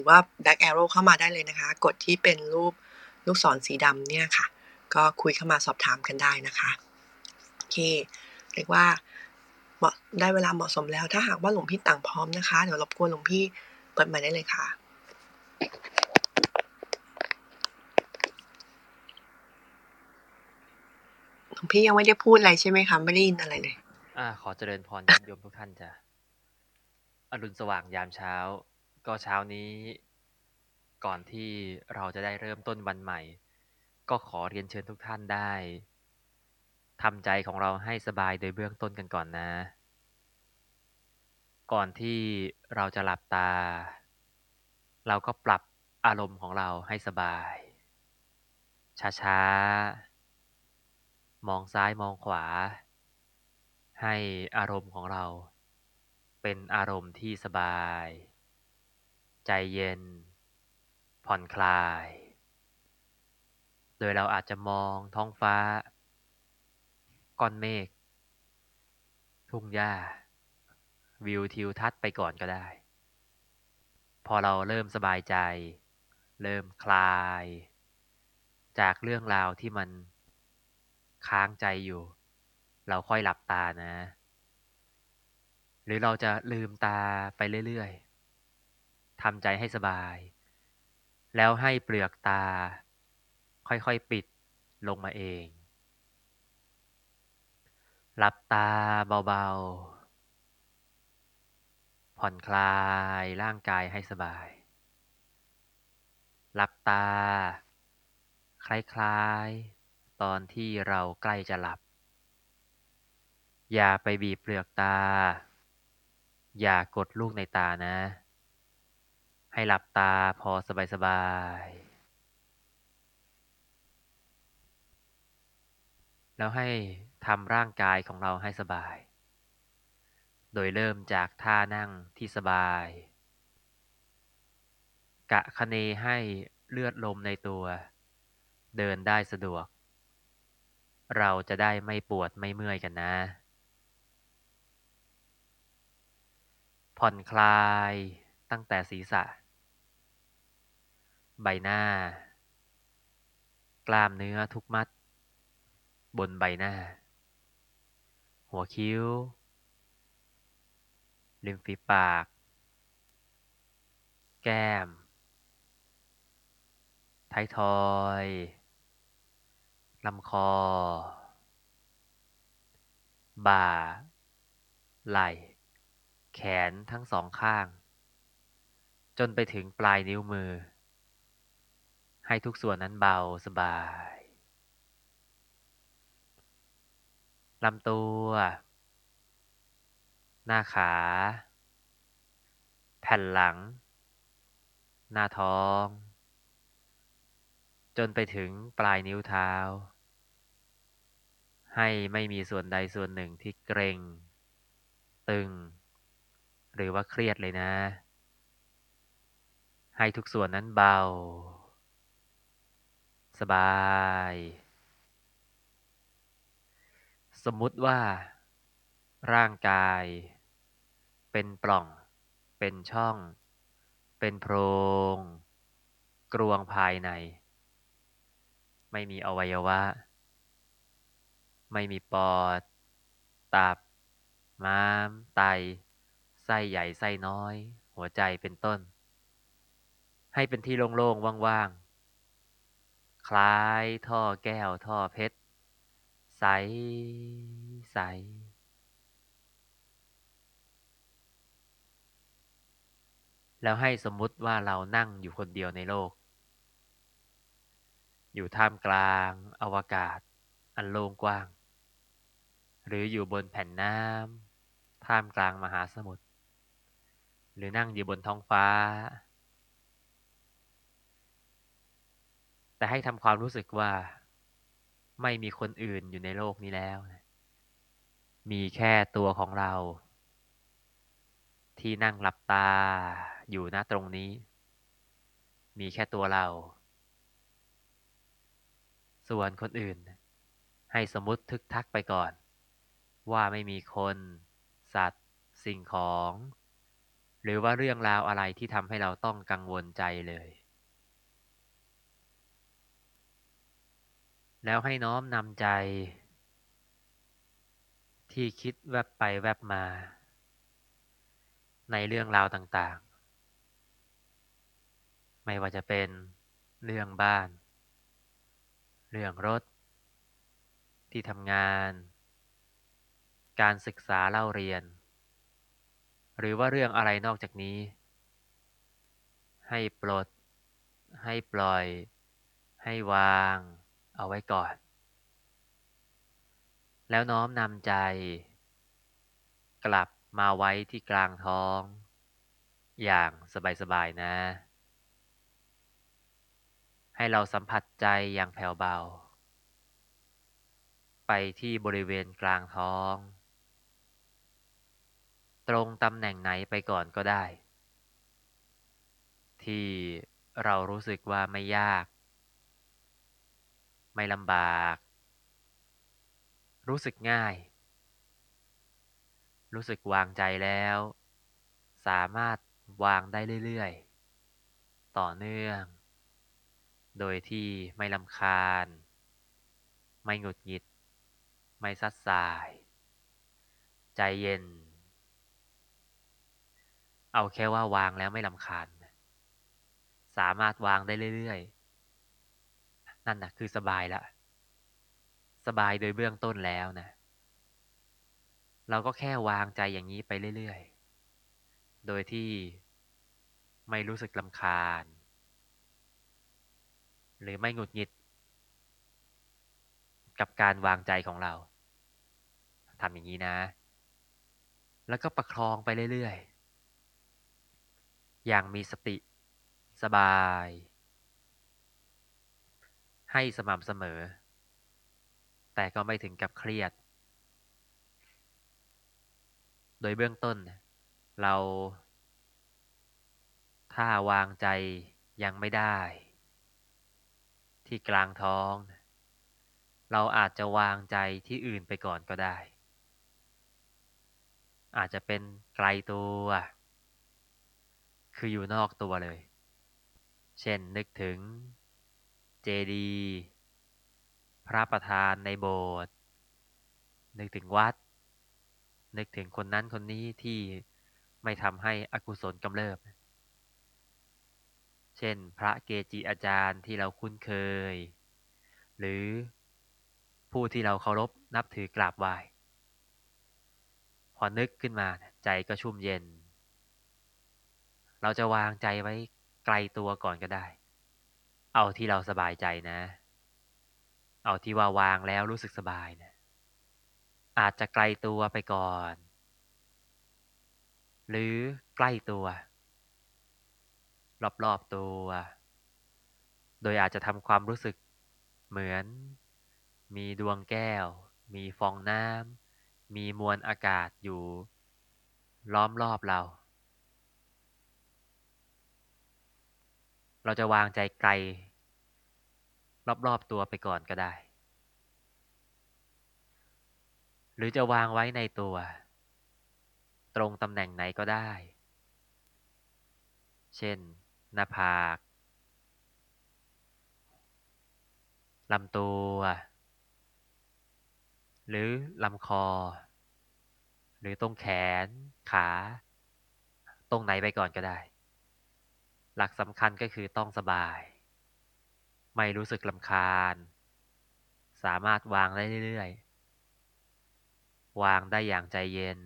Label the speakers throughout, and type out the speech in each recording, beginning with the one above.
Speaker 1: ว่า Back Arrow เข้ามาได้เลยนะคะกดที่เป็นรูปลูกศรสีดำเนี่ยค่ะก็คุยเข้ามาสอบถามกันได้นะคะโอเคเรียกว่าเหมาะได้เวลาเหมาะสมแล้วถ้าหากว่าหลวงพี่ต่างพร้อมนะคะเดี๋ยวรบกวนหลวงพี่เปิดไมค์ได้เลยค่ะหลวงพี่ยังไม่ได้พูดอะไรใช่ไหมคะไม่ได้ยินอะไรเลย
Speaker 2: ขอเจริญพรญาติโยมทุกท่านจ้ะอรุณสว่างยามเช้าก็เช้านี้ก่อนที่เราจะได้เริ่มต้นวันใหม่ก็ขอเรียนเชิญทุกท่านได้ทำใจของเราให้สบายโดยเบื้องต้นกันก่อนนะก่อนที่เราจะหลับตาเราก็ปรับอารมณ์ของเราให้สบายช้าๆมองซ้ายมองขวาให้อารมณ์ของเราเป็นอารมณ์ที่สบายใจเย็นผ่อนคลายโดยเราอาจจะมองท้องฟ้าก้อนเมฆทุ่งหญ้าวิวทิวทัศน์ไปก่อนก็ได้พอเราเริ่มสบายใจเริ่มคลายจากเรื่องราวที่มันค้างใจอยู่เราค่อยหลับตานะหรือเราจะลืมตาไปเรื่อยๆทำใจให้สบายแล้วให้เปลือกตาค่อยๆปิดลงมาเองหลับตาเบาๆผ่อนคลายร่างกายให้สบายหลับตาคล้ายๆตอนที่เราใกล้จะหลับอย่าไปบีบเปลือกตาอย่ากดลูกในตานะให้หลับตาพอสบายๆแล้วให้ทำร่างกายของเราให้สบายโดยเริ่มจากท่านั่งที่สบายกะคะเนให้เลือดลมในตัวเดินได้สะดวกเราจะได้ไม่ปวดไม่เมื่อยกันนะผ่อนคลายตั้งแต่ศีรษะใบหน้ากล้ามเนื้อทุกมัดบนใบหน้าหัวคิ้วริมฝีปากแก้มท้ายทอยลำคอบ่าไหล่แขนทั้งสองข้างจนไปถึงปลายนิ้วมือให้ทุกส่วนนั้นเบาสบายลำตัวหน้าขาแผ่นหลังหน้าท้องจนไปถึงปลายนิ้วเท้าให้ไม่มีส่วนใดส่วนหนึ่งที่เกร็งตึงหรือว่าเครียดเลยนะให้ทุกส่วนนั้นเบาสบายสมมุติว่าร่างกายเป็นปล่องเป็นช่องเป็นโพรงกรวงภายในไม่มีอวัยวะไม่มีปอดตับม้ามไตไส้ใหญ่ไส้น้อยหัวใจเป็นต้นให้เป็นที่โล่งๆว่างๆคล้ายท่อแก้วท่อเพชรใสใสแล้วให้สมมุติว่าเรานั่งอยู่คนเดียวในโลกอยู่ท่ามกลางอวกาศอันโล่งกว้างหรืออยู่บนแผ่นน้ำท่ามกลางมหาสมุทรหรือนั่งอยู่บนท้องฟ้าแต่ให้ทำความรู้สึกว่าไม่มีคนอื่นอยู่ในโลกนี้แล้วมีแค่ตัวของเราที่นั่งหลับตาอยู่ณตรงนี้มีแค่ตัวเราส่วนคนอื่นให้สมมุติทึกทักไปก่อนว่าไม่มีคนสัตว์สิ่งของหรือว่าเรื่องราวอะไรที่ทำให้เราต้องกังวลใจเลยแล้วให้น้อมนำใจที่คิดแวบไปแวบมาในเรื่องราวต่างๆไม่ว่าจะเป็นเรื่องบ้านเรื่องรถที่ทำงานการศึกษาเล่าเรียนหรือว่าเรื่องอะไรนอกจากนี้ให้ปลดให้ปล่อยให้วางเอาไว้ก่อนแล้วน้อมนำใจกลับมาไว้ที่กลางท้องอย่างสบายๆนะให้เราสัมผัสใจอย่างแผ่วเบาไปที่บริเวณกลางท้องตรงตำแหน่งไหนไปก่อนก็ได้ที่เรารู้สึกว่าไม่ยากไม่ลำบากรู้สึกง่ายรู้สึกวางใจแล้วสามารถวางได้เรื่อยๆต่อเนื่องโดยที่ไม่รำคาญไม่หงุดหงิดไม่ซัดสายใจเย็นเอาแค่ว่าวางแล้วไม่รำคาญสามารถวางได้เรื่อยๆนั่นนะคือสบายละสบายโดยเบื้องต้นแล้วนะเราก็แค่วางใจอย่างนี้ไปเรื่อยๆโดยที่ไม่รู้สึกรำคาญหรือไม่หงุดหงิดกับการวางใจของเราทำอย่างนี้นะแล้วก็ประคองไปเรื่อยๆอย่างมีสติสบายให้สม่ำเสมอแต่ก็ไม่ถึงกับเครียดโดยเบื้องต้นเราถ้าวางใจยังไม่ได้ที่กลางท้องเราอาจจะวางใจที่อื่นไปก่อนก็ได้อาจจะเป็นไกลตัวคืออยู่นอกตัวเลยเช่นนึกถึงเจดีย์พระประธานในโบสถ์นึกถึงวัดนึกถึงคนนั้นคนนี้ที่ไม่ทำให้อกุศลกำเริบเช่นพระเกจิอาจารย์ที่เราคุ้นเคยหรือผู้ที่เราเคารพนับถือกราบไหว้พอนึกขึ้นมาใจก็ชุ่มเย็นเราจะวางใจไว้ไกลตัวก่อนก็ได้เอาที่เราสบายใจนะเอาที่ว่าวางแล้วรู้สึกสบายนะอาจจะไกลตัวไปก่อนหรือใกล้ตัวรอบๆตัวโดยอาจจะทำความรู้สึกเหมือนมีดวงแก้วมีฟองน้ำมีมวลอากาศอยู่ล้อมรอบเราเราจะวางใจไกลรอบๆตัวไปก่อนก็ได้หรือจะวางไว้ในตัวตรงตำแหน่งไหนก็ได้เช่นหน้าผากลำตัวหรือลำคอหรือตรงแขนขาตรงไหนไปก่อนก็ได้หลักสำคัญก็คือต้องสบายไม่รู้สึกรำคาญสามารถวางได้เรื่อยๆวางได้อย่างใจเย็น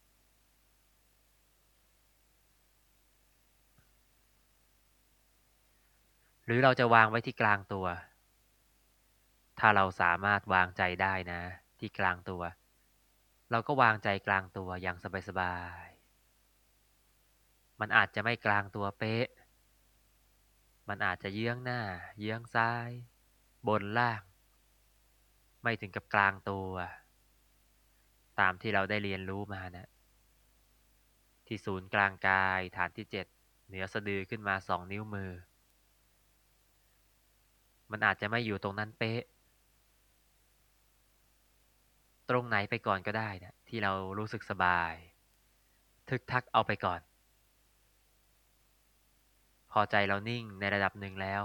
Speaker 2: หรือเราจะวางไว้ที่กลางตัวถ้าเราสามารถวางใจได้นะที่กลางตัวเราก็วางใจกลางตัวอย่างสบายๆมันอาจจะไม่กลางตัวเป๊ะมันอาจจะเยื้องหน้าเยื้องซ้ายบนล่างไม่ถึงกับกลางตัวตามที่เราได้เรียนรู้มานะที่ศูนย์กลางกายฐานที่7เหนือสะดือขึ้นมา2 นิ้วมือมันอาจจะไม่อยู่ตรงนั้นเป๊ะตรงไหนไปก่อนก็ได้นะที่เรารู้สึกสบายทึกทักเอาไปก่อนพอใจเรานิ่งในระดับหนึ่งแล้ว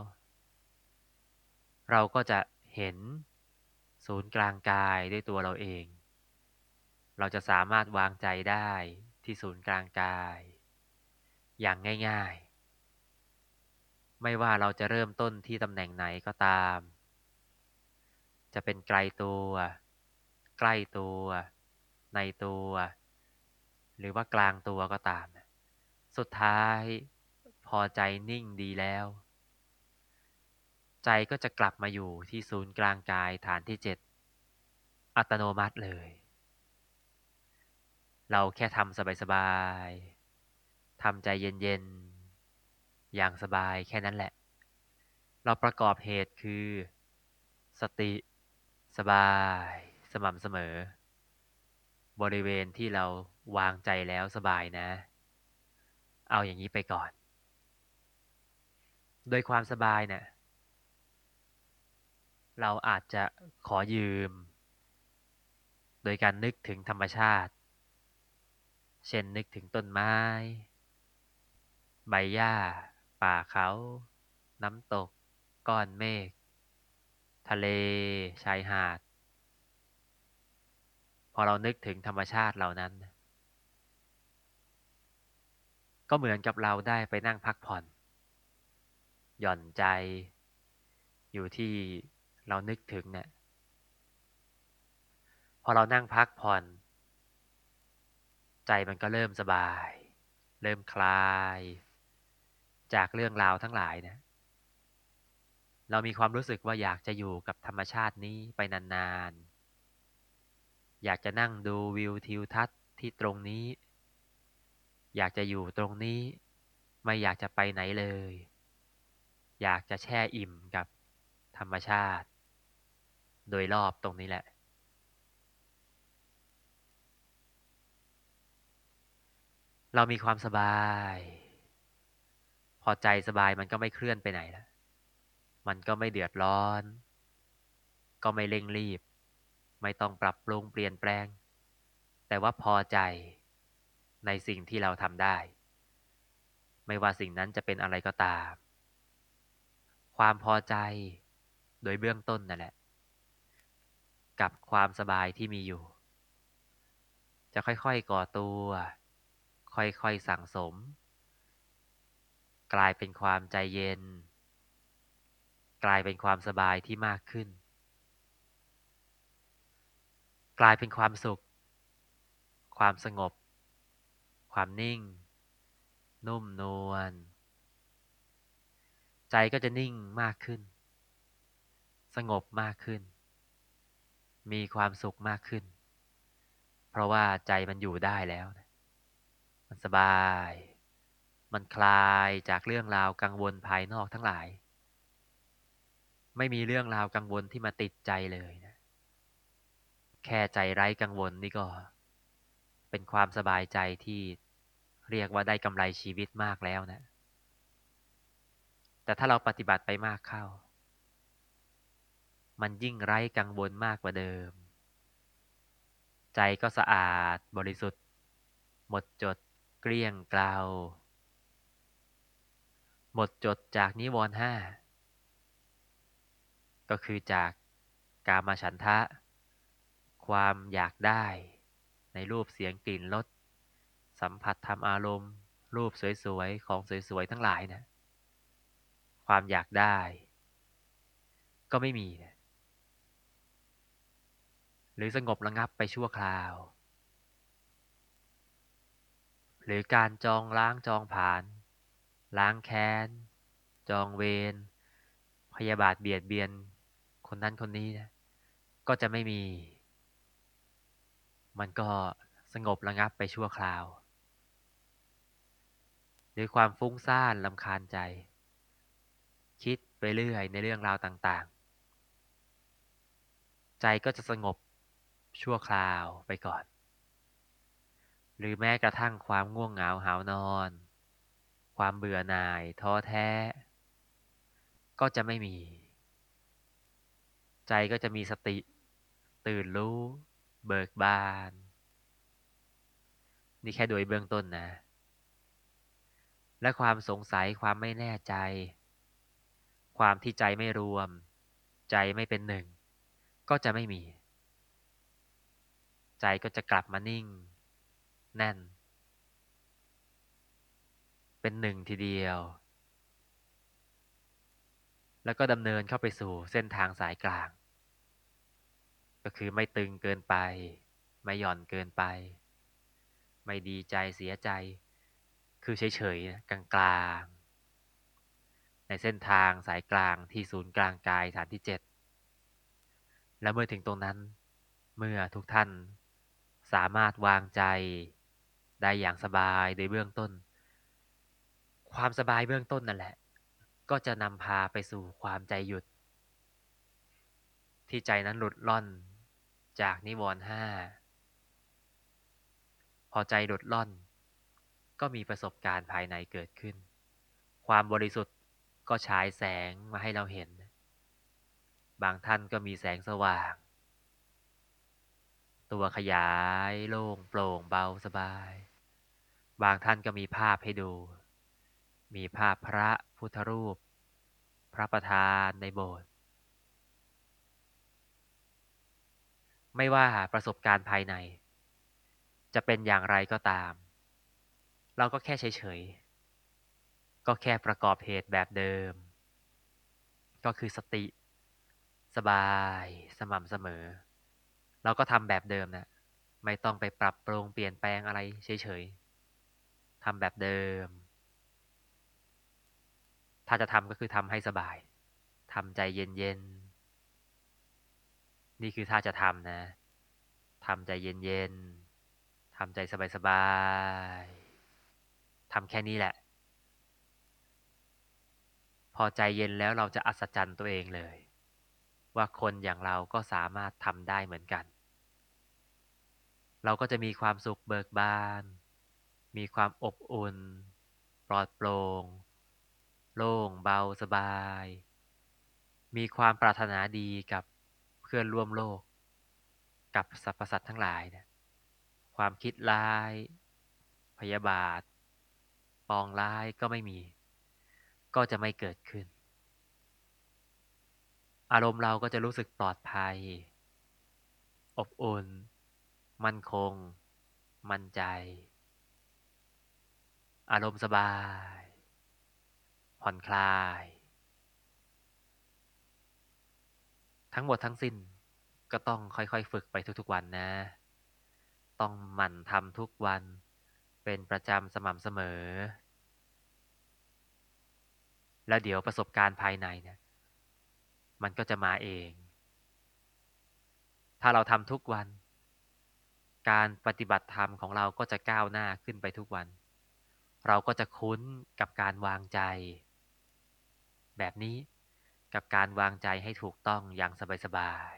Speaker 2: เราก็จะเห็นศูนย์กลางกายด้วยตัวเราเองเราจะสามารถวางใจได้ที่ศูนย์กลางกายอย่างง่ายๆไม่ว่าเราจะเริ่มต้นที่ตำแหน่งไหนก็ตามจะเป็นไกลตัวใกล้ตัวในตัวหรือว่ากลางตัวก็ตามสุดท้ายพอใจนิ่งดีแล้วใจก็จะกลับมาอยู่ที่ศูนย์กลางกายฐานที่7อัตโนมัติเลยเราแค่ทำสบายๆทำใจเย็นๆอย่างสบายแค่นั้นแหละเราประกอบเหตุคือสติสบายสม่ำเสมอบริเวณที่เราวางใจแล้วสบายนะเอาอย่างนี้ไปก่อนโดยความสบายเนี่ยเราอาจจะขอยืมโดยการนึกถึงธรรมชาติเช่นนึกถึงต้นไม้ใบหญ้าป่าเขาน้ำตกก้อนเมฆทะเลชายหาดพอเรานึกถึงธรรมชาติเหล่านั้นก็เหมือนกับเราได้ไปนั่งพักผ่อนหย่อนใจอยู่ที่เรานึกถึงเนี่ยพอเรานั่งพักผ่อนใจมันก็เริ่มสบายเริ่มคลายจากเรื่องราวทั้งหลายนะเรามีความรู้สึกว่าอยากจะอยู่กับธรรมชาตินี้ไปนานๆอยากจะนั่งดูวิวทิวทัศน์ที่ตรงนี้อยากจะอยู่ตรงนี้ไม่อยากจะไปไหนเลยอยากจะแช่อิ่มกับธรรมชาติโดยรอบตรงนี้แหละเรามีความสบายพอใจสบายมันก็ไม่เคลื่อนไปไหนแล้วมันก็ไม่เดือดร้อนก็ไม่เร่งรีบไม่ต้องปรับปรุงเปลี่ยนแปลงแต่ว่าพอใจในสิ่งที่เราทำได้ไม่ว่าสิ่งนั้นจะเป็นอะไรก็ตามความพอใจโดยเบื้องต้นนั่นแหละกับความสบายที่มีอยู่จะค่อยๆก่อตัวค่อยๆสั่งสมกลายเป็นความใจเย็นกลายเป็นความสบายที่มากขึ้นกลายเป็นความสุขความสงบความนิ่งนุ่มนวลใจก็จะนิ่งมากขึ้นสงบมากขึ้นมีความสุขมากขึ้นเพราะว่าใจมันอยู่ได้แล้วนะมันสบายมันคลายจากเรื่องราวกังวลภายนอกทั้งหลายไม่มีเรื่องราวกังวลที่มาติดใจเลยนะแค่ใจไร้กังวลนี่ก็เป็นความสบายใจที่เรียกว่าได้กำไรชีวิตมากแล้วนะแต่ถ้าเราปฏิบัติไปมากเข้ามันยิ่งไร้กังวลมากกว่าเดิมใจก็สะอาดบริสุทธิ์หมดจดเกลี้ยงเกลาหมดจดจากนิวรณ์ห้าก็คือจากกามฉันทะความอยากได้ในรูปเสียงกลิ่นรสสัมผัสธรรมอารมณ์รูปสวยๆของสวยๆทั้งหลายนะความอยากได้ก็ไม่มีนะหรือสงบระงับไปชั่วคราวหรือการจองล้างจองผลาญล้างแค้นจองเวรพยาบาทเบียดเบียนคนนั้นคนนี้นะก็จะไม่มีมันก็สงบระงับไปชั่วคราวหรือความฟุ้งซ่านรำคาญใจคิดไปเรื่อยในเรื่องราวต่างๆใจก็จะสงบชั่วคราวไปก่อนหรือแม้กระทั่งความง่วงเหงาหาวนอนความเบื่อหน่ายท้อแท้ก็จะไม่มีใจก็จะมีสติตื่นรู้เบิกบานนี่แค่โดยเบื้องต้นนะและความสงสัยความไม่แน่ใจความที่ใจไม่รวมใจไม่เป็นหนึ่งก็จะไม่มีใจก็จะกลับมานิ่งแน่นเป็นหนึ่งทีเดียวแล้วก็ดำเนินเข้าไปสู่เส้นทางสายกลางก็คือไม่ตึงเกินไปไม่หย่อนเกินไปไม่ดีใจเสียใจคือเฉยๆกลางๆในเส้นทางสายกลางที่ศูนย์กลางกายฐานที่7และเมื่อถึงตรงนั้นเมื่อทุกท่านสามารถวางใจได้อย่างสบายในเบื้องต้นความสบายเบื้องต้นนั่นแหละก็จะนำพาไปสู่ความใจหยุดที่ใจนั้นหลุดล่อนจากนิวรณ์ห้าพอใจหลุดล่อนก็มีประสบการณ์ภายในเกิดขึ้นความบริสุทธิ์ก็ฉายแสงมาให้เราเห็นบางท่านก็มีแสงสว่างตัวขยายโล่งโปร่งเบาสบายบางท่านก็มีภาพให้ดูมีภาพพระพุทธรูปพระประธานในโบสถ์ไม่ว่าประสบการณ์ภายในจะเป็นอย่างไรก็ตามเราก็แค่เฉยๆก็แค่ประกอบเหตุแบบเดิมก็คือสติสบายสม่ำเสมอเราก็ทำแบบเดิมนะไม่ต้องไปปรับปรุงเปลี่ยนแปลงอะไรเฉยๆทำแบบเดิมถ้าจะทำก็คือทำให้สบายทำใจเย็นๆนี่คือถ้าจะทำนะทำใจเย็นๆทำใจสบายๆทำแค่นี้แหละพอใจเย็นแล้วเราจะอัศจรรย์ตัวเองเลยว่าคนอย่างเราก็สามารถทำได้เหมือนกันเราก็จะมีความสุขเบิกบานมีความอบอุ่นปลอดโปร่งโล่งเบาสบายมีความปรารถนาดีกับเพื่อนร่วมโลกกับสรรพสัตว์ทั้งหลายเนี่ยความคิดร้ายพยาบาทปองร้ายก็ไม่มีก็จะไม่เกิดขึ้นอารมณ์เราก็จะรู้สึกปลอดภัยอบอุ่นมั่นคงมั่นใจอารมณ์สบายผ่อนคลายทั้งหมดทั้งสิ้นก็ต้องค่อยๆฝึกไปทุกๆวันนะต้องหมั่นทำทุกวันเป็นประจำสม่ำเสมอแล้วเดี๋ยวประสบการณ์ภายในเนี่ยมันก็จะมาเองถ้าเราทำทุกวันการปฏิบัติธรรมของเราก็จะก้าวหน้าขึ้นไปทุกวันเราก็จะคุ้นกับการวางใจแบบนี้กับการวางใจให้ถูกต้องอย่างสบาย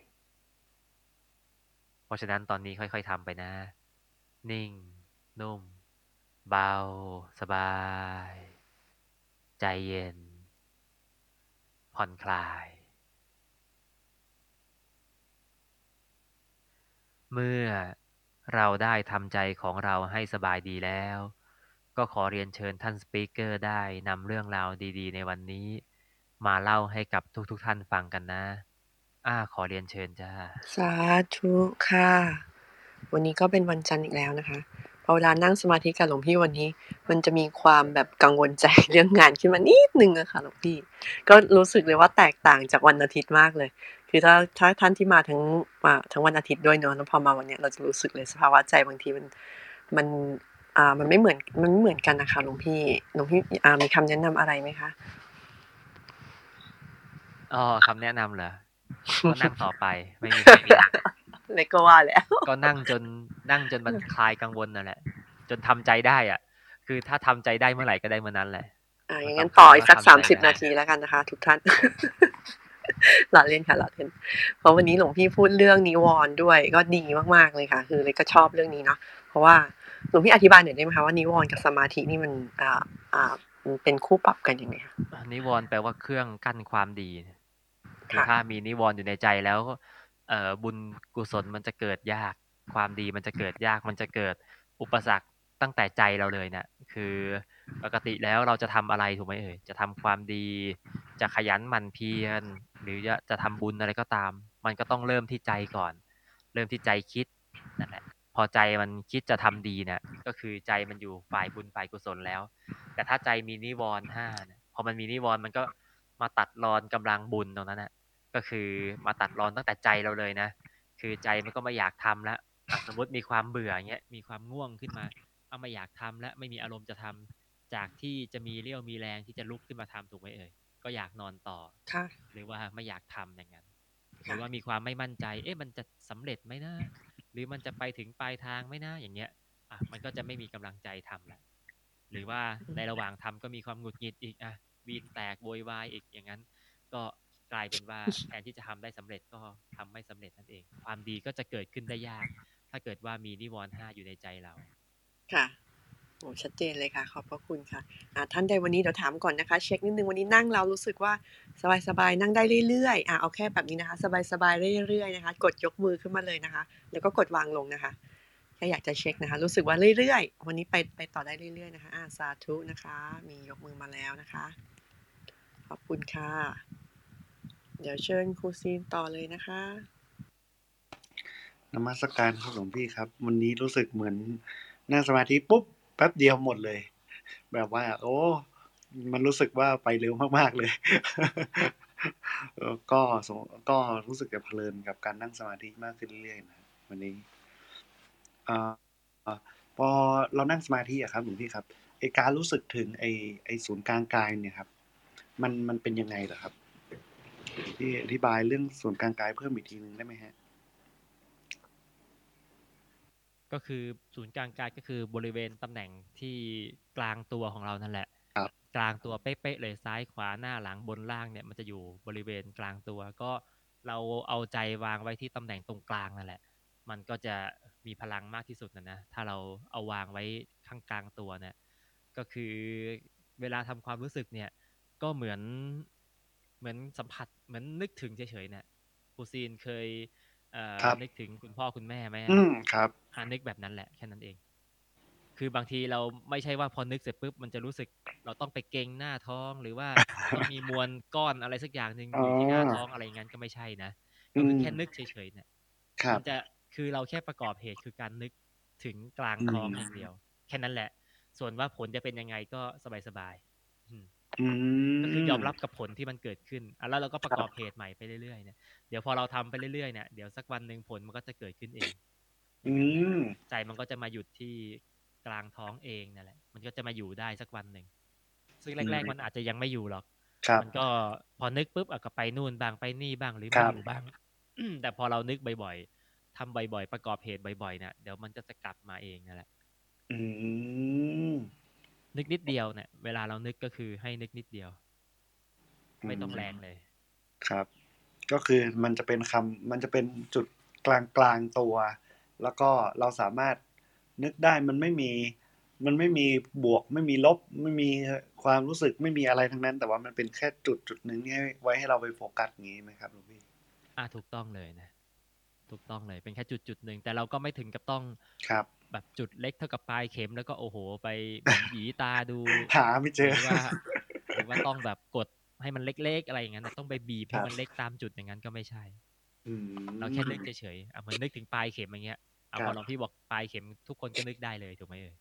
Speaker 2: ๆเพราะฉะนั้นตอนนี้ค่อยๆทำไปนะนิ่งนุ่มเบาสบายใจเย็นผ่อนคลายเมื่อเราได้ทำใจของเราให้สบายดีแล้วก็ขอเรียนเชิญท่านสปีกเกอร์ได้นำเรื่องราวดีๆในวันนี้มาเล่าให้กับทุกๆท่านฟังกันนะขอเรียนเชิญจ้า
Speaker 1: สาธุค่ะวันนี้ก็เป็นวันจันทร์อีกแล้วนะคะพอเวลานั่งสมาธิกับหลวงพี่วันนี้มันจะมีความแบบกังวลใจเรื่องงานขึ้นมานิดนึงอะค่ะหลวงพี่ก็รู้สึกเลยว่าแตกต่างจากวันอาทิตย์มากเลยคือถ้าท่านที่มาทั้งวันอาทิตย์ด้วยเนอะแล้วพอมาวันเนี้ยเราจะรู้สึกเลยสภาวะใจบางทีมันมันไม่เหมือนกันนะคะหลวงพี่มีคำแนะนำอะไรไหมคะ
Speaker 2: คำแนะนำเหรอก็นั่งต่อไปไม่มีอะไรเปลี่ยน
Speaker 1: เลยก็ว่าแล้ว
Speaker 2: ก็นั่งจนมันคลายกังวลนั่นแหละจนทำใจได้อะคือถ้าทำใจได้เมื่อไหร่ก็ได้เมื่อนั้นแหละ
Speaker 1: อย่างนั้น
Speaker 2: สำคัญว่า
Speaker 1: ต่ออีกสัก
Speaker 2: ทำใจ
Speaker 1: 30
Speaker 2: ได้
Speaker 1: นาทีแล้วกันนะคะทุกท่าน ล้อเล่นค่ะล้อเล่นเพราะวันนี้หลวงพี่พูดเรื่องนิวรณ์ด้วยก็ดีมากๆเลยค่ะคือเลยก็ชอบเรื่องนี้เนาะเพราะว่าหลวงพี่อธิบายหน่อยได้ไหมคะว่านิวรณ์กับสมาธินี่มันเป็นคู่ปรับกันยังไงคะ
Speaker 2: นิวรณ์แปลว่าเครื่องกั้นความดีคือ
Speaker 1: ค่ะ
Speaker 2: ถ้ามีนิวรณ์อยู่ในใจแล้วบุญกุศลมันจะเกิดยากความดีมันจะเกิดยากมันจะเกิดอุปสรรคตั้งแต่ใจเราเลยเนี่ยคือปกติแล้วเราจะทำอะไรถูกไหมเอ่ยจะทำความดีจะขยันหมั่นเพียรหรือจะทำบุญอะไรก็ตามมันก็ต้องเริ่มที่ใจก่อนเริ่มที่ใจคิดนั่นแหละพอใจมันคิดจะทำดีเนี่ยก็คือใจมันอยู่ฝ่ายบุญฝ่ายกุศลแล้วแต่ถ้าใจมีนิวรณ์ห้าเนี่ยพอมันมีนิวรณ์มันก็มาตัดรอนกำลังบุญตรงนั้นนะก็คือมาตัดรอนตั้งแต่ใจเราเลยนะคือใจมันก็ไม่อยากทำแล้วสมมติมีความเบื่อเงี้ยมีความง่วงขึ้นมาไม่อยากทำแล้วไม่มีอารมณ์จะทำจากที่จะมีเรี่ยวมีแรงที่จะลุกขึ้นมาทำถูกไหมเอ่ยก็อยากนอนต่อ
Speaker 1: ค่ะ
Speaker 2: หรือว่าไม่อยากทำอย่างนั้นหรือ
Speaker 1: ค่ะ
Speaker 2: ว่ามีความไม่มั่นใจมันจะสำเร็จไหมนะหรือมันจะไปถึงปลายทางไหมนะอย่างเงี้ยมันก็จะไม่มีกำลังใจทำแล้วหรือว่าในระหว่างทำก็มีความหงุดหงิดอีกวีนแตกโวยวายอีกอย่างนั้นก็กลายเป็นว่าแทนที่จะทำได้สำเร็จก็ทำไม่สำเร็จนั่นเองความดีก็จะเกิดขึ้นได้ยากถ้าเกิดว่ามีนิวรณ์ห้าอยู่ในใจเรา
Speaker 1: ค่ะโอ้ชัดเจนเลยค่ะขอบพระคุณค่ะท่านใดวันนี้เดี๋ยวถามก่อนนะคะเช็คนิดนึงวันนี้นั่งเรารู้สึกว่าสบายๆนั่งได้เรื่อยๆเอาแค่แบบนี้นะคะสบายๆเรื่อยๆนะคะกดยกมือขึ้นมาเลยนะคะแล้วก็กดวางลงนะคะแค่อยากจะเช็คนะคะรู้สึกว่าเรื่อยๆวันนี้ไปต่อได้เรื่อยๆนะคะสาธุนะคะมียกมือมาแล้วนะคะขอบคุณค่ะเดี๋ยวเชิญครูซีนต่อเลยนะคะ
Speaker 3: นมัสการครับหลวงพี่ครับวันนี้รู้สึกเหมือนนั่งสมาธิปุ๊บแป๊บเดียวหมดเลยแบบว่าโอ้มันรู้สึกว่าไปเร็วมากๆเลย ก็รู้สึกจะเพลินกับการนั่งสมาธิมากขึ้นเรื่อยๆนะวันนี้อ่าพอเรานั่งสมาธิอะครับหลวงพี่ครับไอการรู้สึกถึงไอศูนย์กลางกายเนี่ยครับมันเป็นยังไงเหรอครับที่อธิบายเรื่องศูนย์กลางกายเพิ่มอีกทีนึงได้ไหมฮะ
Speaker 2: ก็คือศูนย์กลางกายก็คือบริเวณตำแหน่งที่กลางตัวของเรานั่นแหละกลางตัวเป๊ะๆเลยซ้ายขวาหน้าหลังบนล่างเนี่ยมันจะอยู่บริเวณกลางตัวก็เราเอาใจวางไว้ที่ตำแหน่งตรงกลางนั่นแหละมันก็จะมีพลังมากที่สุดนะถ้าเราเอาวางไว้ข้างกลางตัวเนี่ยก็คือเวลาทำความรู้สึกเนี่ยก็เหมือนสัมผัสเหมือนนึกถึงเฉยๆเนี่ยครูซีนเคย
Speaker 3: ครับ
Speaker 2: นึกถึงคุณพ่อคุณแม่ไหม
Speaker 3: ครับ
Speaker 2: นึกแบบนั้นแหละแค่นั้นเองคือบางทีเราไม่ใช่ว่าพอนึกเสร็จปุ๊บมันจะรู้สึกเราต้องไปเกร็งหน้าท้องหรือว่าต้องมีมวลก้อนอะไรสักอย่างหนึ่ง
Speaker 3: อ๋อ
Speaker 2: อยู่ที่หน้าท้องอะไรอย่างนั้นก็ไม่ใช่นะก็คือแค่นึกเฉยๆเนี่ย
Speaker 3: ครับ
Speaker 2: มันจะคือเราแค่ประกอบเหตุคือการนึกถึงกลางท้องอย่างเดียวแค่นั้นแหละส่วนว่าผลจะเป็นยังไงก็สบายๆก็คือยอมรับกับผลที่มันเกิดขึ้นแล้วเราก็ประกอบเหตุใหม่ไปเรื่อยๆเนี่ยเดี๋ยวพอเราทำไปเรื่อยๆเนี่ยเดี๋ยวสักวันหนึ่งผลมันก็จะเกิดขึ้นเองอย่างนั้นแหละใจมันก็จะมาหยุดที่กลางท้องเองนั่นแหละมันก็จะมาอยู่ได้สักวันหนึ่งซึ่งแรกๆมันอาจจะยังไม่อยู่หรอกมันก็พอนึกปุ๊บก็ไปนู่นบ้างไปนี่บ้างหรือไม่อยู่บ้างแต่พอเรานึกบ่อยๆทำบ่อยๆประกอบเหตุบ่อยๆเนี่ยเดี๋ยวมันก็จะกลับมาเองนั่นแหละนึกนิดเดียวเนี่ยเวลาเรานึกก็คือให้นึกนิดเดียวไม่ต้องแรงเลย
Speaker 3: ครับก็คือมันจะเป็นจุดกลางตัวแล้วก็เราสามารถนึกได้มันไม่มีบวกไม่มีลบไม่มีความรู้สึกไม่มีอะไรทั้งนั้นแต่ว่ามันเป็นแค่จุดหนึ่งที่ไว้ให้เราไปโฟกัสอย่างนี้ไหมครับหลวงพี่
Speaker 2: ถูกต้องเลยนะถูกต้องเลยเป็นแค่จุดหนึ่งแต่เราก็ไม่ถึงกับต้อง
Speaker 3: ครับ
Speaker 2: แบบจุดเล็กเท่ากับปลายเข็มแล้วก็โอ้โหไปหยีตาดู
Speaker 3: หาไม่เจอ
Speaker 2: หรือว่าต้องแบบกดให้มันเล็กๆอะไรอย่างนั้นต้องไปบีบให้มันเล็กตามจุดอย่างนั้นก็ไม่ใช่เราแค่นึกเฉยๆเหมือนนึกถึงปลายเข็มอย่างเงี้ยพอหลวงพี่บอกปลายเข็มทุกคนก็นึกได้เลยถูกไหมเอ่ย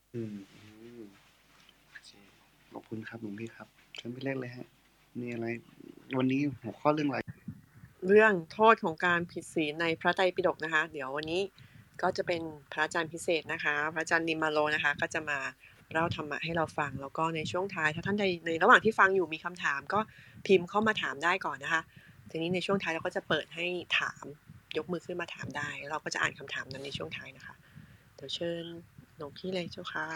Speaker 3: ขอบคุณครับหลวงพี่ครับฉันไปเล่นเลยฮะมีอะไรวันนี้หัวข้อเรื่องอะไร
Speaker 1: เรื่องโทษของการผิดศีลในพระไตรปิฎกนะคะเดี๋ยววันนี้ก็จะเป็นพระอาจารย์พิเศษนะคะพระอาจารย์นิมาโลนะคะก็จะมาเล่าธรรมะให้เราฟังแล้วก็ในช่วงท้ายถ้าท่านใดในระหว่างที่ฟังอยู่มีคำถามก็พิมพ์เข้ามาถามได้ก่อนนะคะทีนี้ในช่วงท้ายเราก็จะเปิดให้ถามยกมือขึ้นมาถามได้เราก็จะอ่านคำถามนั้นในช่วงท้ายนะคะเดี๋ยวเชิญหลวงพี่เลยเจ้าค่ะ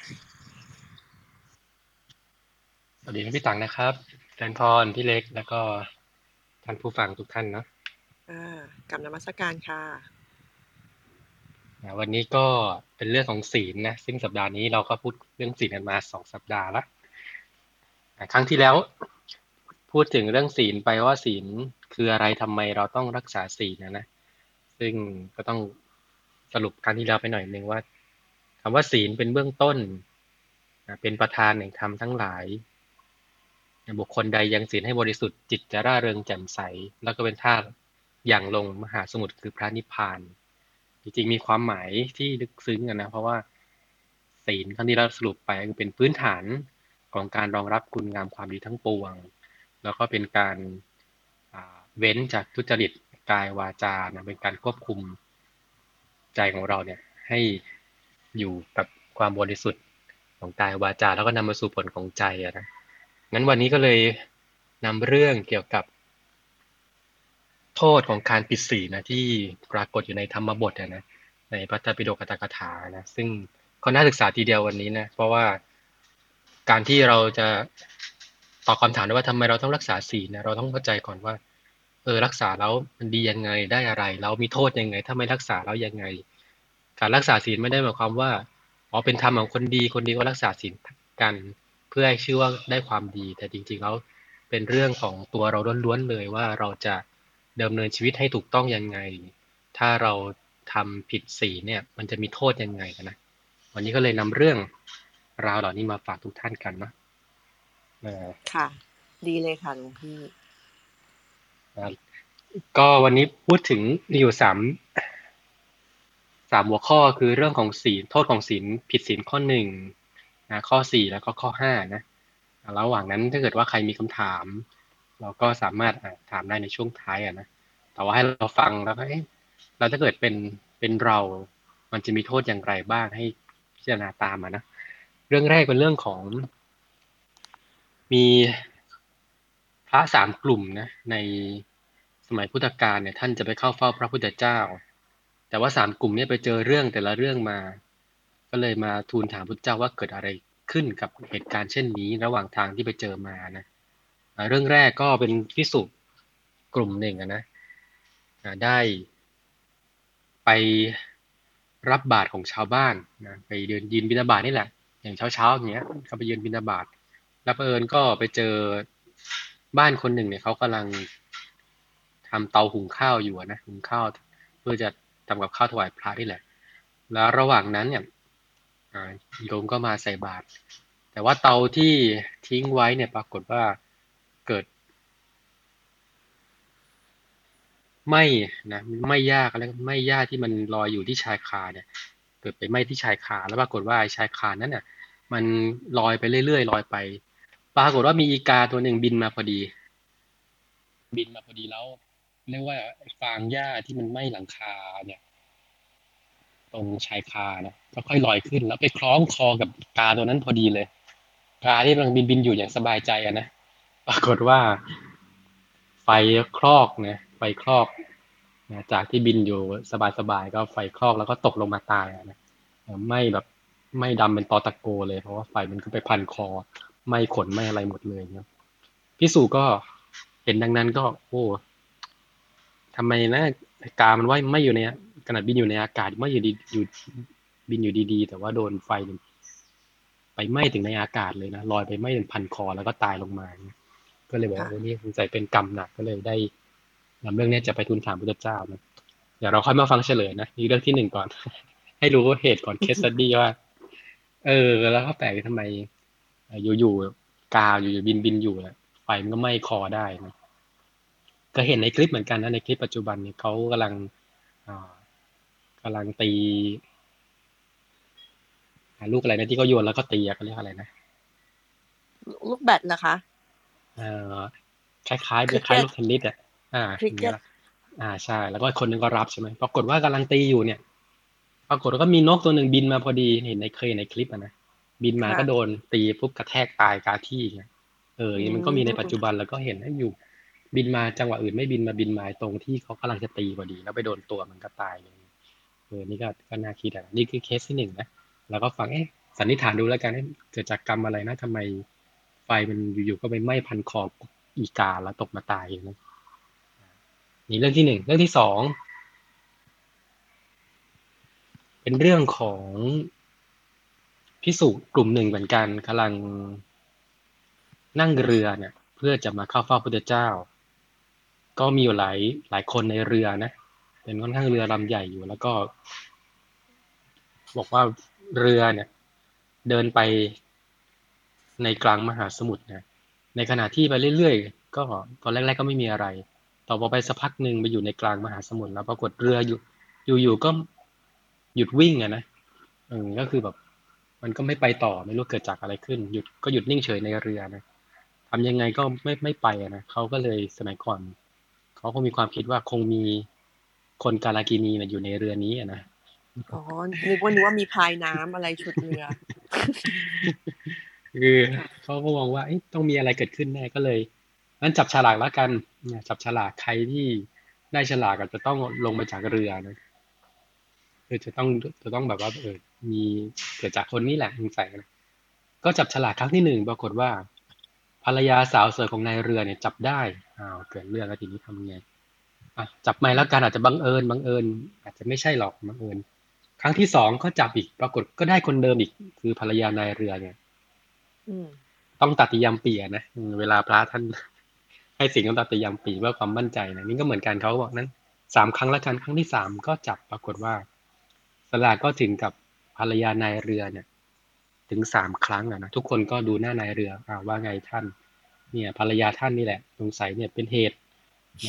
Speaker 4: สวัสดีพี่ตังนะครับแทนพรพี่เล็กแล้วก็ท่านผู้ฟังทุกท่านเนาะ
Speaker 1: กราบนมัสการค่ะ
Speaker 4: วันนี้ก็เป็นเรื่องของศีลนะซึ่งสัปดาห์นี้เราก็พูดเรื่องศีลกันมา2 สัปดาห์ละครั้งที่แล้วพูดถึงเรื่องศีลไปว่าศีลคืออะไรทำไมเราต้องรักษาศีลนะซึ่งก็ต้องสรุปครั้งที่แล้วไปหน่อยนึงว่าคำว่าศีลเป็นเบื้องต้นเป็นประธานแห่งธรรมทั้งหลายบุคคลใดยังศีลให้บริสุทธิ์จิตจะร่าเริงแจ่มใสแล้วก็เป็นธาตุอย่างลงมหาสมุทรคือพระนิพพานจริงๆมีความหมายที่ลึกซึ้งนะเพราะว่าศีลครั้งที่เราสรุปไปคือเป็นพื้นฐานของการรองรับคุณงามความดีทั้งปวงแล้วก็เป็นการเว้นจากทุจริตกายวาจานะเป็นการควบคุมใจของเราเนี่ยให้อยู่กับความบริสุทธิ์ของกายวาจาแล้วก็นำมาสู่ผลของใจนะงั้นวันนี้ก็เลยนำเรื่องเกี่ยวกับโทษของการผิดศีลนะที่ปรากฏอยู่ในธรรมบทนะในพระไตรปิฎกอัตถกถานะซึ่งก็น่าศึกษาทีเดียววันนี้นะเพราะว่าการที่เราจะตอบคำถามได้ว่าทำไมเราต้องรักษาศีลนะเราต้องเข้าใจก่อนว่ารักษาแล้วมันดียังไงได้อะไรแล้วมีโทษยังไงถ้าไม่รักษาแล้วยังไงการรักษาศีลไม่ได้หมายความว่าเป็นธรรมของคนดีก็รักษาศีลกันเพื่อให้ชื่อว่าได้ความดีแต่จริงๆแล้วเป็นเรื่องของตัวเราล้วนๆเลยว่าเราจะดำเนินชีวิตให้ถูกต้องยังไงถ้าเราทำผิดศีลเนี่ยมันจะมีโทษยังไงนะวันนี้ก็เลยนำเรื่องราวเหล่านี้มาฝากทุกท่านกันนะ
Speaker 1: ค่ะดีเลยค่ะหลวงพี่
Speaker 4: ก็วันนี้พูดถึงมีอยู่สามหัวข้อคือเรื่องของศีลโทษของศีลผิดศีลข้อหนึ่งนะข้อ4แล้วก็ข้อ5นะระหว่างนั้นถ้าเกิดว่าใครมีคำถามเราก็สามารถถามได้ในช่วงท้ายนะแต่ว่าให้เราฟังแล้วก็เราถ้าเกิดเป็นเรามันจะมีโทษอย่างไรบ้างให้พิจารณาตามนะเรื่องแรกเป็นเรื่องของมีพระ3 กลุ่มนะในสมัยพุทธกาลเนี่ยท่านจะไปเข้าเฝ้าพระพุทธเจ้าแต่ว่า3 กลุ่มนี้ไปเจอเรื่องแต่ละเรื่องมาก็เลยมาทูลถามพุทธเจ้าว่าเกิดอะไรขึ้นกับเหตุการณ์เช่นนี้ระหว่างทางที่ไปเจอมานะเรื่องแรกก็เป็นภิกษุกลุ่มหนึ่งนะได้ไปรับบาตรของชาวบ้านนะไปเดินยืนบิณฑบาตนี่แหละอย่างเช้าอย่างเงี้ยเขาไปยืนบิณฑบาตแล้วเผอิญก็ไปเจอบ้านคนหนึ่งเนี่ยเขากำลังทำเตาหุงข้าวอยู่นะหุงข้าวเพื่อจะทำกับข้าวถวายพระนี่แหละแล้วระหว่างนั้นเนี่ยโยมก็มาใส่บาตรแต่ว่าเตาที่ทิ้งไว้เนี่ยปรากฏว่าเกิดไหม้นะไหม้หญ้าอะไรไหม้หญ้าที่มันลอยอยู่ที่ชายคาเนี่ยเกิดไปไหม้ที่ชายคาแล้วปรากฏว่าชายคานั้นเนี่ยมันลอยไปเรื่อยๆลอยไปปรากฏว่ามีอีกาตัวหนึ่งบินมาพอดีแล้วเรียกว่าฟางหญ้าที่มันไหม้หลังคาเนี่ยตรงชายคานะก็ค่อยลอยขึ้นแล้วไปคล้องคอกับกาตัวนั้นพอดีเลยกาที่กำลังบินอยู่อย่างสบายใจนะปรากฏว่าไฟคลอกนะไฟคลอกนะจากที่บินอยู่สบายๆก็ไฟคลอกแล้วก็ตกลงมาตายนะไม่แบบไม่ดำเป็นตอตะโกเลยเพราะว่าไฟมันก็ไปพันคอไม่ขนไม่อะไรหมดเลยนะภิกษุก็เห็นดังนั้นก็โอ้ทำไมนะกามันว่าไม่อยู่ในขนาดบินอยู่ในอากาศไม่อยู่ดีอยู่บินอยู่ดีๆแต่ว่าโดนไฟไปไหม้ถึงในอากาศเลยนะลอยไปไหม้เป็นพันคอแล้วก็ตายลงมาก็เลยบอกว่านี่สงสัยเป็นกรรมหนักก็เลยได้นำเรื่องนี้จะไปทูลถามพระเจ้านะเดี๋ยวเราค่อยมาฟังเฉลยนะนี่เรื่องที่1ก่อน ให้รู้เหตุก่อนเคสสตัดดี้ว่าแล้วก็แปลกทำไมอยู่ๆกาอยู่บินอยู่ไฟมันก็ไหม้คอได้นะก็เห็นในคลิปเหมือนกันนะในคลิปปัจจุบันเนี่ยเขากำลังตีลูกอะไรนะที่เขาโยนแล้วก็ตีเขาเรียกอะไรนะ
Speaker 1: ลูกแบดเหรอคะ
Speaker 4: คล้ายๆลูกเทนนิส
Speaker 1: คริกเก็ต
Speaker 4: ใช่แล้วก็คนนึงก็รับใช่ไหมปรากฏว่ากำลังตีอยู่เนี่ยปรากฏว่าก็มีนกตัวหนึ่งบินมาพอดีเห็นในคลิปนะบินมาก็โดนตีปุ๊บกระแทกตายคาที่เงี้ยมันก็มีในปัจจุบันแล้วก็เห็นให้อยู่บินมาจังหวะอื่นไม่บินมาตรงที่เขากำลังจะตีพอดีแล้วไปโดนตัวมันก็ตายเลยนี่ก็น่าคิดนี่คือเคสที่1นะแล้วก็ฟังสันนิษฐานดูแล้วกันเกิดจากกรรมอะไรนะทำไมไฟมันอยู่ๆก็ไปไหม้พันคออีกาแล้วตกมาตายนะนี่เรื่องที่1เรื่องที่2เป็นเรื่องของภิกษุกลุ่มหนึ่งเหมือนกันกำลังนั่งเรือเนี่ยเพื่อจะมาเข้าเฝ้าพระพุทธเจ้าก็มีอยู่หลายคนในเรือนะเป็นค่อนข้างเรือลำใหญ่อยู่แล้วก็บอกว่าเรือเนี่ยเดินไปในกลางมหาสมุทรนะในขณะที่ไปเรื่อยๆก็ตอนแรกๆก็ไม่มีอะไรต่อไปสักพักหนึ่งไปอยู่ในกลางมหาสมุทรแล้วปรากฏเรืออยู่ก็หยุดวิ่งอะนะก็คือแบบมันก็ไม่ไปต่อไม่รู้เกิดจากอะไรขึ้นหยุดนิ่งเฉยในเรือนะทำยังไงก็ไม่ไปอะนะเขาก็เลยสมัยก่อนเขาคงมีความคิดว่าคงมีคนกาลากินีอยู่ในเรือนี้อะนะ
Speaker 1: อ๋อนึกว่ามีพายน้ำอะไรฉุดเรือ
Speaker 4: คือ
Speaker 1: ค่ะ
Speaker 4: เขาก็มองว่าต้องมีอะไรเกิดขึ้นแน่ก็เลยงั้นจับฉลากแล้วกันจับฉลากใครที่ได้ฉลากก็จะต้องลงมาจากเรือนะคือจะต้องแบบว่ามีเกิดจากคนนี้แหละสงสัยนะก็จับฉลากครั้งที่หนึ่งปรากฏว่าภรรยาสาวสวยของนายเรือเนี่ยจับได้เกิดเรื่องแล้วทีนี้ทำไงจับไม่แล้วกันอาจจะบังเอิญอาจจะไม่ใช่หรอกบังเอิญครั้งที่สองก็จับอีกปรากฏก็ได้คนเดิมอีกคือภรรยานายเรือเนี่ยต้องตัดติยมปีนะเวลาพระท่าน ให้สิ่งต้องตัดติยมปีเพื่อความมั่นใจนะนี่ก็เหมือนกันเขาบอกนั้น3 ครั้งแล้วกันครั้งที่3ก็จับปรากฏว่าสลากก็ถึงกับภรรยานายเรือเนี่ยถึง3 ครั้งนะทุกคนก็ดูหน้านายเรือว่าไงท่านเนี่ยภรรยาท่านนี่แหละสงสัยเนี่ยเป็นเหตุนะ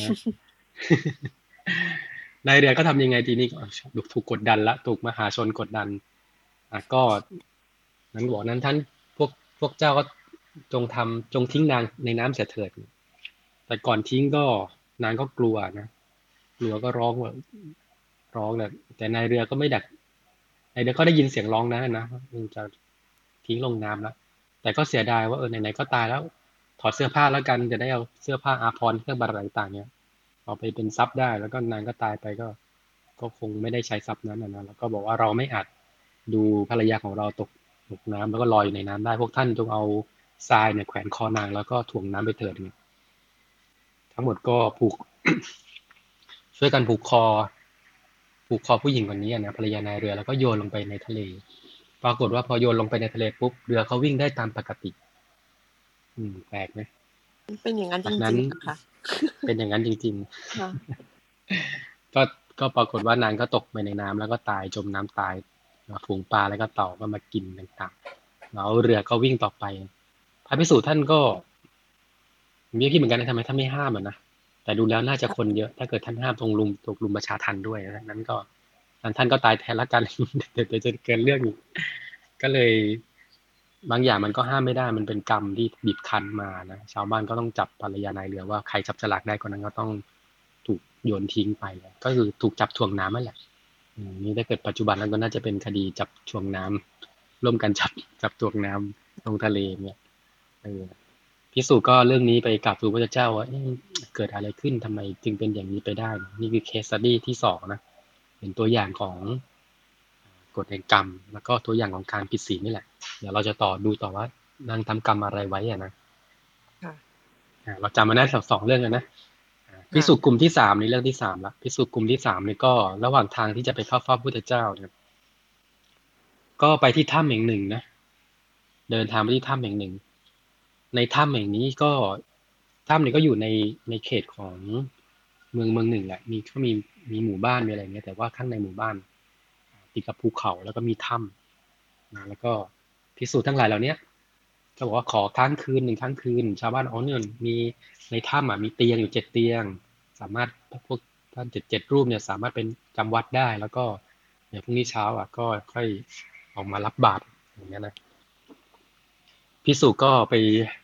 Speaker 4: นายเรือก็ทำยังไงทีนี้ก็ถูกกดดันละถูกมหาชนกดดันก็นั้นบอกนั้นท่านพวกเจ้าก็จงทิ้งนางในน้ำเสียเถิดแต่ก่อนทิ้งก็นางก็กลัวนะกลัวก็ร้องแต่นายเรือก็ไม่ดักนายเรือก็ได้ยินเสียงร้องนะจะทิ้งลงน้ำแล้วแต่ก็เสียดายว่าไหนๆก็ตายแล้วถอดเสื้อผ้าแล้วกันจะได้เอาเสื้อผ้าอาภรณ์เครื่องประดับต่างๆเนี่ยเอาไปเป็นทรัพย์ได้แล้วก็นางก็ตายไปก็คงไม่ได้ใช้ทรัพย์นั้นนะแล้วก็บอกว่าเราไม่อาจดูภรรยาของเราตกน้ำแล้วก็ลอยอยู่ในน้ำได้พวกท่านจงเอาทรายเนี่ยแขวนคอนางแล้วก็ถ่วงน้ำไปเถิดเนี่ยทั้งหมดก็ผูก ช่วยกันผูกคอผู้หญิงคนนี้นะภรรยานายเรือแล้วก็โยนลงไปในทะเลปรากฏว่าพอโยนลงไปในทะเลปุ๊บเรือเขาวิ่งได้ตามปกติแปลกไหม
Speaker 1: เป็นอย่างนั้นจริงๆค่ะ
Speaker 4: เป็นอย่างนั้นจริงๆก็ปรากฏว่านางก็ตกไปในน้ำแล้วก็ตายจมน้ำตายฝูงปลาแล้วก็เต่าก็มากินต่างๆแล้วเรือก็วิ่งต่อไปพระภิกษุท่านก็มีคิดเหมือนกันนะทำไมท่านไม่ห้ามนะแต่ดูแล้วน่าจะคนเยอะถ้าเกิดท่านห้ามตรงลุมประชาทันด้วยนั้นก็ท่านก็ตายแทนละกัน เดี๋ยวจะเกินเรื่องอีกก็เลยบางอย่างมันก็ห้ามไม่ได้มันเป็นกรรมที่บีบคั้นมานะชาวบ้านก็ต้องจับภรรยานายเรือว่าใครจับฉลากได้คนนั้นก็ต้องถูกโยนทิ้งไปก็คือถูกจับถ่วงน้ำนั่นแหละนี่ถ้าเกิดปัจจุบันนั้นก็น่าจะเป็นคดีจับถ่วงน้ำร่วมกันจับถ่วงน้ำลงทะเลเนี่ยภิกษุก็เรื่องนี้ไปกราบทูลพระเจ้าว่าเกิดอะไรขึ้นทำไมจึงเป็นอย่างนี้ไปได้นี่คือเคสสตัดดี้ที่2นะเป็นตัวอย่างของกฎแห่งกรรมแล้วก็ตัวอย่างของการผิดศีลนี่แหละเดี๋ยวเราจะดูต่อว่านางทำกรรมอะไรไว้นะเราจำมาได้2 เรื่องนะภิกษุกลุ่มที่3นี่เรื่องที่3ละภิกษุกลุ่มที่3นี่ก็ระหว่างทางที่จะไปเข้าเฝ้าพระพุทธเจ้าเนี่ยก็ไปที่ถ้ำแห่งหนึ่งนะเดินทางไปที่ถ้ำแห่งหนึ่งในถ้ำแห่งนี้ก็ถ้ำนี้ก็อยู่ในเขตของเมืองหนึ่งแหละก็มีหมู่บ้านมีอะไรเงี้ยแต่ว่าข้างในหมู่บ้านติดกับภูเขาแล้วก็มีถ้ำนะแล้วก็ภิกษุทั้งหลายเหล่านี้ก็บอกว่าขอค้างคืน1 ค้างคืนชาวบ้านเนี่ยมีในถ้ำมีเตียงอยู่7 เตียงสามารถพวกท่าน7 รูปเนี่ยสามารถเป็นจำวัดได้แล้วก็เดี๋ยวพรุ่งนี้เช้าก็ค่อยออกมารับบาตรอย่างเงี้ยนะภิกษุก็ไป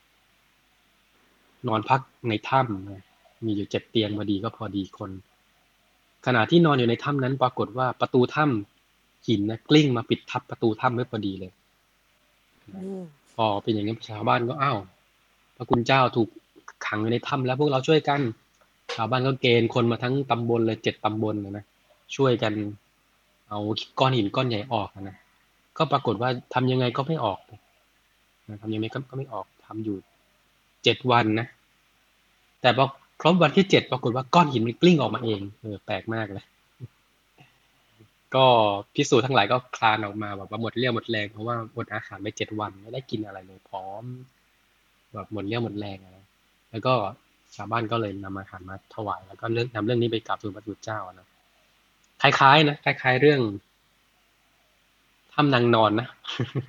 Speaker 4: นอนพักในถ้ำมีอยู่7 เตียงพอดีคนขณะที่นอนอยู่ในถ้ำนั้นปรากฏว่าประตูถ้ำหินนะกลิ้งมาปิดทับประตูถ้ำไว้พอดีเลยพอเป็นอย่างนี้ชาวบ้านก็พระคุณเจ้าถูกขังอยู่ในถ้ำแล้วพวกเราช่วยกันชาวบ้านก็เกณฑ์คนมาทั้งตำบลเลย7 ตำบลนะช่วยกันเอาก้อนหินก้อนใหญ่ออกนะก็ปรากฏว่าทำยังไงก็ไม่ออกทำยังไงก็ไม่ออกทำอยู่7 วันนะแต่พอครบวันที่7ปรากฏว่าก้อนหินมันกลิ้งออกมาเองแปลกมากเลยก็ภิกษุทั้งหลายก็คลานออกมาแบบว่าหมดเรี่ยวหมดแรงเพราะว่าอดอาหารไป7 วันไม่ได้กินอะไรเลยพร้อมแบบหมดเรี่ยวหมดแรงนะแล้วก็ชาวบ้านก็เลยนำอาหารมาถวายแล้วก็นำเรื่องนี้ไปกราบทูลพระพุทธเจ้านะคล้ายๆเรื่องถ้ำนางนอนนะ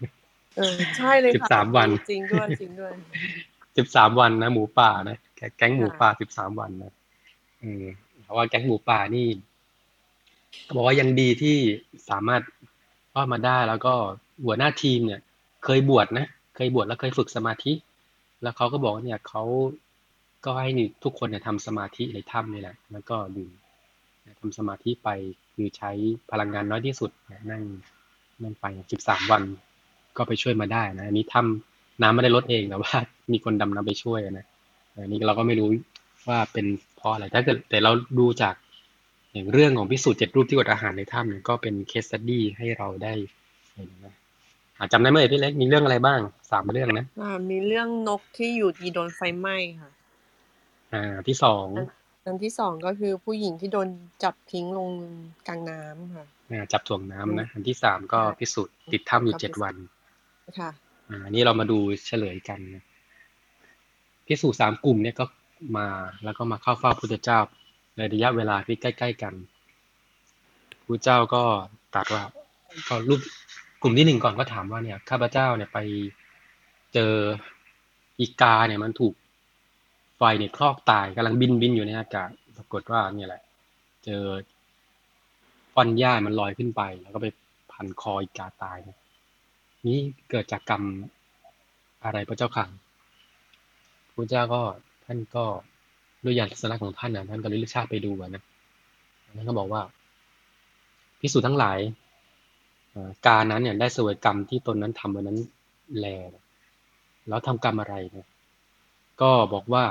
Speaker 1: ใช่เลยค่ะ
Speaker 4: 13 วัน
Speaker 1: จริงด้วยจริงด้วย
Speaker 4: 13 วันนะหมูป่านะแก๊งหมู
Speaker 1: ค่ะ
Speaker 4: ป่า 13 วันนะเพราะว่าแก๊งหมูป่านี่เขาบอกว่ายังดีที่สามารถรอดมาได้แล้วก็หัวหน้าทีมเนี่ย เคยบวชนะเคยบวชแล้วเคยฝึกสมาธิ แล้วเขาก็บอกว่าเนี่ยเขาก็ให้ทุกคนเนี่ยทำสมาธิในถ้ำนี่แหละแล้วก็ดื่มทำสมาธิไปคือใช้พลังงานน้อยที่สุดนั่งไป13 วันก็ไปช่วยมาได้นะอันนี้ถ้ำน้ำไม่ได้ลดเองแต่ว่ามีคนดำน้ำไปช่วยนะอันนี้เราก็ไม่รู้ว่าเป็นเพราะอะไรถ้าเกิดแต่เราดูจากอย่างเรื่องของพิสูจน์7 รูปที่อดอาหารในถ้ำเนี่ยก็เป็นเคสสตัดดี้ให้เราได้เห็นนะจำได้ไหมพี่เล็กมีเรื่องอะไรบ้าง3 เรื่องนะ
Speaker 1: มีเรื่องนกที่อยู่ดีโดนไฟไหม้ค่ะ
Speaker 4: ที่2
Speaker 1: อันที่2ก็คือผู้หญิงที่โดนจับทิ้งลงกลางน้ำค่ะ
Speaker 4: จับถ่วงน้ำนะอันที่3ก็พิสูจน์ติดถ้ำอยู่7 วัน
Speaker 1: ค่ะ
Speaker 4: นี่เรามาดูเฉลยกันนะพิสูจน์3 กลุ่มเนี่ยก็มาแล้วก็มาเข้าเฝ้าพุทธเจ้าในระยะเวลาที่ใกล้ๆกันพุทธเจ้าก็ตรัสว่าก็รูปกลุ่มที่1ก่อนก็ถามว่าเนี่ยข้าพเจ้าเนี่ยไปเจออีกาเนี่ยมันถูกไฟเนี่ยคลอกตายกำลังบินอยู่ในอากาศปรากฏว่าเนี่ยแหละเจอฟ่อนหญ้ามันลอยขึ้นไปแล้วก็ไปพันคออีกาตายนะนี่เกิดจากกรรมอะไรพระเจ้าค่ะพระเจ้าก็ท่านก็ด้วยญาณทัศนะของท่านนะท่านก็เลยเลือกชาติไปดูนะท่านก็บอกว่าภิกษุทั้งหลายการนั้นเนี่ยได้เสวยกรรมที่ตนนั้นทำวันนั้นแลแล้วทำกรรมอะไรเนี่ยก็บอกว่า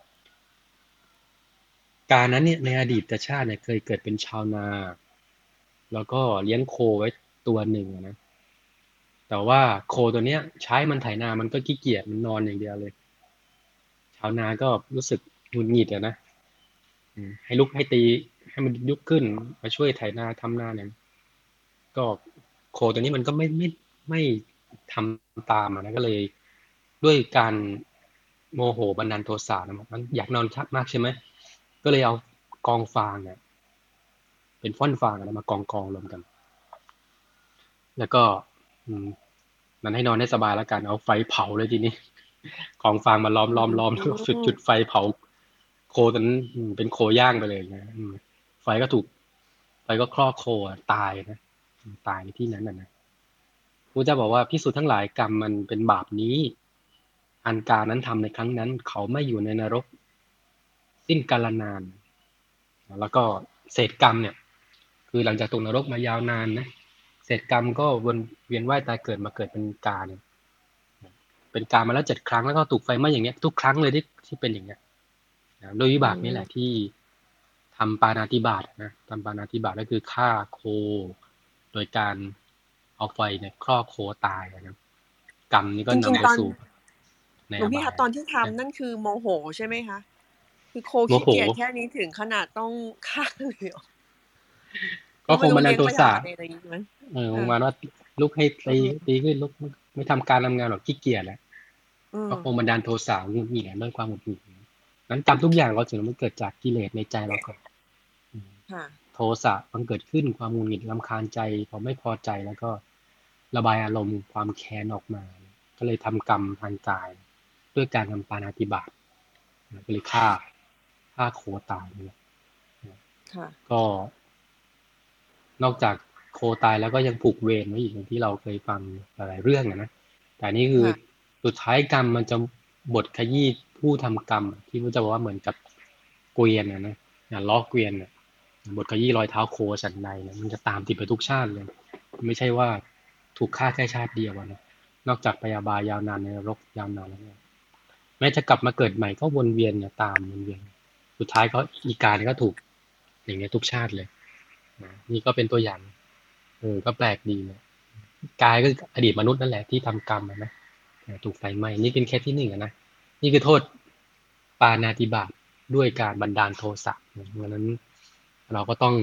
Speaker 4: การนั้นเนี่ยในอดีตชาติเนี่ยเคยเกิดเป็นชาวนาแล้วก็เลี้ยงโคไว้ตัวหนึ่งนะแต่ว่าโคตัวเนี้ยใช้มันไถนามันก็ขี้เกียจมันนอนอย่างเดียวเลยชาวนาก็รู้สึกหงุดหงิดนะให้ลุกให้ตีให้มันลุกขึ้นมาช่วยไถนาทำนาเนี่ยก็โคตัวนี้มันก็ไม่ทำตามนะก็เลยด้วยการโมโหบันดาลโทสะนะมันอยากนอนชักมากใช่ไหมก็เลยเอากองฟางเนี่ยเป็นฟ่อนฟางนะมากองรวมกันแล้วก็มันให้นอนให้สบายแล้วกันเอาไฟเผาเลยทีนี้กองฟางมาล้อมแล้วก็จุดไฟเผาโคตอนนั้นเป็นโคย่างไปเลยนะไฟก็คลอกโคตายนะตายในที่นั้นนะพระเจ้าบอกว่าภิกษุทั้งหลายกรรมมันเป็นบาปนี้อันการนั้นทำในครั้งนั้นเขาไม่อยู่ในนรกสิ้นกาลนานแล้วก็เศษกรรมเนี่ยคือหลังจากตกนรกมายาวนานนะเศษกรรมก็วนเวียนว่ายตายเกิดมาเกิดเป็นกาเนี่ยเป็นกามาแล้ว7 ครั้งแล้วก็ถูกไฟไหม้อย่างเงี้ยทุกครั้งเลยที่เป็นอย่างเงี้ยโดยวิบากนี่แหละที่ทำปาณาติบาตนะทำปาณาติบาตก็คือฆ่าโคโดยการเอาไฟเนี่ยคลอกโคตายนะกรรมนี่ก็นำไปสู่ใน
Speaker 1: หลวงพี่คะตอนที่ทำนั่นคือโมโหใช่ไหมคะคือโคขี้เกียจแค่นี้ถึงขนาดต้องฆ่าเลย
Speaker 4: ก็คงบันดาลโทสะประมาณว่าลุกให้ตีขึ้นลุกไม่ทำการทำงานหรอกขี้เกียจแหละก็คงบันดาลโทสะหงุดหงิดด้วยความหงุดหงิดนั้นกรรมทุกอย่างเราถึงมันเกิดจากกิเลสในใจเราก่อนโทสะมันเกิดขึ้นความหงุดหงิดรำคาญใจพอไม่พอใจแล้วก็ระบายอารมณ์ความแค้นออกมาก็เลยทำกรรมทางกายด้วยการทำปาณาติบาตก็เลยฆ่าโคตายเนี่ยก็นอกจากโคตายแล้วก็ยังผูกเวรไว้อีกอย่างที่เราเคยฟังหลายเรื่องนะแต่นี่คือสุดท้ายกรรมมันจะบทขยี้ผู้ทำกรรมที่พระเจ้าบอกว่าเหมือนกับเกวียนนะล้อเกวียนบทขยี้รอยเท้าโคสันใดนะมันจะตามติดไปทุกชาติเลยไม่ใช่ว่าถูกฆ่าแค่ชาติเดียวนะนอกจากพยาบาลยาวนานในนรกยาวนานแล้วเนี่ยแม้จะกลับมาเกิดใหม่ก็วนเวียนเนี่ยตามวนเวียนสุดท้ายก็อีกาเนี่ยก็ถูกอย่างเงี้ยทุกชาติเลยนี่ก็เป็นตัวอย่างก็แปลกดีนะกายก็อดีตมนุษย์นั่นแหละที่ทำกรรมนะถูกไฟไหม้นี่เป็นแค่ที่1นะนี่คือโทษปาณาติบาตด้วยการบันดาลโทสะเพราะนั้นเราก็ต้อง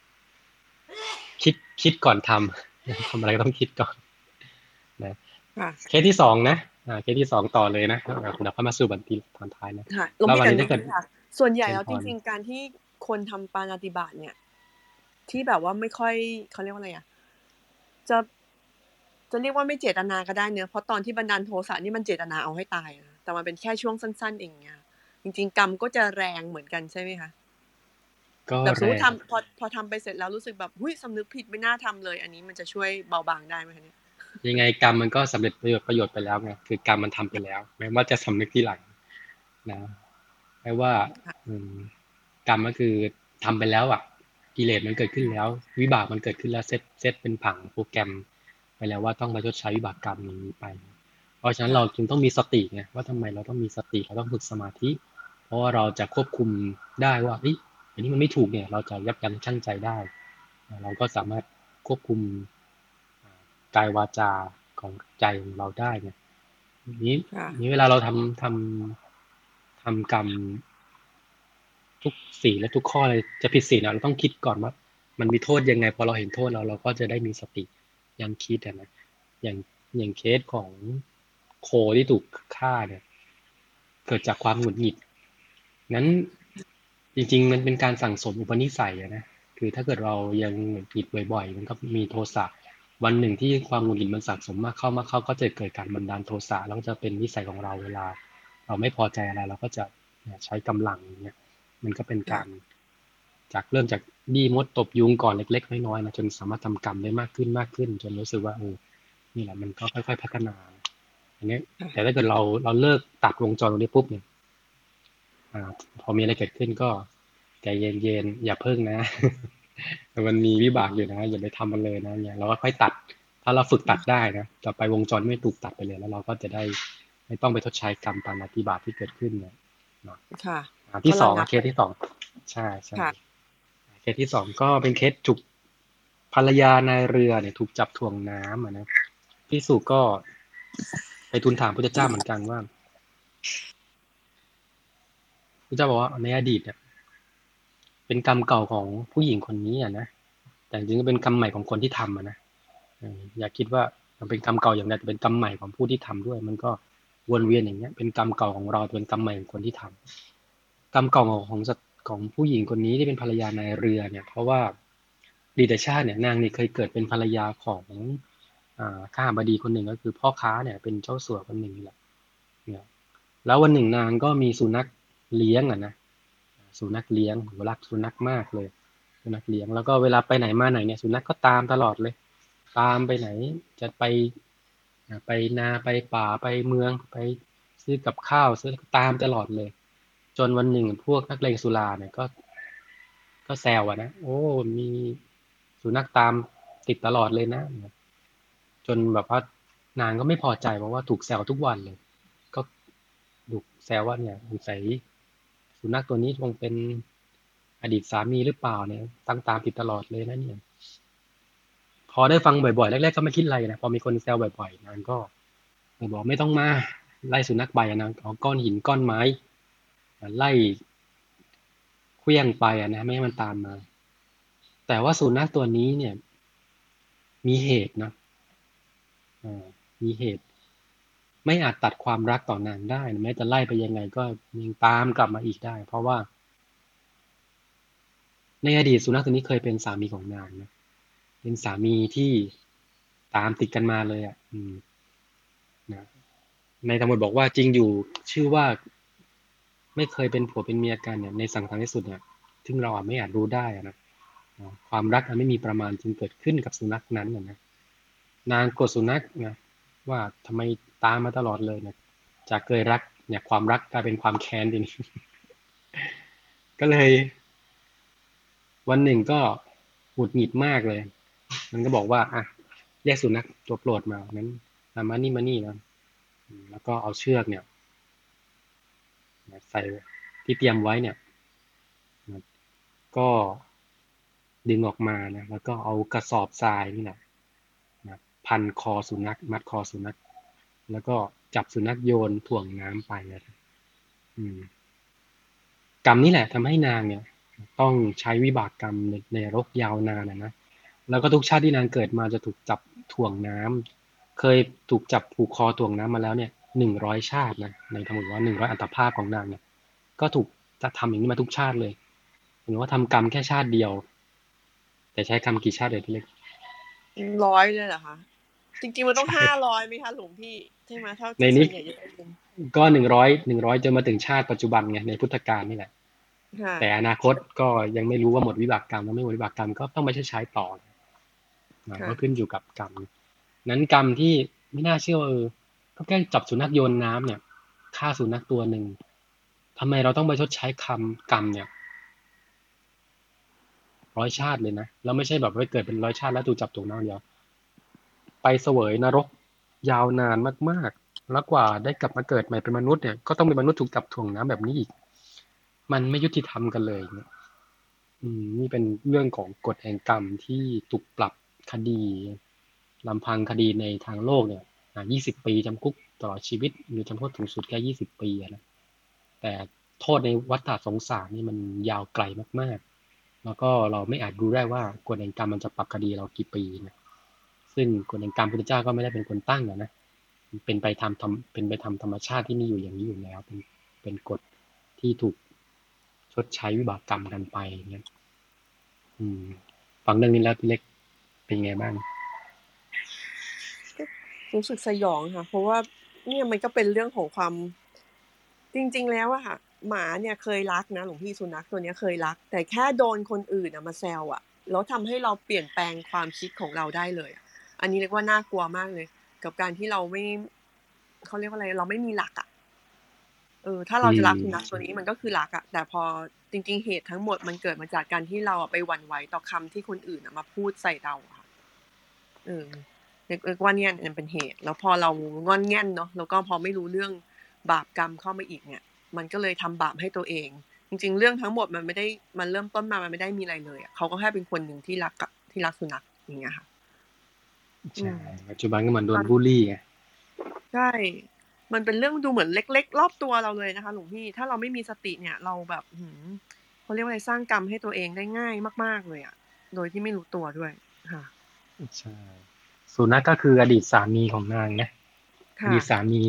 Speaker 4: คิดก่อนทำอะไรก็ต้องคิดก่อนนะเคสที่2นะเคสที่2ต่อเลยนะเดี๋ยวค่อยมาสู่บันทีตอนท้ายนะ
Speaker 1: แล้ววันนี้ถ้าเกิดส่วนใหญ่แล้วจริงๆการที่คนทำปาณาติบาตเนี่ยที่แบบว่าไม่ค่อยเขาเรียกว่าอะไรจะจะเรียกว่าไม่เจตนาก็ได้เนอะเพราะตอนที่บันดาลโทสะนี่มันเจตนาเอาให้ตายนะแต่มันเป็นแค่ช่วงสั้นๆเองเนี่ยจริงๆกรรมก็จะแรงเหมือนกันใช่ไหมคะ
Speaker 4: ก็
Speaker 1: แบบสมม
Speaker 4: แร
Speaker 1: ติ
Speaker 4: ง
Speaker 1: ทำพอทำไปเสร็จแล้วรู้สึกแบบหุ้ยสำนึกผิดไม่น่าทำเลย อันนี้มันจะช่วยเบาบางได้ไหมคะเนี่ย
Speaker 4: ยังไงกรรมมันก็สำเร็จประโยชน์ไปแล้วไงคือกรรมมันทำไปแล้วแม้ว่าจะสำนึกทีหลังนะแม้ว่า
Speaker 1: ค่ะ
Speaker 4: กรรมก็คือทำไปแล้วอ่ะกิเลสมันเกิดขึ้นแล้ว วิบากมันเกิดขึ้นแล้วเซตเป็นผังโปรแกรมไปแล้วว่าต้องไปชดใช้วิบากกรรมนี้ไป เพราะฉะนั้นเราจึงต้องมีสติไงว่าทำไมเราต้องมีสติเราต้องฝึกสมาธิ เพราะว่าเราจะควบคุมได้ว่าอันนี้มันไม่ถูกเนี่ยเราจะยับยั้งชั่งใจได้ เราก็สามารถควบคุมกายวาจาของใจของเราได้เนี่ยนี้เวลาเราทำกรรมทุกศีลและทุกข้อเลยจะผิดศีลเราต้องคิดก่อนว่ามันมีโทษยังไงพอเราเห็นโทษเราก็จะได้มีสติยังคิดนะอย่างเคสของโคที่ถูกฆ่าเนี่ยเกิดจากความหงุดหงิดงั้นจริงๆมันเป็นการสั่งสมอุปนิสัยนะคือถ้าเกิดเรายังหงุดหงิดบ่อยๆมันก็มีโทสะวันหนึ่งที่ความหงุดหงิดมันสะสมมากเข้าก็จะเกิดการบันดาลโทสะแล้วก็จะเป็นนิสัยของเราเวลาเราไม่พอใจอะไรเราก็จะใช้กำลังอย่างเงี้ยมันก็เป็นการเริ่มจากบี้มดตบยุงก่อนเล็กๆน้อยๆนะจนสามารถทำกรรมได้มากขึ้นจนรู้สึกว่านี่แหละมันก็ค่อยๆพัฒนาอย่างเงี้ยแต่ถ้าเกิดเราเลิกตัดวงจรตรงนี้ปุ๊บเนี่ยพอมีอะไรเกิดขึ้นก็ใจเย็นๆอย่าเพิ่งนะ มันมีวิบากอยู่นะอย่าไปทำมันเลยนะเนี่ยเราก็ค่อยตัดถ้าเราฝึกตัดได้นะต่อไปวงจรไม่ถูกตัดไปเลยแล้วเราก็จะได้ไม่ต้องไปทดใช้กรรมปาณาติบาตที่เกิดขึ้นเนี่ยเนาะ
Speaker 1: ค่ะ
Speaker 4: ที่สองเคสที่สองใช่เคสที่สองก็เป็นเคสจุกภรรยานายเรือเนี่ยถูกจับถ่วงน้ำนะภิกษุก็ไปทูลถามพระเจ้าเหมือนกันว่าพระเจ้าบอกว่าในอดีตเนี่ยเป็นกรรมเก่าของผู้หญิงคนนี้นะแต่จริงๆก็เป็นกรรมใหม่ของคนที่ทำนะอย่าคิดว่ามันเป็นกรรมเก่าอย่างใดแต่เป็นกรรมใหม่ของผู้ที่ทำด้วยมันก็วนเวียนอย่างเงี้ยเป็นกรรมเก่าของเราเป็นกรรมใหม่ของคนที่ทำกรรมเก่าของผู้หญิงคนนี้ที่เป็นภรรยานายเรือเนี่ยเพราะว่าอดีตชาติเนี่ยนางนี่เคยเกิดเป็นภรรยาของข้าบดีคนหนึ่งก็คือพ่อค้าเนี่ยเป็นเจ้าสัวคนหนึ่งนี่แหละเนี่ยแล้ววันหนึ่งนางก็มีสุนัขเลี้ยงนะสุนัขเลี้ยงรักสุนัขมากเลยสุนัขเลี้ยงแล้วก็เวลาไปไหนมาไหนเนี่ยสุนัขก็ตามตลอดเลยตามไปไหนจะไปนาไปป่าไปเมืองไปซื้อกับข้าวซื้อตามตลอดเลยจนวันหนึ่งพวกนักเลงสุราเนี่ยก็แซวนะโอ้มีสุนัขตามติดตลอดเลยนะจนแบบว่านางก็ไม่พอใจเพราะว่าถูกแซวทุกวันเลยก็ถูกแซวว่าเนี่ยสงสัยสุนัขตัวนี้คงเป็นอดีตสามีหรือเปล่าเนี่ยตามติดตลอดเลยนะเนี่ยพอได้ฟังบ่อยๆแรกๆก็ไม่คิดอะไรนะพอมีคนแซวบ่อยๆนางก็บอกไม่ต้องมาไล่สุนัขไปนางเอาก้อนหินก้อนไม้ไล่เคลี้ยงไปนะไม่ให้มันตามมาแต่ว่าสุนัขตัวนี้เนี่ยมีเหตุนะมีเหตุไม่อาจตัดความรักต่อนางได้แม้จะไล่ไปยังไงก็ยังตามกลับมาอีกได้เพราะว่าในอดีตสุนัขตัวนี้เคยเป็นสามีของนางนะเป็นสามีที่ตามติดกันมาเลยนะในธรรมบทบอกว่าจริงอยู่ชื่อว่าไม่เคยเป็นผัวเป็นเมียกันเนี่ยในสังสารที่สุดเนี่ยซึ่งเราไม่อาจรู้ได้นะความรักไม่มีประมาณจึงเกิดขึ้นกับสุนัขนั้นนะนางโกรธสุนัขนะว่าทำไมตามมาตลอดเลยเนี่ยจากเคยรักเนี่ยความรักกลายเป็นความแค้นทีนี้ ก็เลยวันหนึ่งก็หงุดหงิดมากเลยมันก็บอกว่าเรียกสุนัขตัวโปรดมานั้นมานี่นะแล้วก็เอาเชือกเนี่ยใส่ที่เตรียมไว้เนี่ยก็ดึงออกมานะแล้วก็เอากระสอบทรายนี่แหละพันคอสุนัขมัดคอสุนัขแล้วก็จับสุนัขโยนถ่วงน้ำไปกรรมนี้แหละทำให้นางเนี่ยต้องใช้วิบากกรรมในนรกยาวนานนะแล้วก็ทุกชาติที่นางเกิดมาจะถูกจับถ่วงน้ำเคยถูกจับผูกคอถ่วงน้ำมาแล้วเนี่ย100 ชาตินะในธรรมะว่า100อัตภาพของนางเนี่ยก็ถูกจะทำอย่างนี้มาทุกชาติเลยหรือว่าทำกรรมแค่ชาติเดียวแต่ใช้กรรมกี่ชาติเลยพี่เล็ก
Speaker 1: 100เลยเหรอคะจริงๆมันต้อง500ไหมคะหลวงพี่ใช่ไหมถ้า
Speaker 4: ใน
Speaker 1: ส่
Speaker 4: นี้
Speaker 1: วนใหญ่จะเป็น
Speaker 4: ก็100จนมาถึงชาติปัจจุบันไงในพุทธกาลนี่แหละ
Speaker 1: ค่ะ
Speaker 4: แต่อนาคตก็ยังไม่รู้ว่าหมดวิบากกรรมแล้วไม่หมดวิบากกรรมก็ต้องไปชดใช้ต่อก็ขึ้นอยู่กับกรรมนั้นกรรมที่ไม่น่าเชื่อว่าก็แค่จับสุนัขโยนน้ำเนี่ยฆ่าสุนัขตัวหนึ่งทำไมเราต้องไปชดใช้กรรมเนี่ย100 ชาติเลยนะแล้วไม่ใช่แบบว่าเกิดเป็น100 ชาติแล้วถูกจับตกน้ำเดียวไปเสวยนรกยาวนานมากๆแล้วกว่าได้กลับมาเกิดใหม่เป็นมนุษย์เนี่ยก็ต้องเป็นมนุษย์ถูกจับถ่วงน้ำแบบนี้อีกมันไม่ยุติธรรมกันเลยเนี่ยนี่เป็นเรื่องของกฎแห่งกรรมที่ถูกปรับคดีลำพังคดีในทางโลกเนี่ย20 ปีจำคุกตลอดชีวิตมีจำโทษสูงสุดแค่20 ปีนะแต่โทษในวัฏสงสารนี่มันยาวไกลมากๆแล้วก็เราไม่อาจรู้ได้ว่ากฎแห่งกรรมมันจะปรับคดีเรากี่ปีนะซึ่งกฎแห่งกรรมพุทธเจ้าก็ไม่ได้เป็นคนตั้งนะเป็นไปตามธรรมชาติที่มีอยู่อย่างนี้อยู่แล้วเป็นกฎที่ถูกชดใช้วิบากกรรมกันไปเนี่ยฟังเรื่องนี้แล้วพี่เล็กเป็นไงบ้าง
Speaker 1: รู้สึกสยองค่ะเพราะว่าเนี่ยมันก็เป็นเรื่องของความจริงๆแล้วอะค่ะหมาเนี่ยเคยรักนะหลวงพี่สุนัขตัวนี้เคยรักแต่แค่โดนคนอื่นมาแซวอะแล้วทำให้เราเปลี่ยนแปลงความคิดของเราได้เลยอันนี้เรียกว่าน่ากลัวมากเลยกับการที่เราไม่เขาเรียกว่าอะไรเราไม่มีหลักอะถ้าเราจะรักสุนัขตัวนี้มันก็คือรักอะแต่พอจริงๆเหตุทั้งหมดมันเกิดมาจากการที่เราไปหวั่นไหวต่อคำที่คนอื่นมาพูดใส่เราค่ะเรียกว่าเนี่ยเป็นเหตุแล้วพอเรางอนแง่นเนาะแล้วก็พอไม่รู้เรื่องบาปกรรมเข้ามาอีกเนี่ยมันก็เลยทำบาปให้ตัวเองจริงๆเรื่องทั้งหมดมันไม่ได้มันเริ่มต้นมามันไม่ได้มีอะไรเลยเขาก็แค่เป็นคนหนึ่งที่รักสุนัขอย่างเงี้ยค่ะ
Speaker 4: ใช่ปัจจุบันก็เหมือนโดนบูลลี่ไง
Speaker 1: ใช่มันเป็นเรื่องดูเหมือนเล็กๆรอบตัวเราเลยนะคะหลวงพี่ถ้าเราไม่มีสติเนี่ยเราแบบเขาเรียกว่าอะไรสร้างกรรมให้ตัวเองได้ง่ายมากๆเลยโดยที่ไม่รู้ตัวด้วยค่ะ
Speaker 4: ใช่สุนัขก็คืออดีตสามีของนางนะอดีตสามี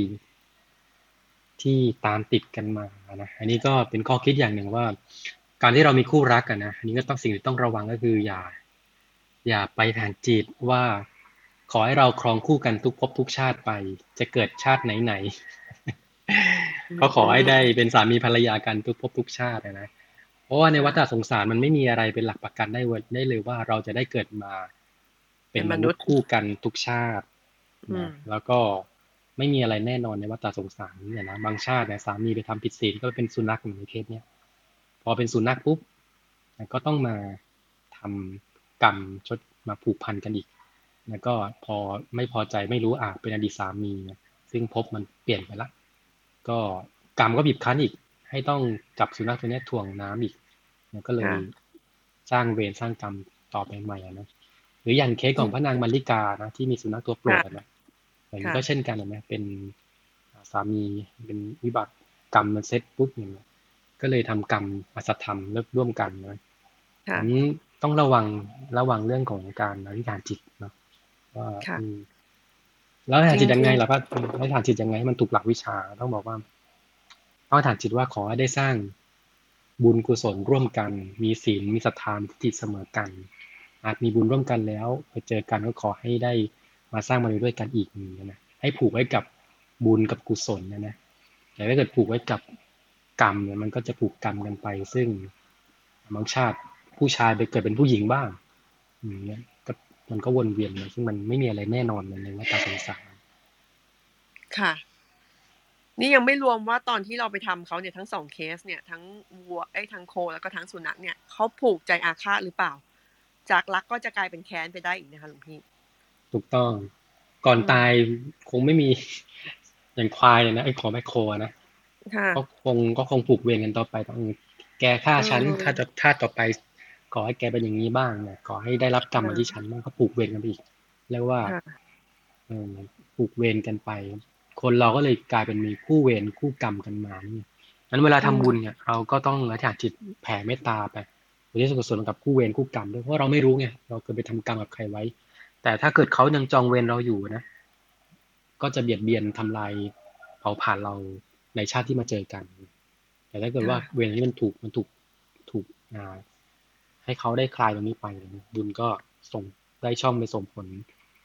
Speaker 4: ที่ตามติดกันมานะอันนี้ก็เป็นข้อคิดอย่างหนึ่งว่าการที่เรามีคู่รักกันนะอันนี้ก็ต้องสิ่งที่ต้องระวังก็คืออย่าไปทางจิตว่าขอให้เราครองคู่กันทุกภพทุกชาติไปจะเกิดชาติไหนๆก็ขอให้ได้เป็นสามีภรรยากันทุกภพทุกชาตินะเพราะว่าในวัฏสงสารมันไม่มีอะไรเป็นหลักประกันได้เลยว่าเราจะได้เกิดมาเป็นมนุษย์คู่กันทุกชาตินะแล้วก็ไม่มีอะไรแน่นอนในวัฏสงสารเนี่ยนะบางชาติเนี่ยสามีไปทำผิดศีลก็เป็นสุนัขอย่างในเคสเนี้ยพอเป็นสุนัขปุ๊บก็ต้องมาทำกรรมชดมาผูกพันกันอีกแล้วก็พอไม่พอใจไม่รู้เป็นอดีตสามีนะซึ่งภพมันเปลี่ยนไปละก็กรรมก็บีบคั้นอีกให้ต้องจับสุนัขตัวนี้ถ่วงน้ำอีกก็เลยสร้างเวรสร้างกรรมต่อไปใหม่นะหรืออย่างเคสของพระนางมัลลิกานะที่มีสุนัขตัวโปรดนะอย่างนี้ก็เช่นกันนะเป็นสามีเป็นวิบากกรรมมันเซ็ตปุ๊บอย่างนี้ก็เลยทำกรรมอสัตธรรมร่วมกันนะอันนี้ต้องระวังเรื่องของการอธิษฐานจิตเนาะว่าแล้วอธิษฐานจิตยังไงล่ะก็อธิษฐานจิตยังไงให้มันถูกหลักวิชาต้องบอกว่าต้องอธิษฐานจิตว่าขอให้ได้สร้างบุญกุศลร่วมกันมีศีลมีศรัทธามีทิฏฐิเสมอกันอาจมีบุญร่วมกันแล้วไปเจอกันก็ขอให้ได้มาสร้างบารมีด้วยกันอีกนะให้ผูกไว้กับบุญกับกุศลนะแต่ถ้าเกิดผูกไว้กับกรรมเนี่ยมันก็จะผูกกรรมกันไปซึ่งบางชาติผู้ชายไปเกิดเป็นผู้หญิงบ้างเนี่ยก็มันก็วนเวียนเลยซึ่งมันไม่มีอะไรแน่นอนในวัฏสงสาร
Speaker 1: ค่ะนี่ยังไม่รวมว่าตอนที่เราไปทำเขาเนี่ยทั้ง2เคสเนี่ยทั้งวัวทั้งโคแล้วก็ทั้งสุนัขเนี่ยเขาผูกใจอาฆาตหรือเปล่าจากรักก็จะกลายเป็นแค้นไปได้อีกนะคะหลวงพี่
Speaker 4: ถูกต้องก่อนตายคงไม่มีอย่างควายนะไอ้ขอแมคโครนะก็คงผูกเวรกันต่อไปต้องแกฆ่าฉันถ้าต่อไปขอให้แกเป็นอย่างนี้บ้างเนี่ยขอให้ได้รับกรรมมาที่ฉันบ้างก็ผูกเวรกันไปอีกเรียกว่าผูกเวรกันไปคนเราก็เลยกลายเป็นมีคู่เวรคู่กรรมกันมาเนี่ยนั้นเวลาทำบุญเนี่ยเราก็ต้องอธิษฐานจิตแผ่เมตตาไปอุทิศกุศลกับคู่เวรคู่กรรมด้วยเพราะเราไม่รู้ไงเราเคยไปทำกรรมกับใครไว้แต่ถ้าเกิดเขายังจองเวรเราอยู่นะก็จะเบียดเบียนทำลายเผาผลาญเราในชาติที่มาเจอกันแต่ถ้าเกิดว่าเวรนี้มันถูกให้เขาได้คลายตรงนี้ไปบุญก็ส่งได้ช่องไปส่งผล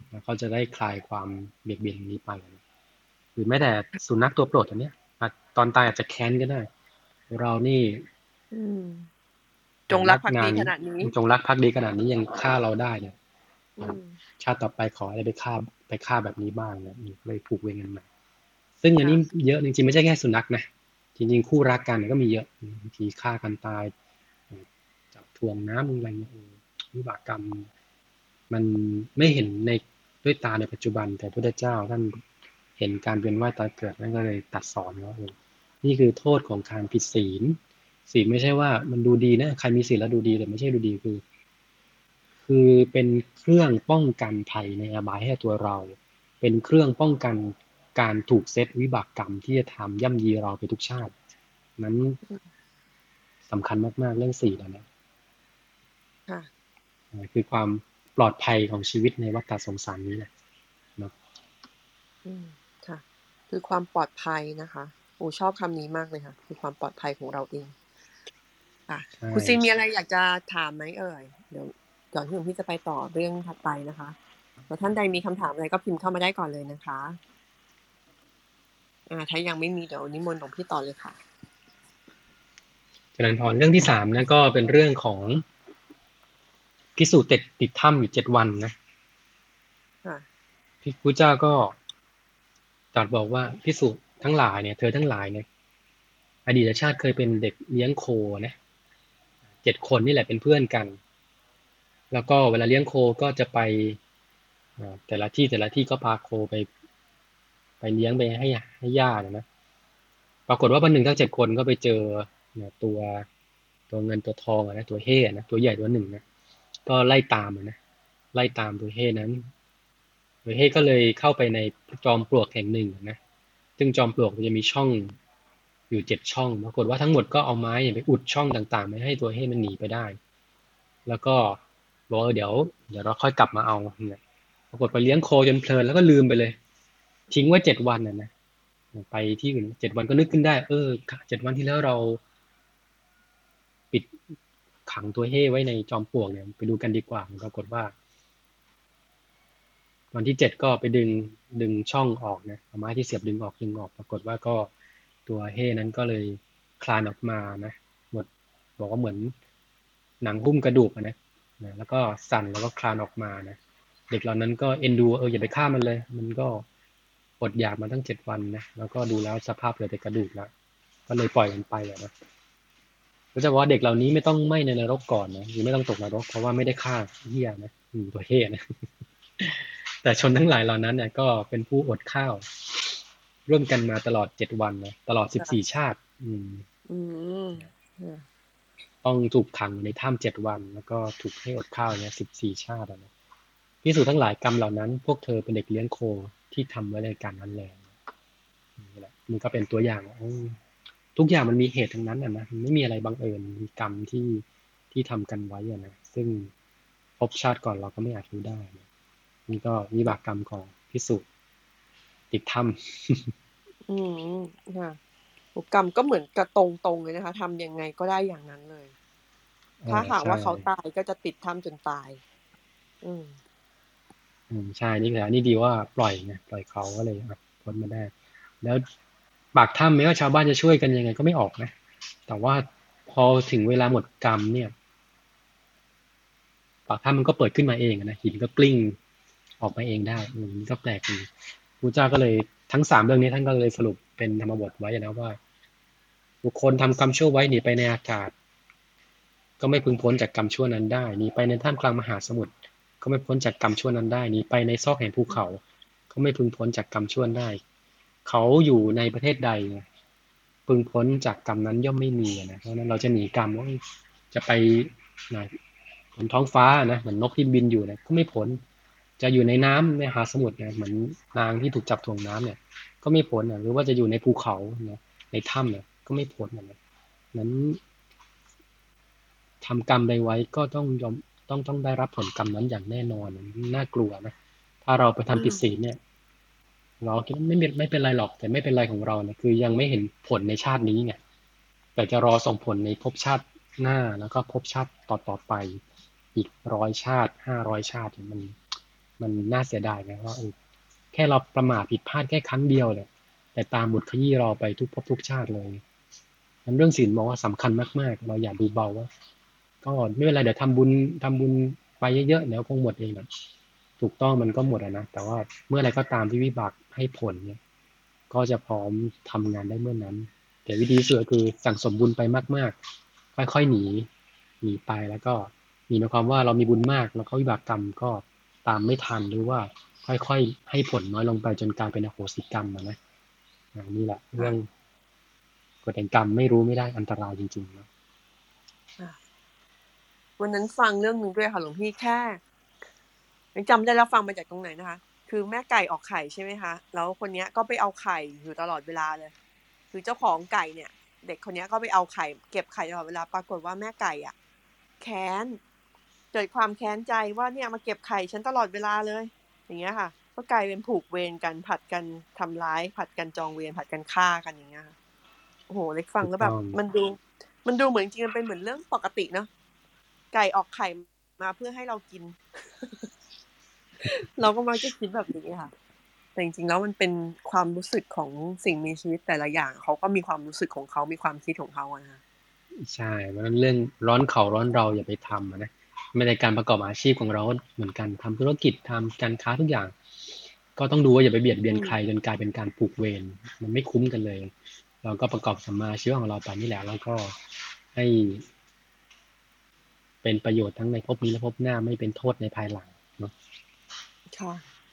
Speaker 4: แล้วเขาจะได้คลายความเบียดเบียนนี้ไปหรือแม้แต่สุนัขตัวโปรดตัวเนี้ยตอนตายอาจจะแค้นก็ได้เรานี่
Speaker 1: จงรักภักดีขนาดนี้
Speaker 4: จงรักภักดีขนาดนี้ยังฆ่าเราได้เนี่ยชาติต่อไปขออะไรไปฆ่าแบบนี้บ้างนะเลยผูกเวรกันมาซึ่งอันนี้เยอะจริงๆไม่ใช่แค่สุนัขนะจริงๆคู่รักกันก็มีเยอะบางทีฆ่ากันตายจับทวงน้ำอะไรเงี้ยวิบากกรรมมันไม่เห็นในด้วยตาในปัจจุบันแต่พระพุทธเจ้าท่านเห็นการเวียนว่ายตายเกิดนั่นก็เลยตัดสอนว่านี่คือโทษของการผิดศีลไม่ใช่ว่ามันดูดีนะใครมีศีลแล้วดูดีแต่ไม่ใช่ดูดีคือเป็นเครื่องป้องกันภัยในอบายให้ตัวเราเป็นเครื่องป้องกันการถูกเซตวิบากกรรมที่จะทำย่ำยีเราไปทุกชาตินั้นสำคัญมากๆเรื่องศีลนะคือความปลอดภัยของชีวิตในวัฏสงสารนี้แหละนะ
Speaker 1: ค่ะคือความปลอดภัยนะคะโอ้ชอบคำนี้มากเลยค่ะคือความปลอดภัยของเราเองค่ะคุณซีมีอะไรอยากจะถามไหมเอ่ยเดี๋ยวก่อนที่พี่จะไปต่อเรื่องถัดไปนะคะแล้วท่านใดมีคำถามอะไรก็พิมพ์เข้ามาได้ก่อนเลยนะคะถ้ายังไม่มีเดี๋ยวนิมนต์หลวงพี่ต่อเลยค่ะ
Speaker 4: เจริญพรเรื่องที่3นะก็เป็นเรื่องของภิกษุติดถ้ำอยู่7 วันนะพระเจ้าก็ตรัสบอกว่าภิกษุทั้งหลายเนี่ยเธอทั้งหลายเนี่ยอดีตชาติเคยเป็นเด็กเลี้ยงโคนะ7 คนนี่แหละเป็นเพื่อนกันแล้วก็เวลาเลี้ยงโคก็จะไปแต่ละที่ก็พาโคไปเลี้ยงไปให้ย่านะปรากฏว่าวันหนึ่งทั้ง7 คนก็ไปเจอตัวเงินตัวทองนะตัวเฮ่นะตัวใหญ่ตัวหนึ่งนะก็ไล่ตามตัวเฮ่นั้นตัวเฮ่ก็เลยเข้าไปในจอมปลวกแห่งหนึ่งนะซึ่งจอมปลวกมันจะมีช่องอยู่7 ช่องปรากฏว่าทั้งหมดก็เอาไม้ไปอุดช่องต่างๆไม่ให้ตัวเฮ่มันหนีไปได้แล้วก็บอกเดี๋ยวเราค่อยกลับมาเอาเนี่ยปรากฏไปเลี้ยงโคจนเพลินแล้วก็ลืมไปเลยทิ้งไว้7 วันนะไปที่อื่น7 วันก็นึกขึ้นได้7 วันที่แล้วเราปิดขังตัวเฮ่ไว้ในจอมปลวกเนี่ยไปดูกันดีกว่าปรากฏว่าวันที่7ก็ไปดึงช่องออกนะเอาไม้ที่เสียบดึงออกปรากฏว่าก็ตัวเฮ่นั้นก็เลยคลานออกมานะบอกว่าเหมือนหนังหุ้มกระดูกนะแล้วก็สั่นแล้วก็คลานออกมานะเด็กเหล่านั้นก็เอ็นดูอย่าไปฆ่ามันเลยมันก็อดอยากมาตั้ง7 วันนะแล้วก็ดูแล้วสภาพเหลือแต่กระดูกแล้วก็เลยปล่อยมันไปนะก็จะว่าเด็กเหล่านี้ไม่ต้องไหม้ในนรกก่อนนะหรือไม่ต้องตกนรกเพราะว่าไม่ได้ฆ่าเหี้ยนะตัวเฮ่นะแต่ชนทั้งหลายเหล่านั้นเนี่ยก็เป็นผู้อดข้าวร่วมกันมาตลอด7 วันนะตลอด14 ชาติต้องถูกขังในถ้ำ7 วันแล้วก็ถูกให้อดข้าวเนี่ย14 ชาตินะภิกษุทั้งหลายกรรมเหล่านั้นพวกเธอเป็นเด็กเลี้ยงโคที่ทำไว้ในการนั้นแลนี่แหละมันก็เป็นตัวอย่างทุกอย่างมันมีเหตุทั้งนั้นนะมันไม่มีอะไรบังเอิญมีกรรมที่ทำกันไว้นะซึ่งภพชาติก่อนเราก็ไม่อาจรู้ได้นะนี่ก็วิบากกรรมของภิกษุติดถ้
Speaker 1: ำค่ะกรรมก็เหมือนกระตรงเลยนะคะทำยังไงก็ได้อย่างนั้นเลยถ้าหากว่าเขาตายก็จะติดถ้ำจนตาย
Speaker 4: ใช่นี่แหละนี่ดีว่าปล่อยเขาก็เลยพ้นมาได้แล้วปากถ้ำไม่ว่าชาวบ้านจะช่วยกันยังไงก็ไม่ออกนะแต่ว่าพอถึงเวลาหมดกรรมเนี่ยปากถ้ำมันก็เปิดขึ้นมาเองนะหินก็กลิ้งออกมาเองได้นี่ก็แปลกดีพระเจ้าก็เลยทั้ง3เรื่องนี้ท่านก็เลยสรุปเป็นธรรมบทไว้นะว่าบุคคลทำกรรมชั่วไว้หนีไปในอากาศก็ไม่พึงพ้นจากกรรมชั่วนั้นได้หนีไปในท่ามกลางมหาสมุทรก็ไม่พ้นจากกรรมชั่วนั้นได้หนีไปในซอกแห่งภูเขาก็ไม่พึงพ้นจากกรรมชั่วได้เขาอยู่ในประเทศใดพึงพ้นจากกรรมนั้นย่อมไม่มีนะเพราะนั้นเราจะหนีกรรมว่าจะไปบนท้องฟ้านะเหมือนนกที่บินอยู่นะก็ไม่พ้นจะอยู่ในน้ำในมหาสมุทรนะเหมือนนางที่ถูกจับถ่วงน้ำเนี่ยก็ไม่พ้นหรือว่าจะอยู่ในภูเขานะในถ้ำเนี่ยก็ไม่พ้นนะนั้นทำกรรมใดไว้ก็ต้องได้รับผลกรรมนั้นอย่างแน่นอนน่ากลัวนะถ้าเราไปทำผิดศีลเนี่ยเราคิดว่าไม่เป็นไรหรอกแต่ไม่เป็นไรของเรานะคือยังไม่เห็นผลในชาตินี้ไงแต่จะรอส่งผลในภพชาติหน้าแล้วก็ภพชาติต่อไปอีก100 ชาติ500 ชาติมันมันน่าเสียดายนะว่าแค่เราประมาทผิดพลาดแค่ครั้งเดียวเนี่ยแต่ตามบทขยี้เราไปทุกภพทุกชาติเลยนั้นเรื่องศีลมองว่าสำคัญมากๆเราอย่าดูเบาว่าก็ไม่เป็นไรเดี๋ยวทำบุญไปเยอะๆเดี๋ยวคงหมดเองแบบถูกต้องมันก็หมดนะแต่ว่าเมื่อไรก็ตามที่วิบากให้ผลเนี่ยก็จะพร้อมทำงานได้เมื่อนั้นแต่วิธีสุดคือสั่งสมบุญไปมากๆค่อยๆหนีไปแล้วก็มีหมายความว่าเรามีบุญมากแล้วก็วิบากกรรมก็ตามไม่ทันหรือว่าค่อยๆให้ผลน้อยลงไปจนกลายเป็นอโหสิกรรมนะนี่แหละเรื่องกฎแห่งกรรมไม่รู้ไม่ได้อันตรายจริงๆนะ
Speaker 1: วันนั้นฟังเรื่องนึงด้วยค่ะหลวงพี่แค่ยังจำได้แล้วฟังมาจากตรงไหนนะคะคือแม่ไก่ออกไข่ใช่ไหมคะแล้วคนนี้ก็ไปเอาไข่อยู่ตลอดเวลาเลยคือเจ้าของไก่เนี่ยเด็กคนนี้ก็ไปเอาไข่เก็บไข่ตลอดเวลาปรากฏว่าแม่ไก่อ่ะแค้นเกิดความแค้นใจว่าเนี่ยมาเก็บไข่ฉันตลอดเวลาเลยอย่างเงี้ยค่ะก็กลายเป็นผูกเวรกันผัดกันทำร้ายผัดกันจองเวรผัดกันฆ่ากันอย่างเงี้ยโอ้โหเล็กฟังแล้วแบบมันดูเหมือนจริงมันเป็นเหมือนเรื่องปกติเนาะไก่ออกไข่มาเพื่อให้เรากิน เราก็มักจะคิดแบบนี้ค่ะแต่จริงๆแล้วมันเป็นความรู้สึกของสิ่งมีชีวิตแต่ละอย่างเขาก็มีความรู้สึกของเขามีความคิดของเขาอะนะคะ
Speaker 4: ใช่เพราะฉะนั้นเรื่องร้อนเขาร้อนเราอย่าไปทำนะไม่ในการประกอบอาชีพของเราเหมือนกันทำธุรกิจทำการค้าทุกอย่าง ก็ต้องดูว่าอย่าไปเบียดเบียนใครจนกลายเป็นการผูกเวรมันไม่คุ้มกันเลย เราก็ประกอบสัมมาอาชีพของเราไปนี่แหละแล้วก็ให้เป็นประโยชน์ทั้งในภพนี้และภพหน้าไม่เป็นโทษในภายหลังเนาะ
Speaker 1: ค่ะ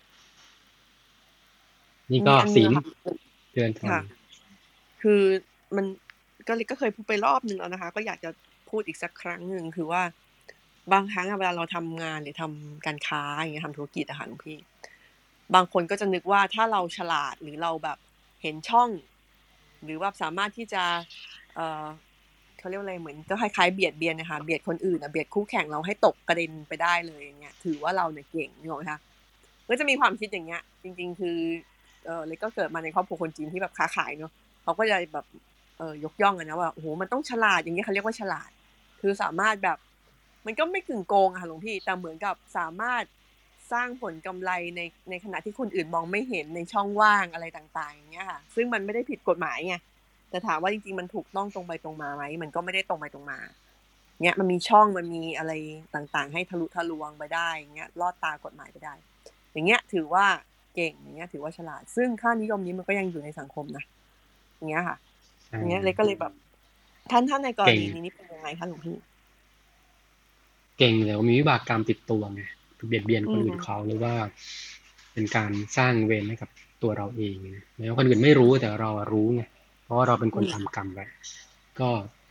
Speaker 4: นี่ก็ศีลเตือน
Speaker 1: ค่ะคือมันก็เคยพูดไปรอบนึงแล้วนะคะก็อยากจะพูดอีกสักครั้งนึงคือว่าบางครั้งเวลาเราทำงานหรือทำการค้าอย่างเงี้ยทำธุรกิจอะค่ะหลวงพี่บางคนก็จะนึกว่าถ้าเราฉลาดหรือเราแบบเห็นช่องหรือว่าสามารถที่จะเขาเรียกว่าอะไรเหมือนก็คล้ายๆเบียดเบียนนะคะเบียดคนอื่นเบียดคู่แข่งเราให้ตกกระเด็นไปได้เลยอย่างเงี้ยถือว่าเราเนี่ยเก่งนึกออกไหมคะก็จะมีความคิดอย่างเงี้ยจริงๆคือเล็กก็เกิดมาในครอบครัวคนจีนที่แบบค้าขายเนาะเขาก็จะแบบยกย่องกันนะว่าโอ้โหมันต้องฉลาดอย่างเงี้ยเขาเรียกว่าฉลาดคือสามารถแบบมันก็ไม่กึ่งโกงค่ะหลวงพี่แต่เหมือนกับสามารถสร้างผลกำไรในขณะที่คนอื่นมองไม่เห็นในช่องว่างอะไรต่างๆอย่างเงี้ยค่ะซึ่งมันไม่ได้ผิดกฎหมายไงแต่ถามว่าจริงๆมันถูกต้องตรงไปตรงมาไหมมันก็ไม่ได้ตรงไปตรงมาเงี้ยมันมีช่องมันมีอะไรต่างๆให้ทะลุทะลวงไปได้เงี้ยลอดตากฎหมายไปได้อย่างเงี้ยถือว่าเก่งอย่างเงี้ยถือว่าฉลาดซึ่งค่านิยมนี้มันก็ยังอยู่ในสังคมนะอย่างเงี้ยค่ะอย่างเงี้ยเลยก็เลยแบบท่านในกรณีนี้เป็นยังไงคะหลวงพี่
Speaker 4: เก่งแต่ว่ามีวิบากกรรมติดตัวไงเบียดเบียนคนอื่นเขาหรือว่าเป็นการสร้างเวรให้กับตัวเราเองแม้ว่าคนอื่นไม่รู้แต่เรารู้ไงเพราะว่าเราเป็นคนทำกรรมไว้ก็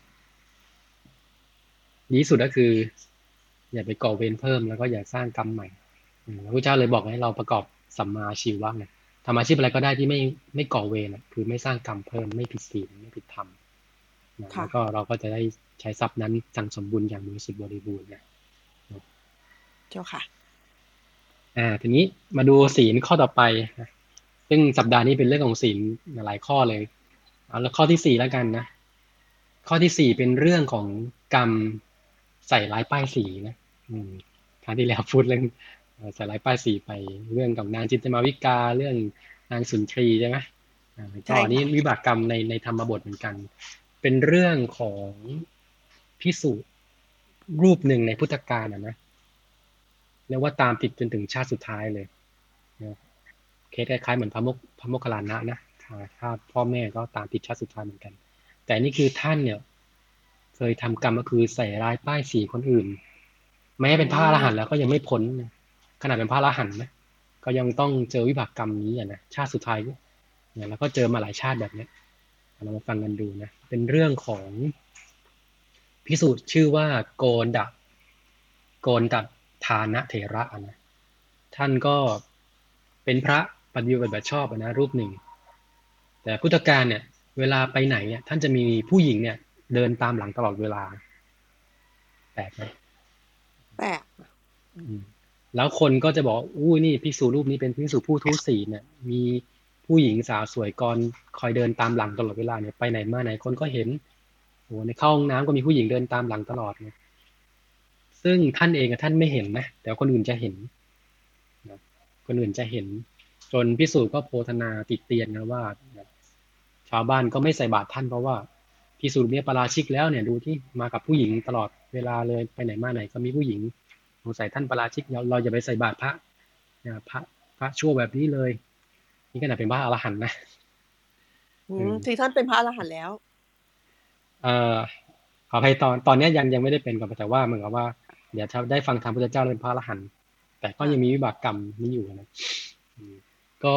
Speaker 4: ดีที่สุดก็คืออย่าไปก่อเวรเพิ่มแล้วก็อย่าสร้างกรรมใหม่พระพุทธเจ้าเลยบอกให้เราประกอบสัมมาอาชีวะเนี่ยทำอาชีพอะไรก็ได้ที่ไม่ก่อเวรคือไม่สร้างกรรมเพิ่มไม่ผิดศีลไม่ผิดธรรมแล้วก็เราก็จะได้ใช้ทรัพย์นั้นสั่งสมบุญอย่างบริสุทธิ์บริบูรณ์นะ
Speaker 1: เจ้าค่ะ
Speaker 4: ทีนี้มาดูศีลข้อต่อไปนะซึ่งสัปดาห์นี้เป็นเรื่องของศีลหลายข้อเลยเอาแล้วข้อที่4แล้วกันนะข้อที่4เป็นเรื่องของกรรมใส่ร้ายป้ายสีนะครั้งที่แล้วพูดเรื่องใส่ร้ายป้ายสีไปเรื่องของนางจินตมาวิกาเรื่องนางสุนทรีใช่ไหมก็อันนี้วิบากกรรมในธรรมบทเหมือนกันเป็นเรื่องของภิกษุรูปหนึ่งในพุทธกาลนะเรียกว่าตามติดจนถึงชาติสุดท้ายเลยเคสคล้ายๆเหมือนพระโมคคัลลานะนะถ้าพ่อแม่ก็ตามติดชาติสุดท้ายเหมือนกันแต่นี่คือท่านเนี่ยเคยทำกรรมก็คือใส่ร้ายป้ายสีคนอื่นแม้เป็นพระอรหันต์แล้วก็ยังไม่พ้นขนาดเป็นพระอรหันต์นะก็ยังต้องเจอวิบากกรรมนี้นะชาติสุดท้ายเนี่ยแล้วก็เจอมาหลายชาติแบบนี้เรามาฟังกันดูนะเป็นเรื่องของภิกษุชื่อว่าโกนดัตทานะเถระนะท่านก็เป็นพระปฏิบัติชอบนะรูปหนึ่งแต่พุทธกาลเนี่ยเวลาไปไหนเนี่ยท่านจะมีผู้หญิงเนี่ยเดินตามหลังตลอดเวลาแปลกไหม
Speaker 1: แปลก
Speaker 4: แล้วคนก็จะบอกอู้นี่ภิกษุรูปนี้เป็นภิกษุผู้ทุศีลเนี่ยมีผู้หญิงสาวสวยก่อนคอยเดินตามหลังตลอดเวลาเนี่ยไปไหนมาไหนคนก็เห็นโอ้ในเข้าห้องน้ำก็มีผู้หญิงเดินตามหลังตลอดเนี่ยซึ่งท่านเองท่านไม่เห็นนะแต่คนอื่นจะเห็นนะคนอื่นจะเห็นจนภิกษุก็โพธนาติเตียนนะว่าชาวบ้านก็ไม่ใส่บาตรท่านเพราะว่าภิกษุเนี่ยปาราชิกแล้วเนี่ยดูที่มากับผู้หญิงตลอดเวลาเลยไปไหนมาไหนก็มีผู้หญิงสงสัยท่านปาราชิกเราอย่าไปใส่บาตรพระเนี่ยพระชั่วแบบนี้เลยนี่ขนาดเป็นพระอรหันต์นะ
Speaker 1: ที่ท่านเป็นพระอรหันต์แล้ว
Speaker 4: เอ่อขออภัยตอนนี้ยังไม่ได้เป็นกับแต่ว่าเหมือนกับว่าเดี๋ยวถ้าได้ฟังธรรมพุทธเจ้าเป็นพระอรหันต์แต่ก็ยังมีวิบากกรรมนี้อยู่นะก็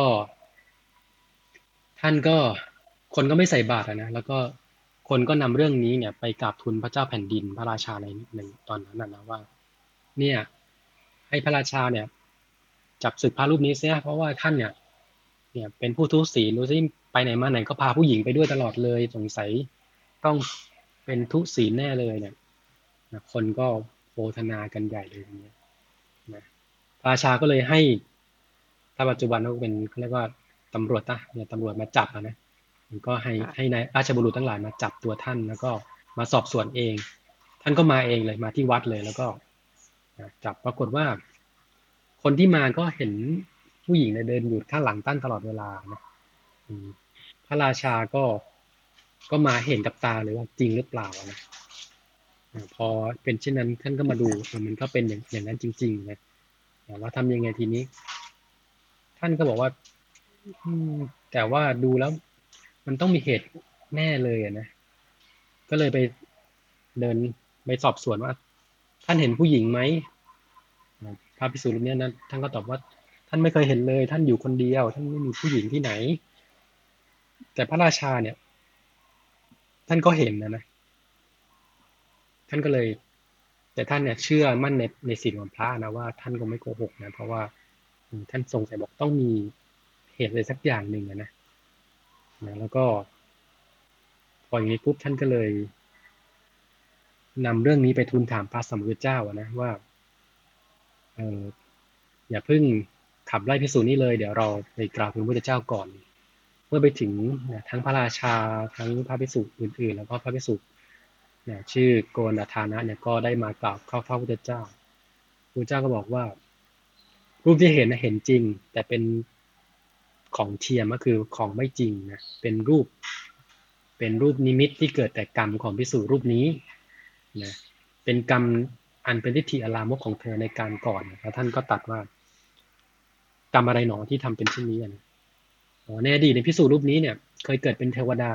Speaker 4: ท่านก็คนก็ไม่ใส่บาตรนะแล้วก็คนก็นำเรื่องนี้เนี่ยไปกราบทูลพระเจ้าแผ่นดินพระราชาในตอนนั้นนะว่าเนี่ยให้พระราชาเนี่ยจับศึกพระรูปนี้เสียเพราะว่าท่านเนี่ยเป็นผู้ทุศีลดูสิไปไหนมาไหนก็พาผู้หญิงไปด้วยตลอดเลยสงสัยต้องเป็นทุศีลแน่เลยเนี่ยคนก็โฆษณากันใหญ่เลยเนี่ยนะพระราชาก็เลยให้ถ้าปัจจุบันก็เป็นเขาเรียกว่าตำรวจเนี่ยตำรวจมาจับนะมันก็ให้นายราชบุรุษทั้งหลายมาจับตัวท่านแล้วก็มาสอบสวนเองท่านก็มาเองเลยมาที่วัดเลยแล้วก็จับปรากฏว่าคนที่มาก็เห็นผู้หญิงเดินอยู่ข้างหลังท่านตลอดเวลานะพระราชาก็มาเห็นกับตาเลยว่าจริงหรือเปล่านะพอเป็นเช่นนั้นท่านก็มาดูมันก็เป็นอย่างนั้นจริงๆนะแล้วทำยังไงทีนี้ท่านก็บอกว่าแต่ว่าดูแล้วมันต้องมีเหตุแน่เลยนะก็เลยไปเดินไปสอบสวนว่าท่านเห็นผู้หญิงไหมพระภิกษุรูปนี้นะท่านก็ตอบว่าท่านไม่เคยเห็นเลยท่านอยู่คนเดียวท่านไม่มีผู้หญิงที่ไหนแต่พระราชาเนี่ยท่านก็เห็นนะท่านก็เลยแต่ท่านเนี่ยเชื่อมั่นในศีลของพระนะว่าท่านก็ไม่โกหกนะเพราะว่าท่านทรงใจบอกต้องมีเหตุอะไรสักอย่างหนึ่งนะแล้วก็พออย่างนี้ปุ๊บท่านก็เลยนำเรื่องนี้ไปทูลถามพระสัมมาสัมพุทธเจ้านะว่าอย่าเพิ่งขับไล่ภิกษุนี้เลยเดี๋ยวเราไปกราบทูลพระพุทธเจ้าก่อนเมื่อไปถึงทั้งพระราชาทั้งพระภิกษุอื่นๆแล้วก็พระภิกษุชื่อโกณฑานะเนี่ยก็ได้มากราบเข้าเฝ้าพระพุทธเจ้าพระพุทธเจ้าก็บอกว่ารูปที่เห็นเห็นจริงแต่เป็นของเทียมก็คือของไม่จริงนะเป็นรูปนิมิตที่เกิดแต่กรรมของภิกษุรูปนี้นะเป็นกรรมอันเป็นทิฏฐิอลามกของเธอในการก่อนแล้วท่านก็ตรัสว่ากรรมอะไรหนอที่ทำเป็นเช่นนี้นะในอดีตในภิกษุรูปนี้เนี่ยเคยเกิดเป็นเทวดา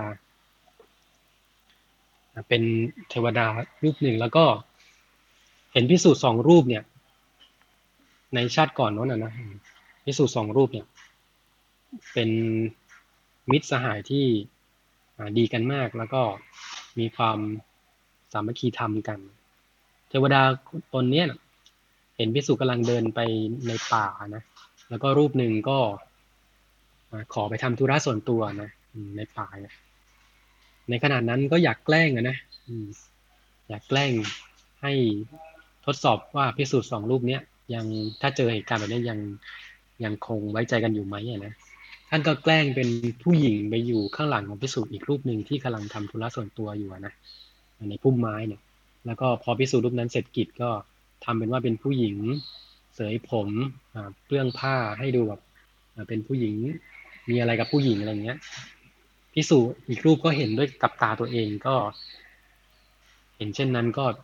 Speaker 4: เป็นเทวดารูปหนึ่งแล้วก็เห็นภิกษุสองรูปเนี่ยในชาติก่อนนั้นนะภิกษุสองรูปเนี่ยเป็นมิตรสหายที่ดีกันมากแล้วก็มีความสามัคคีธรรมกันเทวดาตนนี้เห็นภิกษุกำลังเดินไปในป่านะแล้วก็รูปหนึ่งก็ขอไปทำธุระส่วนตัวนะในป่าในขณะนั้นก็อยากแกล้งนะอยากแกล้งให้ทดสอบว่าภิกษุสองรูปนี้ยังถ้าเจอเหตุการณ์แบบนี้ยังคงไว้ใจกันอยู่ไหมนะท่านก็แกล้งเป็นผู้หญิงไปอยู่ข้างหลังของภิกษุอีกรูปหนึ่งที่กำลังทำธุระส่วนตัวอยู่นะในพุ่มไม้เนี่ยแล้วก็พอภิกษุรูปนั้นเสร็จกิจก็ทำเป็นว่าเป็นผู้หญิงเสยผมเปลื้องผ้าให้ดูแบบเป็นผู้หญิงมีอะไรกับผู้หญิงอะไรเงี้ยภิกษุอีกรูปก็เห็นด้วยกับตาตัวเองก็เห็นเช่นนั้นก็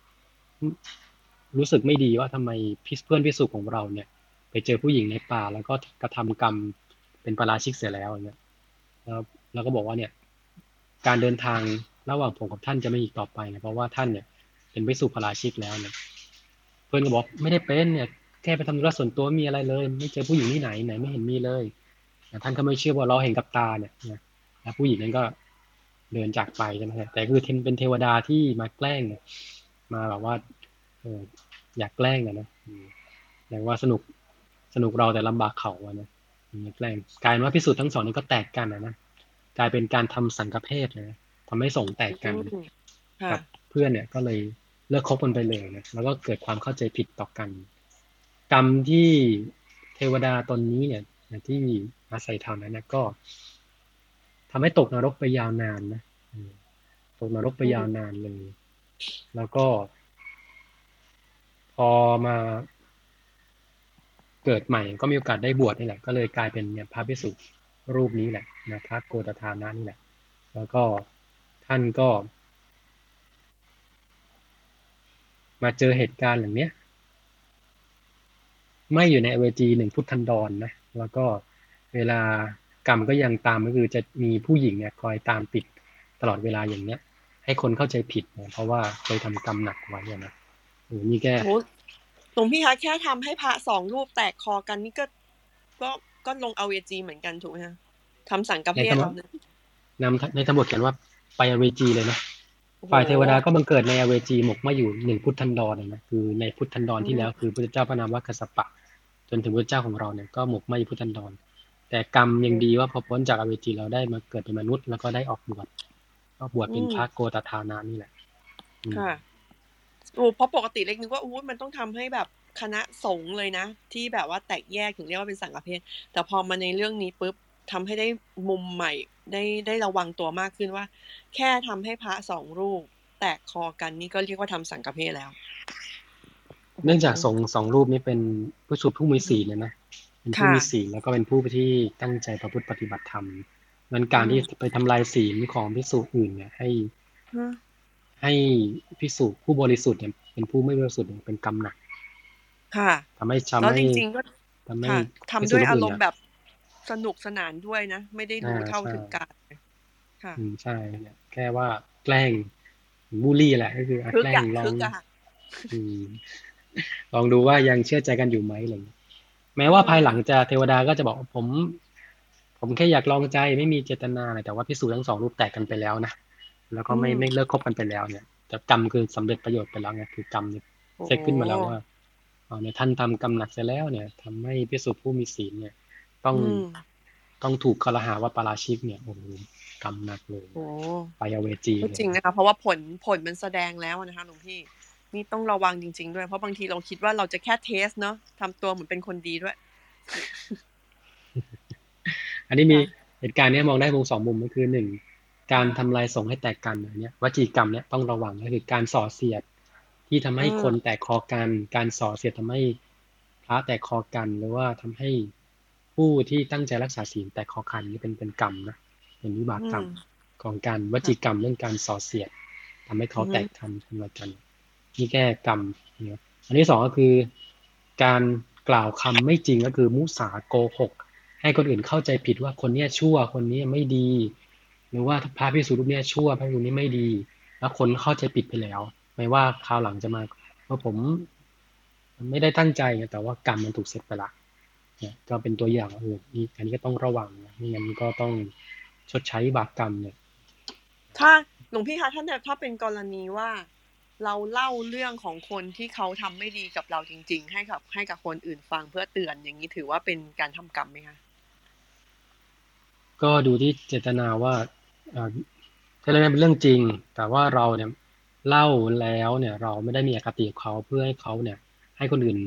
Speaker 4: รู้สึกไม่ดีว่าทำไมเพื่อนภิกษุของเราเนี่ยไปเจอผู้หญิงในป่าแล้วก็กระทำกรรมเป็นปาราชิกเสียแล้วอย่างเงี้ยแล้วก็บอกว่าเนี่ยการเดินทางระหว่างผมกับท่านจะไม่อีกต่อไปนะเพราะว่าท่านเนี่ยเป็นภิกษุปาราชิกแล้วเนี่ยเพื่อนก็บอกไม่ได้เป็นเนี่ยแค่ไปทำธุระส่วนตัวมีอะไรเลยไม่เจอผู้หญิงที่ไหนไม่เห็นมีเลยท่านก็ไม่เชื่อว่าเราเห็นกับตาเนี่ยแล้วผู้หญิงนั้นก็เดินจากไปใช่ไหมแต่คือเป็นเทวดาที่มาแกล้งมาแบบว่าอยากแกล้งนะอย่างว่าสนุกเราแต่ลำบากเขานะแกล้งกลายเป็นว่าภิกษุทั้งสองนี้ก็แตกกันนะกลายเป็นการทำสังฆเพศนะทำให้สงฆ์แตกกันกับเพื่อนเนี่ยก็เลยเลิกคบกันไปเลยนะแล้วก็เกิดความเข้าใจผิดต่อกันกรรมที่เทวดาตนนี้เนี่ยที่อาศัยทำนั้นนะก็ทำให้ตกนรกไปยาวนานนะตกนรกไปยาวนานเลยแล้วก็พอมาเกิดใหม่ก็มีโอกาสได้บวชนี่แหละก็เลยกลายเป็นเนี่ยพระภิกษุรูปนี้แหละนะพระโกฏฐานะนี่แหละแล้วก็ท่านก็มาเจอเหตุการณ์อย่างเนี้ยไม่อยู่ในอเวจีหนึ่งพุทธันดรนะแล้วก็เวลากรรมก็ยังตามก็คือจะมีผู้หญิงเนี่ยคอยตามติดตลอดเวลาอย่างเนี้ยให้คนเข้าใจผิดนะเพราะว่าเคยทำกรรมหนักไว้นะนี่แก
Speaker 1: โอ้หลวงพี่คะแค่ทำให้พระ2 รูปแตกคอกันนี่ก็ลงอเวจีเหมือนกันถูกไหมคะทำสังฆเพศเราเนี่ย
Speaker 4: ในธรรมบทเขียนว่าไปอเวจีเลยนะฝ่ายเทวดาก็บังเกิดในอเวจีหมกมาอยู่1พุทธันดรนะคือในพุทธันดรที่แล้วคือพระเจ้าพระนามว่ากัสสปะจนถึงพระเจ้าของเราเนี่ยก็หมกมาอยู่พุทธันดรแต่กรรมยังดีว่าพอพ้นจากอเวจีเราได้มาเกิดเป็นมนุษย์แล้วก็ได้ออกบวชเป็นพระโกฏฐานะนี่แหละ
Speaker 1: ค่ะเพราะปกติเล็กนึกว่ามันต้องทำให้แบบคณะสงฆ์เลยนะที่แบบว่าแตกแยกถึงเรียกว่าเป็นสังฆเพศแต่พอมาในเรื่องนี้ปุ๊บทำให้ได้มุมใหม่ได้ระวังตัวมากขึ้นว่าแค่ทำให้พระ2 รูปแตกคอกันนี่ก็เรียกว่าทำสังฆเพศแล้ว
Speaker 4: เนื่องจากสองรูปนี้เป็นผู้สุผู้มีศีลนะเป็นผู้มีศีลแล้วก็เป็นผู้ที่ตั้งใจประพฤติปฏิบัติธรรมงั้นการที่ไปทำลายศีลของภิกษุอื่นเนี่ยให้ภิกษุผู้บริสุทธิ์เนี่ยเป็นผู้ไม่บริสุทธิ์เป็นกรรมหนัก
Speaker 1: ค่ะแล้วจริงๆก็ทำด้วยอารมณ์แบบสนุกสนานด้วยนะไม่ได้รู้เท่าถึงการค่ะ
Speaker 4: ใช่แค่ว่าแกล้งบูลลี่แหละก็คือแกล้งลองดูว่ายังเชื่อใจกันอยู่ไหมอะไรอย่างนี้แม้ว่าภายหลังจะเทวดาก็จะบอกผมแค่อยากลองใจไม่มีเจตนาอะไรแต่ว่าภิกษุทั้ง2 รูปแตกกันไปแล้วนะแล้วก็ไม่เลิกคบกันไปแล้วเนี่ยแต่กรรมคือสำเร็จประโยชน์ไปแล้วไงคือกรรมเนี่ยเสร็จขึ้นมาแล้วว่าเนี่ยท่านทำกรรมหนักเสร็จแล้วเนี่ยทำให้ภิกษุผู้มีศีลเนี่ยต้องถูกคฤหาว่าปาราชิกเนี่ยโอ้โหกรรมหนักเลยไปอเวจี
Speaker 1: จริงนะคะเพราะว่าผลมันแสดงแล้วนะคะหลวงพี่นี่ต้องระวังจริงๆด้วยเพราะบางทีเราคิดว่าเราจะแค่เทสเนาะทำตัวเหมือนเป็นคนดีด้วย
Speaker 4: อันนี้มีเหตุการณ์นี้มองได้มุม2 มุมก็คือ1การทำลายสงฆ์ให้แตกกันอย่างเนี้ยวจีกรรมเนี่ยต้องระวังก็คือการส่อเสียดที่ทำให้คนแตกคอกันการส่อเสียดทำให้พระแตกคอกันหรือว่าทำให้ผู้ที่ตั้งใจรักษาศีลแตกคอกันนี่เป็นกรรมนะเป็นวิบากกรรมของการวจีกรรมเรื่องการส่อเสียดทำให้เขาแตกทำลายกันนี่แก้กรรมเนี่ยอันที่2ก็คือการกล่าวคำไม่จริงก็คือมุสาโกหกให้คนอื่นเข้าใจผิดว่าคนนี้ชั่วคนนี้ไม่ดีหรือว่าพระภิกษุรูปนี้ชั่วพระภิกษุนี้ไม่ดีแล้วคนเข้าใจผิดไปแล้วไม่ว่าคราวหลังจะมาว่าผมไม่ได้ตั้งใจแต่ว่ากรรมมันถูกเสร็จไปละเนี่ยก็เป็นตัวอย่างนี่อันนี้ก็ต้องระวังนะไม่งั้นก็ต้องชดใช้บาปกรรมเนี่ย
Speaker 1: ถ้าหลวงพี่คะถ้าเป็นกรณีว่าเราเล่าเรื่องของคนที่เขาทำไม่ดีกับเราจริงๆให้กับคนอื่นฟังเพื่อเตือนอย่างนี้ถือว่าเป็นการทำกรรมไหมคะ
Speaker 4: ก็ดูที่เจตนาว่าถ้าเรื่องนี้เป็นเรื่องจริงแต่ว่าเราเนี่ยเล่าแล้วเนี่ยเราไม่ได้มีอคติกับเขาเพื่อให้เขาเนี่ยให้คนอื่น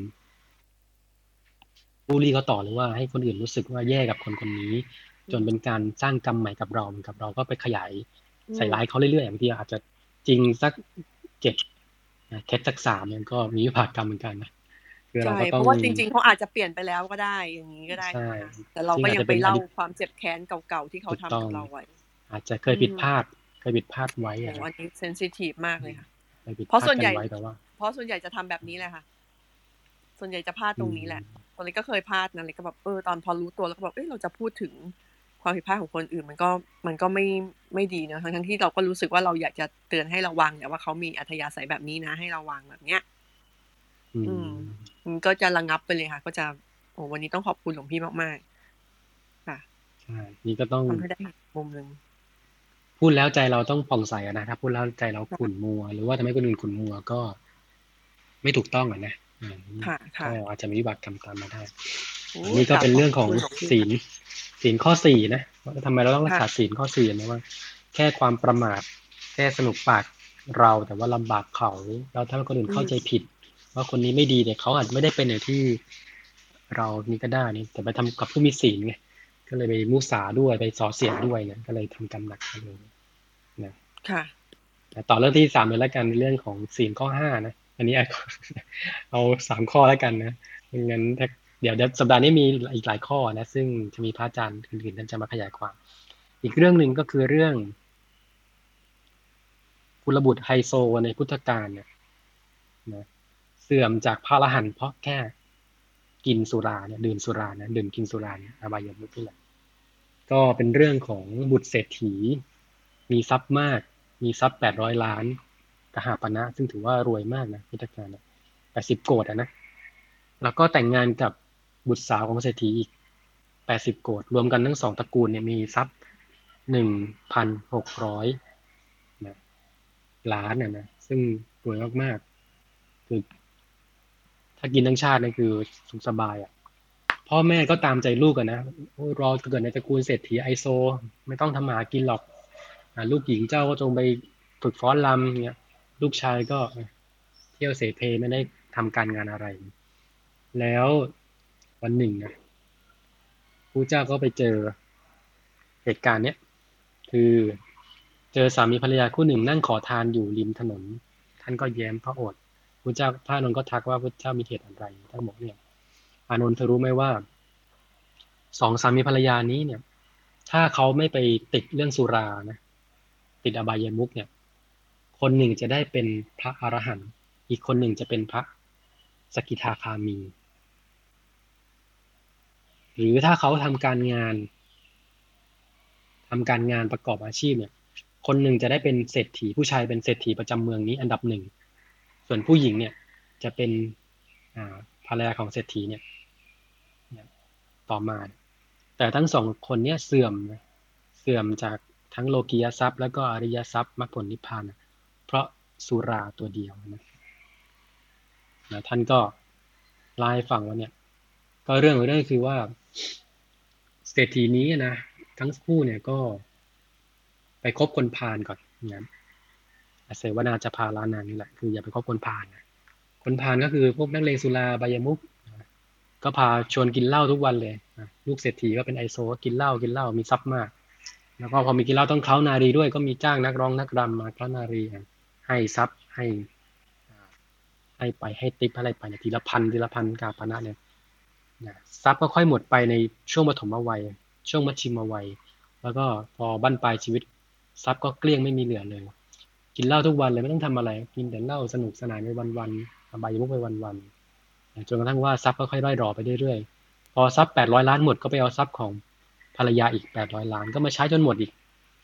Speaker 4: บูลลี่เขาต่อหรือว่าให้คนอื่นรู้สึกว่าแย่กับคนคนนี้จนเป็นการสร้างกรรมใหม่กับเราเหมือนกับเราก็ไปขยายใส่ร้ายเขาเรื่อยๆบางทีอาจจะจริงสัก7เคสสัก3เนี่ยก็มีวิบากกรรมเหมือนกันนะ
Speaker 1: คือเราก็ต้องเพราะว่าจริงๆเขาอาจจะเปลี่ยนไปแล้วก็ได้อย่างนี้ก็ได้แต่เราก็ยังไปเล่าความเจ็บแค้นเก่าๆที่เขาทำกับเราไว้
Speaker 4: อาจจะเคยผิดพลาดไว้
Speaker 1: อันนี้เซนซิทีฟมากเลยค่ะเพราะส่วนใหญ่จะทำแบบนี้แหละค่ะส่วนใหญ่จะพลาดตรงนี้แหละตอนนี้ก็เคยพลาดนะเลยก็แบบตอนพอรู้ตัวแล้วก็แบบเราจะพูดถึงความผิดพลาดของคนอื่นมันก็ไม่ดีนะทั้งที่เราก็รู้สึกว่าเราอยากจะเตือนให้ระวังแต่ว่าเขามีอัธยาศัยแบบนี้นะให้ระวังแบบเนี้ยก็จะระงับไปเลยค่ะก็จะวันนี้ต้องขอบคุณหลวงพี่มากๆค่ะ
Speaker 4: ใช่นี่ก็ต้อง
Speaker 1: ทำให้ได้มุมนึง
Speaker 4: พูดแล้วใจเราต้องผ่องใสนะถ้าพูดแล้วใจเราขุ่นมัวหรือว่าทำให้คนอื่นขุ่นมัวก็ไม่ถูกต้องนะก็อาจจะมีวิบากกรรมตามมาได้นี่ก็เป็นเรื่องของศีลข้อ4นะว่าทำไมเราต้องรักษาศีลข้อ4นะว่าแค่ความประมาทแค่สนุกปากเราแต่ว่าลำบากเขาแล้วถ้าคนอื่นเข้าใจผิดว่าคนนี้ไม่ดีแต่เขาอาจไม่ได้เป็นอย่างที่เรานี่ก็ได้นี่แต่ไปทำกับผู้มีศีลไงก็เลยไปมุสาด้วยไปส่อเสียดด้วยเนี่ยก็เลยทำกรรมหนักเลยนะ
Speaker 1: ค่ะ
Speaker 4: ต่อเรื่องที่3เลยแล้วกันเรื่องของศีลข้อ5นะอันนี้เอา3ข้อแล้วกันนะไม่งั้นถ้าเดี๋ยวสัปดาห์นี้มีอีกหลายข้อนะซึ่งจะมีพระอาจารย์อื่นๆท่านจะมาขยายความอีกเรื่องหนึ่งก็คือเรื่องกุลบุตรไฮโซในพุทธกาลเนี่ยนะเสื่อมจากพระอรหันต์เพราะแค่กินสุราเนี่ยดื่มสุรานะดื่มกินสุราเนี่ยอบายมุขนี่แหละก็เป็นเรื่องของบุตรเศรษฐีมีทรัพย์มากมีทรัพย์800 ล้านกหาปณะซึ่งถือว่ารวยมากนะพุทธกาล80 โกฏนะแล้วก็แต่งงานกับบุตรสาวของเศรษฐีอีก80 โกฏรวมกันทั้ง2 ตระกูลเนี่ยมีทรัพย์1,600 นะล้านนะซึ่งรวยมากๆคือถ้ากินทั้งชาตินี่คือสุขสบายอ่ะพ่อแม่ก็ตามใจลูกกันนะรอเกิดในตระกูลเศรษฐีไฮโซไม่ต้องทำมาหากินหรอกลูกหญิงเจ้าก็จงไปฝึกฟ้อนรำเนี่ยลูกชายก็เที่ยวเสเพไม่ได้ทำการงานอะไรแล้ววันหนึ่งนะพระเจ้าก็ไปเจอเหตุการณ์เนี้ยคือเจอสามีภรรยาคู่หนึ่งนั่งขอทานอยู่ริมถนนท่านก็แย้มพระโอษฐ์พระเจ้าพระอานนท์ก็ทักว่าพระเจ้ามีเหตุอะไรท่านบอกเนี่ยอานนท์เธอรู้ไหมว่า2 สามีภรรยานี้เนี่ยถ้าเขาไม่ไปติดเรื่องสุรานะติดอบายมุขเนี่ยคนหนึ่งจะได้เป็นพระอรหันต์อีกคนหนึ่งจะเป็นพระสกิทาคามีหรือถ้าเขาทำการงานประกอบอาชีพเนี่ยคนหนึ่งจะได้เป็นเศรษฐีผู้ชายเป็นเศรษฐีประจำเมืองนี้อันดับ 1ส่วนผู้หญิงเนี่ยจะเป็นภรรยาของเศรษฐีเนี่ยต่อมาแต่ทั้ง2 คนเนี่ยเสื่อมจากทั้งโลกียทรัพย์แล้วก็อริยทรัพย์มรรคผลนิพพานเพราะสุราตัวเดียวนะท่านก็เล่าให้ฟังว่าเนี่ยก็เรื่องคือว่าเศรษฐีนี้นะทั้งคู่เนี่ยก็ไปคบคนพาลก่อนนะเสวนาจะพาลานางนี่แหละคืออย่าไปคบคนพาลนะคนพาลก็คือพวกนักเลงสุราบายมุขก็พาชวนกินเหล้าทุกวันเลยลูกเศรษฐีก็เป็นไอโซก็กินเหล้ามีทรัพย์มากแล้วก็พอมีกินเหล้าต้องเคล้านารีด้วยก็มีจ้างนักร้องนักรำมาเคล้านารีให้ทรัพย์ให้ไปให้ติปอะไรไปเนี่ยทีละพันกาปณะเนี่ยทรัพย์ก็ค่อยหมดไปในช่วงปฐมวัยช่วงมัชชิมวัยแล้วก็พอบั้นปลายชีวิตทรัพย์ก็เกลี้ยงไม่มีเหลือเลยกินเหล้าทุกวันเลยไม่ต้องทำอะไรกินแต่เหล้าสนุกสนานไปวันๆอบายมุขไปวันๆจนกระทั่งว่าทรัพย์ก็ค่อยร่อยรอไปเรื่อยๆพอทรัพย์800 ล้านหมดก็ไปเอาทรัพย์ของภรรยาอีก800 ล้านก็มาใช้จนหมดอีก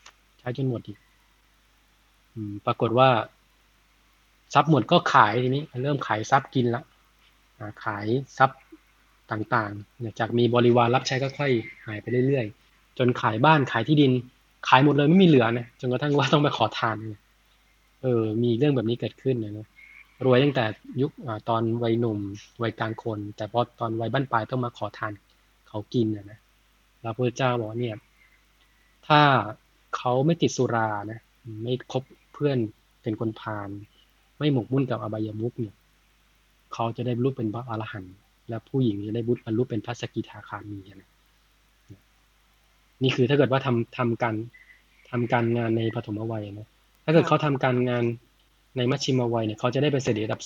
Speaker 4: ปรากฏว่าทรัพย์หมดก็ขายทีนี้เริ่มขายทรัพย์กินละขายทรัพย์ต่างๆจากมีบริวารรับใช้ก็ค่อยหายไปเรื่อยๆจนขายบ้านขายที่ดินขายหมดเลยไม่มีเหลือนะจนกระทั่งว่าต้องไปขอทานมีเรื่องแบบนี้เกิดขึ้นนะรวยตั้งแต่ยุคตอนวัยหนุ่มวัยกลางคนแต่พอตอนวัยบั้นปลายต้องมาขอทานเขากินนะแล้วพระเจ้าบอกเนี่ยถ้าเขาไม่ติดสุรานะไม่คบเพื่อนเป็นคนพาลไม่หมกมุ่นกับอบายมุขเนี่ยเขาจะได้บรรลุเป็นพระอรหันต์และผู้หญิงจะได้บรรลุเป็นพระสกิทาคามีนะนี่คือถ้าเกิดว่าทำการงานในปฐมวัยนะถ้าเกิดเขาทำการงานในมัชชิมวัยเนี่ยเขาจะได้เป็นเศรษฐีอันดับ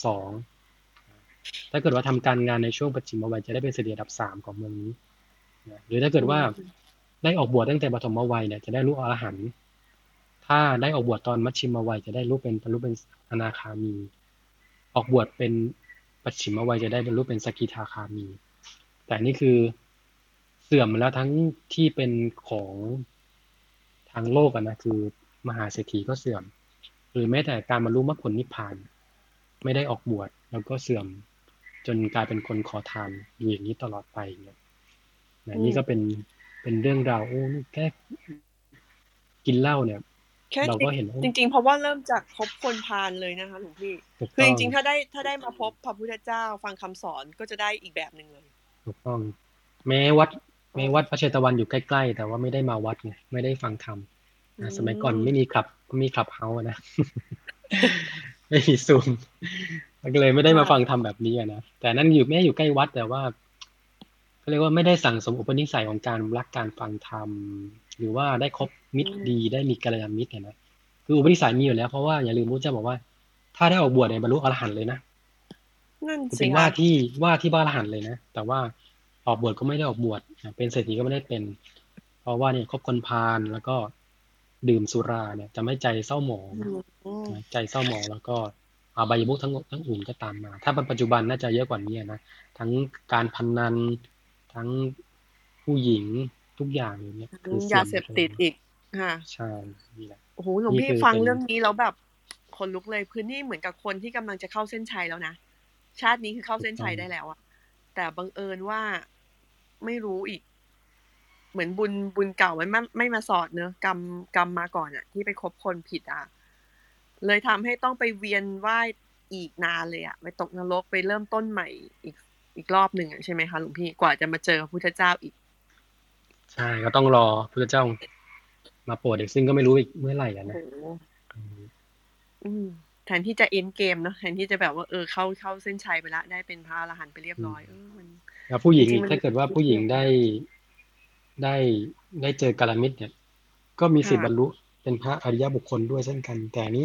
Speaker 4: 2ถ้าเกิดว่าทำการงานในช่วงปัจฉิมวัยจะได้เป็นเศรษฐีอันดับ 3ของเมืองนี้หรือถ้าเกิดว่าได้ออกบวชตั้งแต่ปฐมวัยเนี่ยจะได้รู้อรหันต์ถ้าได้ออกบวชตอนมัชชิมวัยจะได้รู้เป็นอนาคามีออกบวชเป็นปัจฉิมวัยจะได้บรรลุเป็นสกิทาคามีแต่นี่คือเสื่อมแล้วทั้งที่เป็นของทางโลกนะคือมหาเศรษฐีก็เสื่อมหรือแม้แต่การบรรลุมรรคผลนิพพานไม่ได้ออกบวชแล้วก็เสื่อมจนกลายเป็นคนขอทานอยู่อย่างนี้ตลอดไปเนี่ยนี่ก็เป็นเรื่องราวแค่กินเหล้าเนี่ยเราก็เห็น
Speaker 1: จริงๆเพราะว่าเริ่มจากพบคนพาลเลยนะคะหลวงพี่คือจริงๆถ้าได้มาพบพระพุทธเจ้าฟังคำสอนก็จะได้อีกแบบนึงเลย
Speaker 4: ถูกต้องแม้วัดพระเชตวันอยู่ใกล้ๆแต่ว่าไม่ได้มาวัดไงไม่ได้ฟังธรรมสมัยก่อนไม่มีคลับเฮาส์นะ ไม่มีซูมก็เลยไม่ได้มาฟังธรรมแบบนี้นะแต่นั่นอยู่ใกล้วัดแต่ว่าก็เรียกว่าไม่ได้สั่งสมอุปนิสัยของการรักการฟังธรรมหรือว่าได้คบมิตรดีได้มีกัลยาณมิตรนะคืออุปนิสัยมีอยู่แล้วเพราะว่าอย่าลืมพระเจ้าบอกว่าถ้าได้ออกบวชเนี่ยบรรลุอรหันต์เลยนะนั่นสิเป็นว่าที่พระอรหันต์เลยนะแต่ว่าออกบวชก็ไม่ได้ออกบวชเป็นเศรษฐีก็ไม่ได้เป็น เพราะว่าเนี่ยคบคนพาลแล้วก็ดื่มสุราเนี่ยจะไม่ใจเศร้าหมองใจเศร้าหมองแล้วก็อบายมุขทั้งอื่นก็ตามมา ถ้าเป็นปัจจุบันน่าจะเยอะกว่านี้นะทั้งการพนันทั้งผู้หญิงทุกอย่างอย่างเงี้ยคือเสี่
Speaker 1: ยาย
Speaker 4: ง
Speaker 1: เสพติดอีกค่ะ
Speaker 4: ใช่นี่แหละ
Speaker 1: โอ้โหหลวง
Speaker 4: นี่
Speaker 1: พี่
Speaker 4: คือ
Speaker 1: ฟัง
Speaker 4: เป็น
Speaker 1: เรื่องนี้แล้วแบบคนลุกเลยคือนี่เหมือนกับคนที่กำลังจะเข้าเส้นชัยแล้วนะชาตินี้คือเข้าเส้นชัยได้แล้วอะแต่บังเอิญว่าไม่รู้อีก เหมือนบุญเก่ามันไม่มาสอดเนอะกรรมมาก่อนอะที่ไปคบคนผิดอะเลยทำให้ต้องไปเวียนว่ายอีกนานเลยอะไปตกนรกไปเริ่มต้นใหม่อีกรอบหนึ่งอะใช่ไหมคะหลวงพี่กว่าจะมาเจอพระพุทธเจ้าอีก
Speaker 4: ใช่ก็ต้องรอพระเจ้ามาโปรดอีกซึ่งก็ไม่รู้อีกเมื่อไหร่อะนะ
Speaker 1: แทนที่จะเอ็นเกมเนาะแทนที่จะแบบว่าเข้าเส้นชัยไปละได้เป็นพระอรหันต์ไปเรียบร้อยมัน
Speaker 4: แล้วผู้หญิง
Speaker 1: จริงๆมัน
Speaker 4: ถ้าเกิดว่าผู้หญิงได้เจอกัลมิตรเนี่ย ก็มีสิทธิ์บรรลุเป็นพระอริยบุคคลด้วยเช่นกัน แต่นี้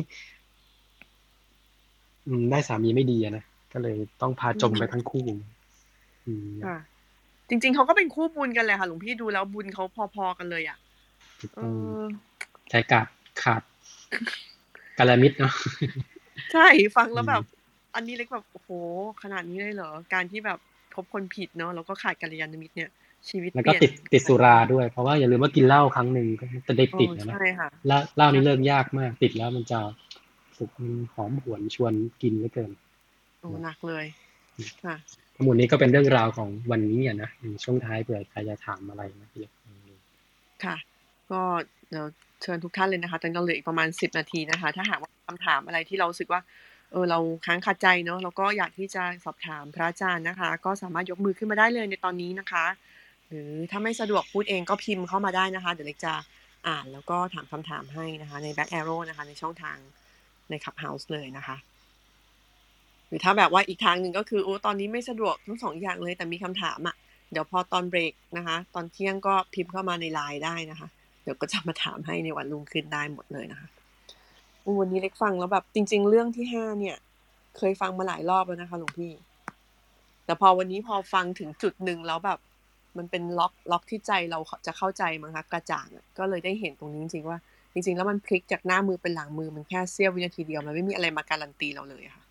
Speaker 4: ได้สามีไม่ดีอะนะก็เลยต้องพาจมไปทั้งคู่
Speaker 1: ค่ะ จริงๆเขาก็เป็นคู่บุญกันเลยค่ะหลวงพี่ดูแล้วบุญเขาพอๆกันเลยอ่ะ
Speaker 4: ใช้ขาดกัลมิตรเนาะ
Speaker 1: ใช่ฟังแล้วแบบ อันนี้เล็กแบบโอ้โหขนาดนี้เลยเหรอการที่แบบคบคนผิดเนาะแล้วก็ขาดกัลยาณมิตรเนี่ยชีวิต
Speaker 4: แล้ว
Speaker 1: เป
Speaker 4: ก็
Speaker 1: ลี่ยน
Speaker 4: ติดสุราด้วยเพราะว่าอย่าลืมว่ากินเหล้าครั้งหนึ่งก็จะได้ติดนะ
Speaker 1: ใช่ค่ะ
Speaker 4: เหล้านี่เลิกยากมากติดแล้วมันจะสุกหอมหวนชวนกินเหลือเกิน
Speaker 1: โอ้หนักเลยค่ะ
Speaker 4: ทั้งหมดนี้ก็เป็นเรื่องราวของวันนี้อ่ะนะช่วงท้ายเผื่อใครจะถามอะไรนะ
Speaker 1: ค่ะก็เดี๋ยวเชิญทุกท่านเลยนะคะตอนนี้เราเหลืออีกประมาณ10 นาทีนะคะถ้าหากว่าคำถามอะไรที่เรารู้สึกว่าเราค้างคาใจเนาะแล้วก็อยากที่จะสอบถามพระอาจารย์นะคะก็สามารถยกมือขึ้นมาได้เลยในตอนนี้นะคะหรือถ้าไม่สะดวกพูดเองก็พิมพ์เข้ามาได้นะคะเดี๋ยวเล็กจะอ่านแล้วก็ถามคำถามให้นะคะใน Back Arrow นะคะในช่องทางใน Clubhouse เลยนะคะหรือถ้าแบบว่าอีกทางหนึ่งก็คือตอนนี้ไม่สะดวกทั้ง2 อย่างเลยแต่มีคำถามอ่ะเดี๋ยวพอตอนเบรกนะคะตอนเที่ยงก็พิมพ์เข้ามาใน LINE ได้นะคะเดี๋ยวก็จะมาถามให้ในวันรุ่งขึ้นได้หมดเลยนะคะวันนี้เล็กฟังแล้วแบบจริงๆเรื่องที่5เนี่ยเคยฟังมาหลายรอบแล้วนะคะหลวงพี่แต่พอวันนี้พอฟังถึงจุดหนึ่งแล้วแบบมันเป็นล็อกที่ใจเราจะเข้าใจมั้งคะกระจ่างก็เลยได้เห็นตรงนี้จริงๆว่าจริงๆแล้วมันพลิกจากหน้ามือเป็นหลังมือมันแค่เสี้ยววินาทีเดียวมันไม่มีอะไรมาการันตีเราเลยค่ะ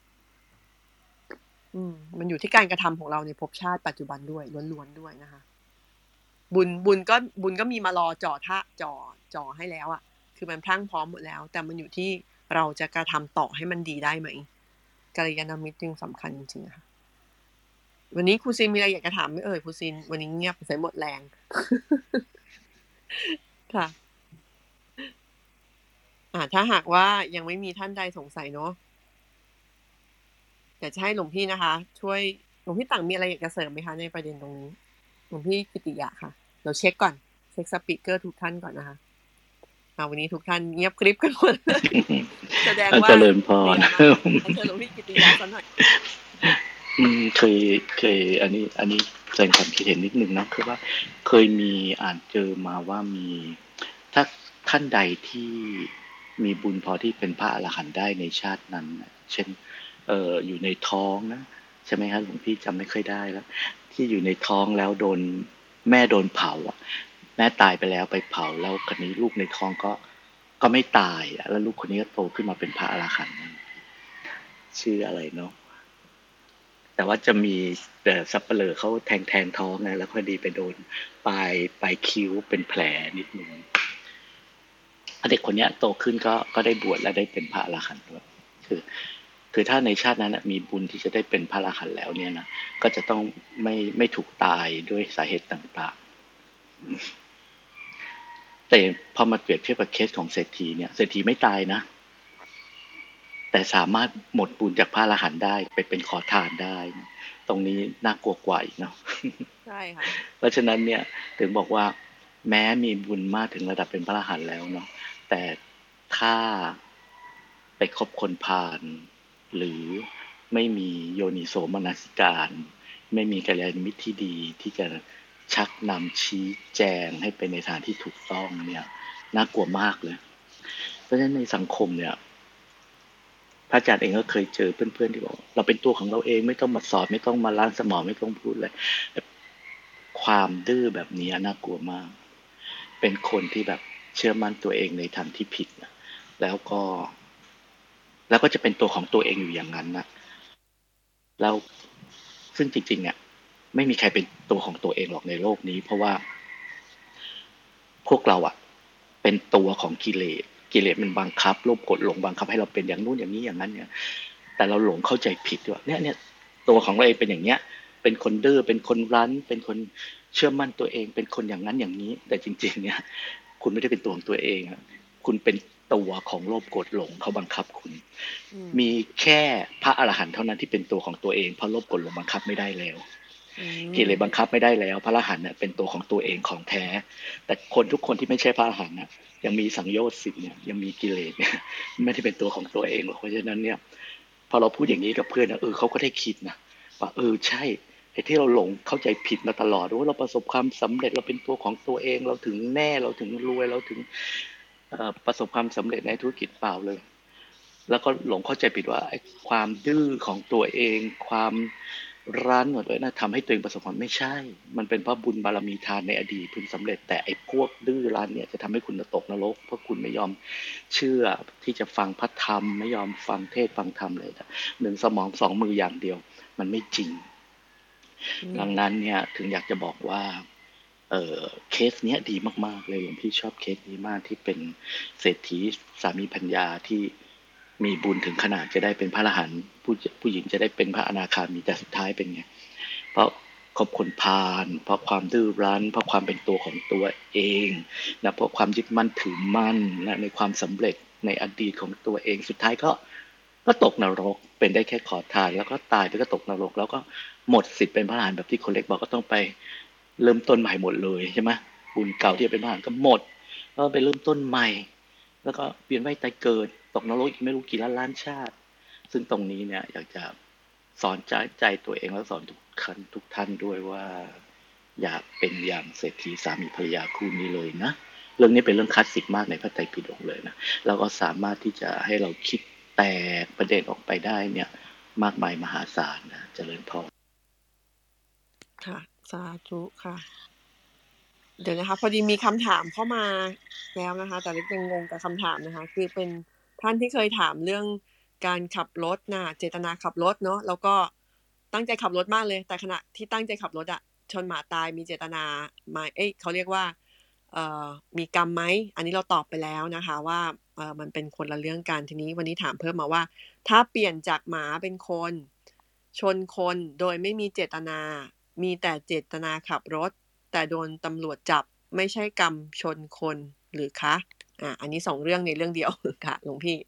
Speaker 1: มันอยู่ที่การกระทำของเราในภพชาติปัจจุบันด้วยล้วนๆด้วยนะคะบุญก็มีมารอจ่อให้แล้วอ่ะคือมันพรั่งพร้อมหมดแล้วแต่มันอยู่ที่เราจะกระทำต่อให้มันดีได้ไหมกัลยาณมิตรจึงสำคัญจริงๆค่ะวันนี้ครูซินมีอะไรอยากจะถามไหมครูซินวันนี้เงียบใส่หมดแรง ค่ะถ้าหากว่ายังไม่มีท่านใดสงสัยเนาะอยากจะให้หลวงพี่นะคะช่วยหลวงพี่ต่างมีอะไรอยากจะเสริมไหมคะในประเด็นตรงนี้หลวงพี่กิติยะค่ะเราเช็คก่อนเช็คสปีกเกอร์ทุกท่านก่อนนะคะวันนี้ทุกท่านเงียบกริบกันหมดแสดงว่า
Speaker 5: เจริญพร
Speaker 1: เชิญหลวงพี่กิติยะสักหน่อย
Speaker 5: เคยอันนี้แสดงความคิดเห็นนิดนึงนะคือว่าเคยมีอ่านเจอมาว่ามีถ้าท่านใดที่มีบุญพอที่เป็นพระอรหันต์ได้ในชาตินั้นเช่นอยู่ในท้องนะใช่ไหมครับหลวงพี่จำไม่ค่อยได้แล้วที่อยู่ในท้องแล้วแม่โดนเผาแม่ตายไปแล้วไปเผาแล้วคนนี้ลูกในท้องก็ไม่ตายแล้วลูกคนนี้ก็โตขึ้นมาเป็นพระอรหันต์ชื่ออะไรเนาะแต่ว่าจะมีสับเปลือเขาแทงท้องนะแล้วพอดีไปโดนปลายคิ้วเป็นแผลนิดนึงเด็กคนนี้โตขึ้นก็ได้บวชและได้เป็นพระอรหันต์ด้วยคือถ้าในชาตินั้นมีบุญที่จะได้เป็นพระอรหันต์แล้วเนี่ยนะก็จะต้องไม่ถูกตายด้วยสาเหตุต่างๆแต่พอมาเปรียบเทียบกับเคสของเศรษฐีเนี่ยเศรษฐีไม่ตายนะแต่สามารถหมดบุญจากพระอรหันต์ได้ไปเป็นขอทานได้ตรงนี้น่ากลัวกว่าอีกเนาะ
Speaker 1: ใช่ค่ะ
Speaker 5: เพราะฉะนั้นเนี่ยถึงบอกว่าแม้มีบุญมากถึงระดับเป็นพระอรหันต์แล้วเนาะแต่ถ้าไปคบคนพาลหรือไม่มีโยนิโสมนสิการไม่มีกัลยาณมิตรที่ดีที่จะชักนำชี้แจงให้ไปในทางที่ถูกต้องเนี่ยน่ากลัวมากเลยเพราะฉะนั้นในสังคมเนี่ยพระอาจารย์เองก็เคยเจอเพื่อนๆที่บอกเราเป็นตัวของเราเองไม่ต้องมาสอนไม่ต้องมาล้างสมองไม่ต้องพูดเลยความดื้อแบบนี้น่ากลัวมากเป็นคนที่แบบเชื่อมั่นตัวเองในทางที่ผิดนะแล้วก็จะเป็นตัวของตัวเองอยู่อย่างนั้นนะแล้วซึ่งจริงๆเนี่ยไม่มีใครเป็นตัวของตัวเองหรอกในโลกนี้เพราะว่าพวกเราเป็นตัวของกิเลสมันบังคับโลภโกรธหลงบังคับให้เราเป็นอย่างนู้นอย่างนี้อย่างนั้นเนี่ยแต่เราหลงเข้าใจผิดว่าเนี่ยตัวของเราเองเป็นอย่างเนี้ยเป็นคนดื้อเป็นคนรั้นเป็นคนเชื่อมั่นตัวเองเป็นคนอย่างนั้นอย่างนี้แต่จริงๆเนี่ยคุณไม่ได้เป็นตัวของตัวเองคุณเป็นตัวของโลภโกรธหลงเขาบังคับคุณมีแค่พระอรหันต์เท่านั้นที่เป็นตัวของตัวเองเพราะโลภโกรธหลงบังคับไม่ได้แล้วกิเลสบังคับไม่ได้แล้วพระอรหันต์เนี่ยเป็นตัวของตัวเองของแท้แต่คนทุกคนที่ไม่ใช่พระอรหันต์นะยังมีสังโยชน์10เนี่ยยังมีกิเลสเนี่ยไม่ได้เป็นตัวของตัวเองหรอกเพราะฉะนั้นเนี่ยพอเราพูดอย่างนี้กับเพื่อนนะเขาก็ได้คิดนะว่าใช่ไอ้ที่เราหลงเข้าใจผิดมาตลอดว่าเราประสบความสำเร็จเราเป็นตัวของตัวเองเราถึงแน่เราถึงรวยเราถึงประสบความสำเร็จในธุรกิจเปล่าเลยแล้วก็หลงเข้าใจผิดว่าไอ้ความดื้อของตัวเองความรั้นหมดเลยนะทำให้ตัวเองประสบความไม่ใช่มันเป็นเพราะบุญบารมีทานในอดีตพึงสำเร็จแต่ไอ้พวกดื้อรั้นเนี่ยจะทำให้คุณตกนรกเพราะคุณไม่ยอมเชื่อที่จะฟังพระธรรมไม่ยอมฟังเทศฟังธรรมเลย1 สมอง2 มืออย่างเดียวมันไม่จริงดังนั้นเนี่ยถึงอยากจะบอกว่าเคสเนี้ยดีมากๆเลยหลวงพี่ชอบเคสนี้มากที่เป็นเศรษฐีสามีภรรยาที่มีบุญถึงขนาดจะได้เป็นพระอรหันต์ผู้หญิงจะได้เป็นพระอนาคามีแต่สุดท้ายเป็นไงเพราะคบคนพาลเพราะความดื้อรั้นเพราะความเป็นตัวของตัวเองนะเพราะความยึดมั่นถือมั่นนะในความสำเร็จในอดีตของตัวเองสุดท้ายก็ตกนรกเป็นได้แค่ขอทานแล้วก็ตายไปก็ตกนรกแล้วก็หมดสิทธิ์เป็นพระอรหันต์แบบที่คนเล็กบอกก็ต้องไปเริ่มต้นใหม่หมดเลยใช่ไหมบุญเก่าที่เป็นพระอรหันต์ก็หมดก็ไปเริ่มต้นใหม่แล้วก็เวียนว่ายตายเกิดตกนรกอีกไม่รู้กี่ล้านชาติซึ่งตรงนี้เนี่ยอยากจะสอนใจตัวเองแล้วสอนทุกท่านด้วยว่าอยากเป็นอย่างเศรษฐีสามีภรรยาคู่นี้เลยนะเรื่องนี้เป็นเรื่องคลาสสิกมากในพระไตรปิฎกเลยนะแล้วก็สามารถที่จะให้เราคิดแตกประเด็นออกไปได้เนี่ยมากมายมหาศาลนะเจริญพร
Speaker 1: ค่ะสาธุค่ะเดี๋ยวนะคะพอดีมีคำถามเข้ามาแล้วนะคะแต่เล็กยังงงกับคำถามนะคะคือเป็นท่านที่เคยถามเรื่องการขับรถนะเจตนาขับรถเนาะแล้วก็ตั้งใจขับรถมากเลยแต่ขณะที่ตั้งใจขับรถชนหมาตายมีเจตนาไหมเขาเรียกว่ามีกรรมไหมอันนี้เราตอบไปแล้วนะคะว่ามันเป็นคนละเรื่องกันทีนี้วันนี้ถามเพิ่มมาว่าถ้าเปลี่ยนจากหมาเป็นคนชนคนโดยไม่มีเจตนามีแต่เจตนาขับรถแต่โดนตำรวจจับไม่ใช่กรรมชนคนหรือคะอันนี้2เรื่องในเรื่องเดียวค่ะหลวงพี่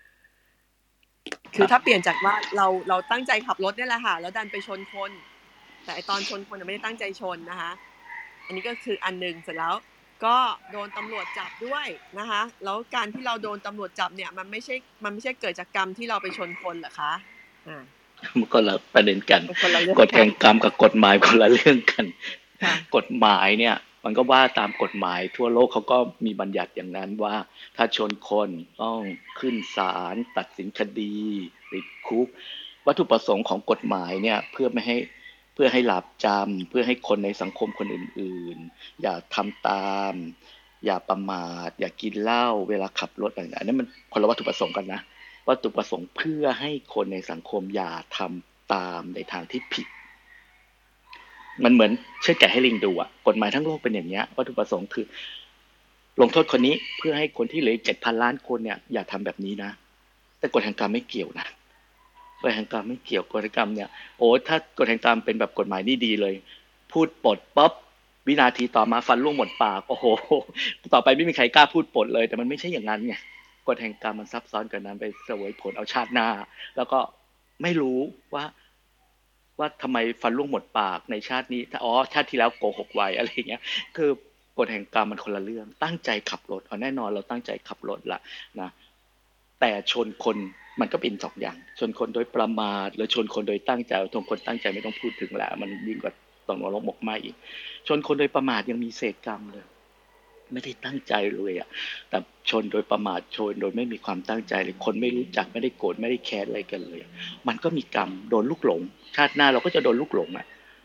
Speaker 1: คือถ้าเปลี่ยนจากว่าเราตั้งใจขับรถนี่แหละค่ะแล้วดันไปชนคนแต่ตอนชนคนไม่ได้ตั้งใจชนนะคะอันนี้ก็คืออันนึงเสร็จแล้วก็โดนตำรวจจับด้วยนะคะแล้วการที่เราโดนตำรวจจับเนี่ยมันไม่ใช่เกิดจากกรรมที่เราไปชนคนเหรอคะ
Speaker 5: มันก็ละประเด็นกันกฎแห่งกรรมกับกฎหมายคนละเรื่องกันกฎหมายเนี่ยมันก็ว่าตามกฎหมายทั่วโลกเขาก็มีบัญญัติอย่างนั้นว่าถ้าชนคนต้องขึ้นศาลตัดสินคดีติดคุกวัตถุประสงค์ของกฎหมายเนี่ยเพื่อให้หลาบจำเพื่อให้คนในสังคมคนอื่นๆอย่าทำตามอย่าประมาทอย่ากินเหล้าเวลาขับรถอะไรอันนั้นมันคนละวัตถุประสงค์กันนะวัตถุประสงค์เพื่อให้คนในสังคมอย่าทำตามในทางที่ผิดมันเหมือนเชือดแกะให้ลิงดูกฎหมายทั้งโลกเป็นอย่างนี้วัตถุประสงค์คือลงโทษคนนี้เพื่อให้คนที่เหลือ 7,000 ล้านคนเนี่ยอย่าทำแบบนี้นะแต่กฎแห่งกรรมไม่เกี่ยวนะกฎแห่งกรรมไม่เกี่ยวกฎแห่งกรรมเนี่ยถ้ากฎแห่งกรรมเป็นแบบกฎหมายนี่ดีเลยพูดปดป๊อบวินาทีต่อมาฟันร่วงหมดปากโอ้โหต่อไปไม่มีใครกล้าพูดปดเลยแต่มันไม่ใช่อย่างนั้นไงกฎแห่งกรรมมันซับซ้อนกว่านั้นไปเสวยผลเอาชาติหน้าแล้วก็ไม่รู้ว่าทำไมฟันร่วงหมดปากในชาตินี้ชาติที่แล้วโกหกไว้อะไรเงี้ยคือกฎแห่งกรรมมันคนละเรื่องตั้งใจขับรถแน่นอนเราตั้งใจขับรถละนะแต่ชนคนมันก็เป็น2อย่างชนคนโดยประมาทหรือชนคนโดยตั้งใจชนคนตั้งใจไม่ต้องพูดถึงแล้วมันยิ่งกว่าตกนรกหมกไหมอีกชนคนโดยประมาทยังมีเศษกรรมเลยไม่ได้ตั้งใจเลยแต่ชนโดยประมาทชนโดยไม่มีความตั้งใจเลยคนไม่รู้จักไม่ได้โกรธไม่ได้แค้นอะไรกันเลยมันก็มีกรรมโดนลูกหลงชาติหน้าเราก็จะโดนลูกหลง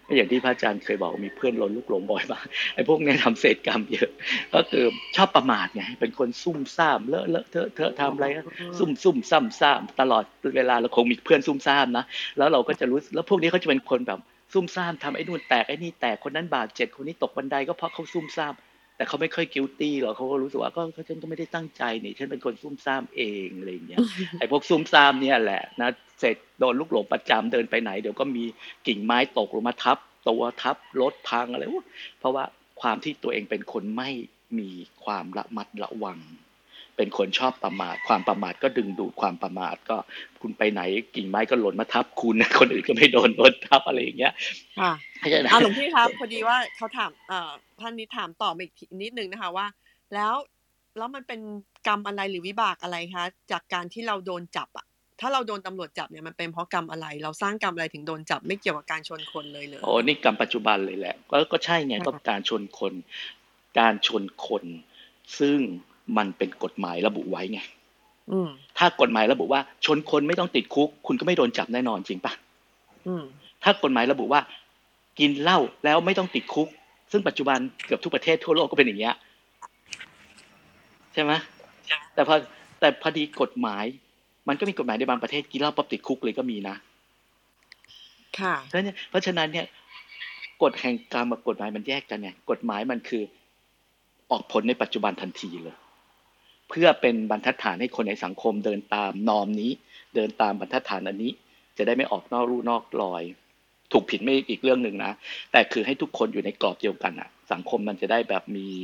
Speaker 5: อย่างที่พระอาจารย์เคยบอกมีเพื่อนโดนลูกหลงบ่อยมากไอ้พวกนี้ทำเศษกรรมเยอะก็คือชอบประมาทไงเป็นคนซุ่มซ่ามเลอะเลอะเทอะเทอะทำอะไรก็ซุ่มซ่ำซ่ามตลอดเวลาเราคงมีเพื่อนซุ่มซ่ามนะแล้วเราก็จะรู้แล้วพวกนี้เขาจะเป็นคนแบบซุ่มซ่ามทำไอ้นู่นแตกไอ้นี่แตกคนนั้นบาดเจ็บคนนี้ตกบันไดก็เพราะเขาซุ่มซ่ามแต่เขาไม่ค่อย guilty หรอกเขาก็รู้สึกว่าก็ฉันก็ไม่ได้ตั้งใจนี่ฉันเป็นคนซุ่มซ่ามเองอะไรอย่างเงี้ยไอ้พวกซุ่มซ่ามเนี่ยแหละนะเสร็จโดนลูกหลงประจำเดินไปไหนเดี๋ยวก็มีกิ่งไม้ตกลงมาทับตัวทับรถพังอะไรเพราะว่าความที่ตัวเองเป็นคนไม่มีความระมัดระวังเป็นคนชอบประมาทความประมาทก็ดึงดูดความประมาทก็คุณไปไหนกิ่งไม้ก็หล่นมาทับคุณคนอื่นก็ไม่โดนทับอะไรอย่างเงี้ย
Speaker 1: ค่ะหลวงพี่ครับพอดีว่าเขาถามท่านนี้ถามต่อมาอีกนิดนึงนะคะว่าแล้วมันเป็นกรรมอะไรหรือวิบากอะไรคะจากการที่เราโดนจับอ่ะถ้าเราโดนตำรวจจับเนี่ยมันเป็นเพราะกรรมอะไรเราสร้างกรรมอะไรถึงโดนจับไม่เกี่ยวกับการชนคนเลยโอ้
Speaker 5: นี่กรรมปัจจุบันเลยแหละก็ใช่ไงก็การชนคนซึ่งมันเป็นกฎหมายระบุไว้ไงถ้ากฎหมายระบุว่าชนคนไม่ต้องติดคุกคุณก็ไม่โดนจับแน่นอนจริงปะถ้ากฎหมายระบุว่ากินเหล้าแล้วไม่ต้องติดคุกซึ่งปัจจุบันเกือบทุกประเทศทั่วโลกก็เป็นอย่างเงี้ยใช่ไหมแต่พอดีกฎหมายมันก็มีกฎหมายในบางประเทศกินเหล้าปั๊บติดคุกเลยก็มีนะ
Speaker 1: ค่ะ
Speaker 5: เพราะฉะนั้นเนี่ยกฎแห่งกรรมกับกฎหมายมันแยกกันไงกฎหมายมันคือออกผลในปัจจุบันทันทีเลยเพื่อเป็นบรรทัดฐานให้คนในสังคมเดินตามนอร์มนี้เดินตามบรรทัดฐานอันนี้จะได้ไม่ออกนอกลู่นอกรอยถูกผิดไม่อีกเรื่องหนึ่งนะแต่คือให้ทุกคนอยู่ในกรอบเดียวกันอ่ะสังคมมันจะได้แบบ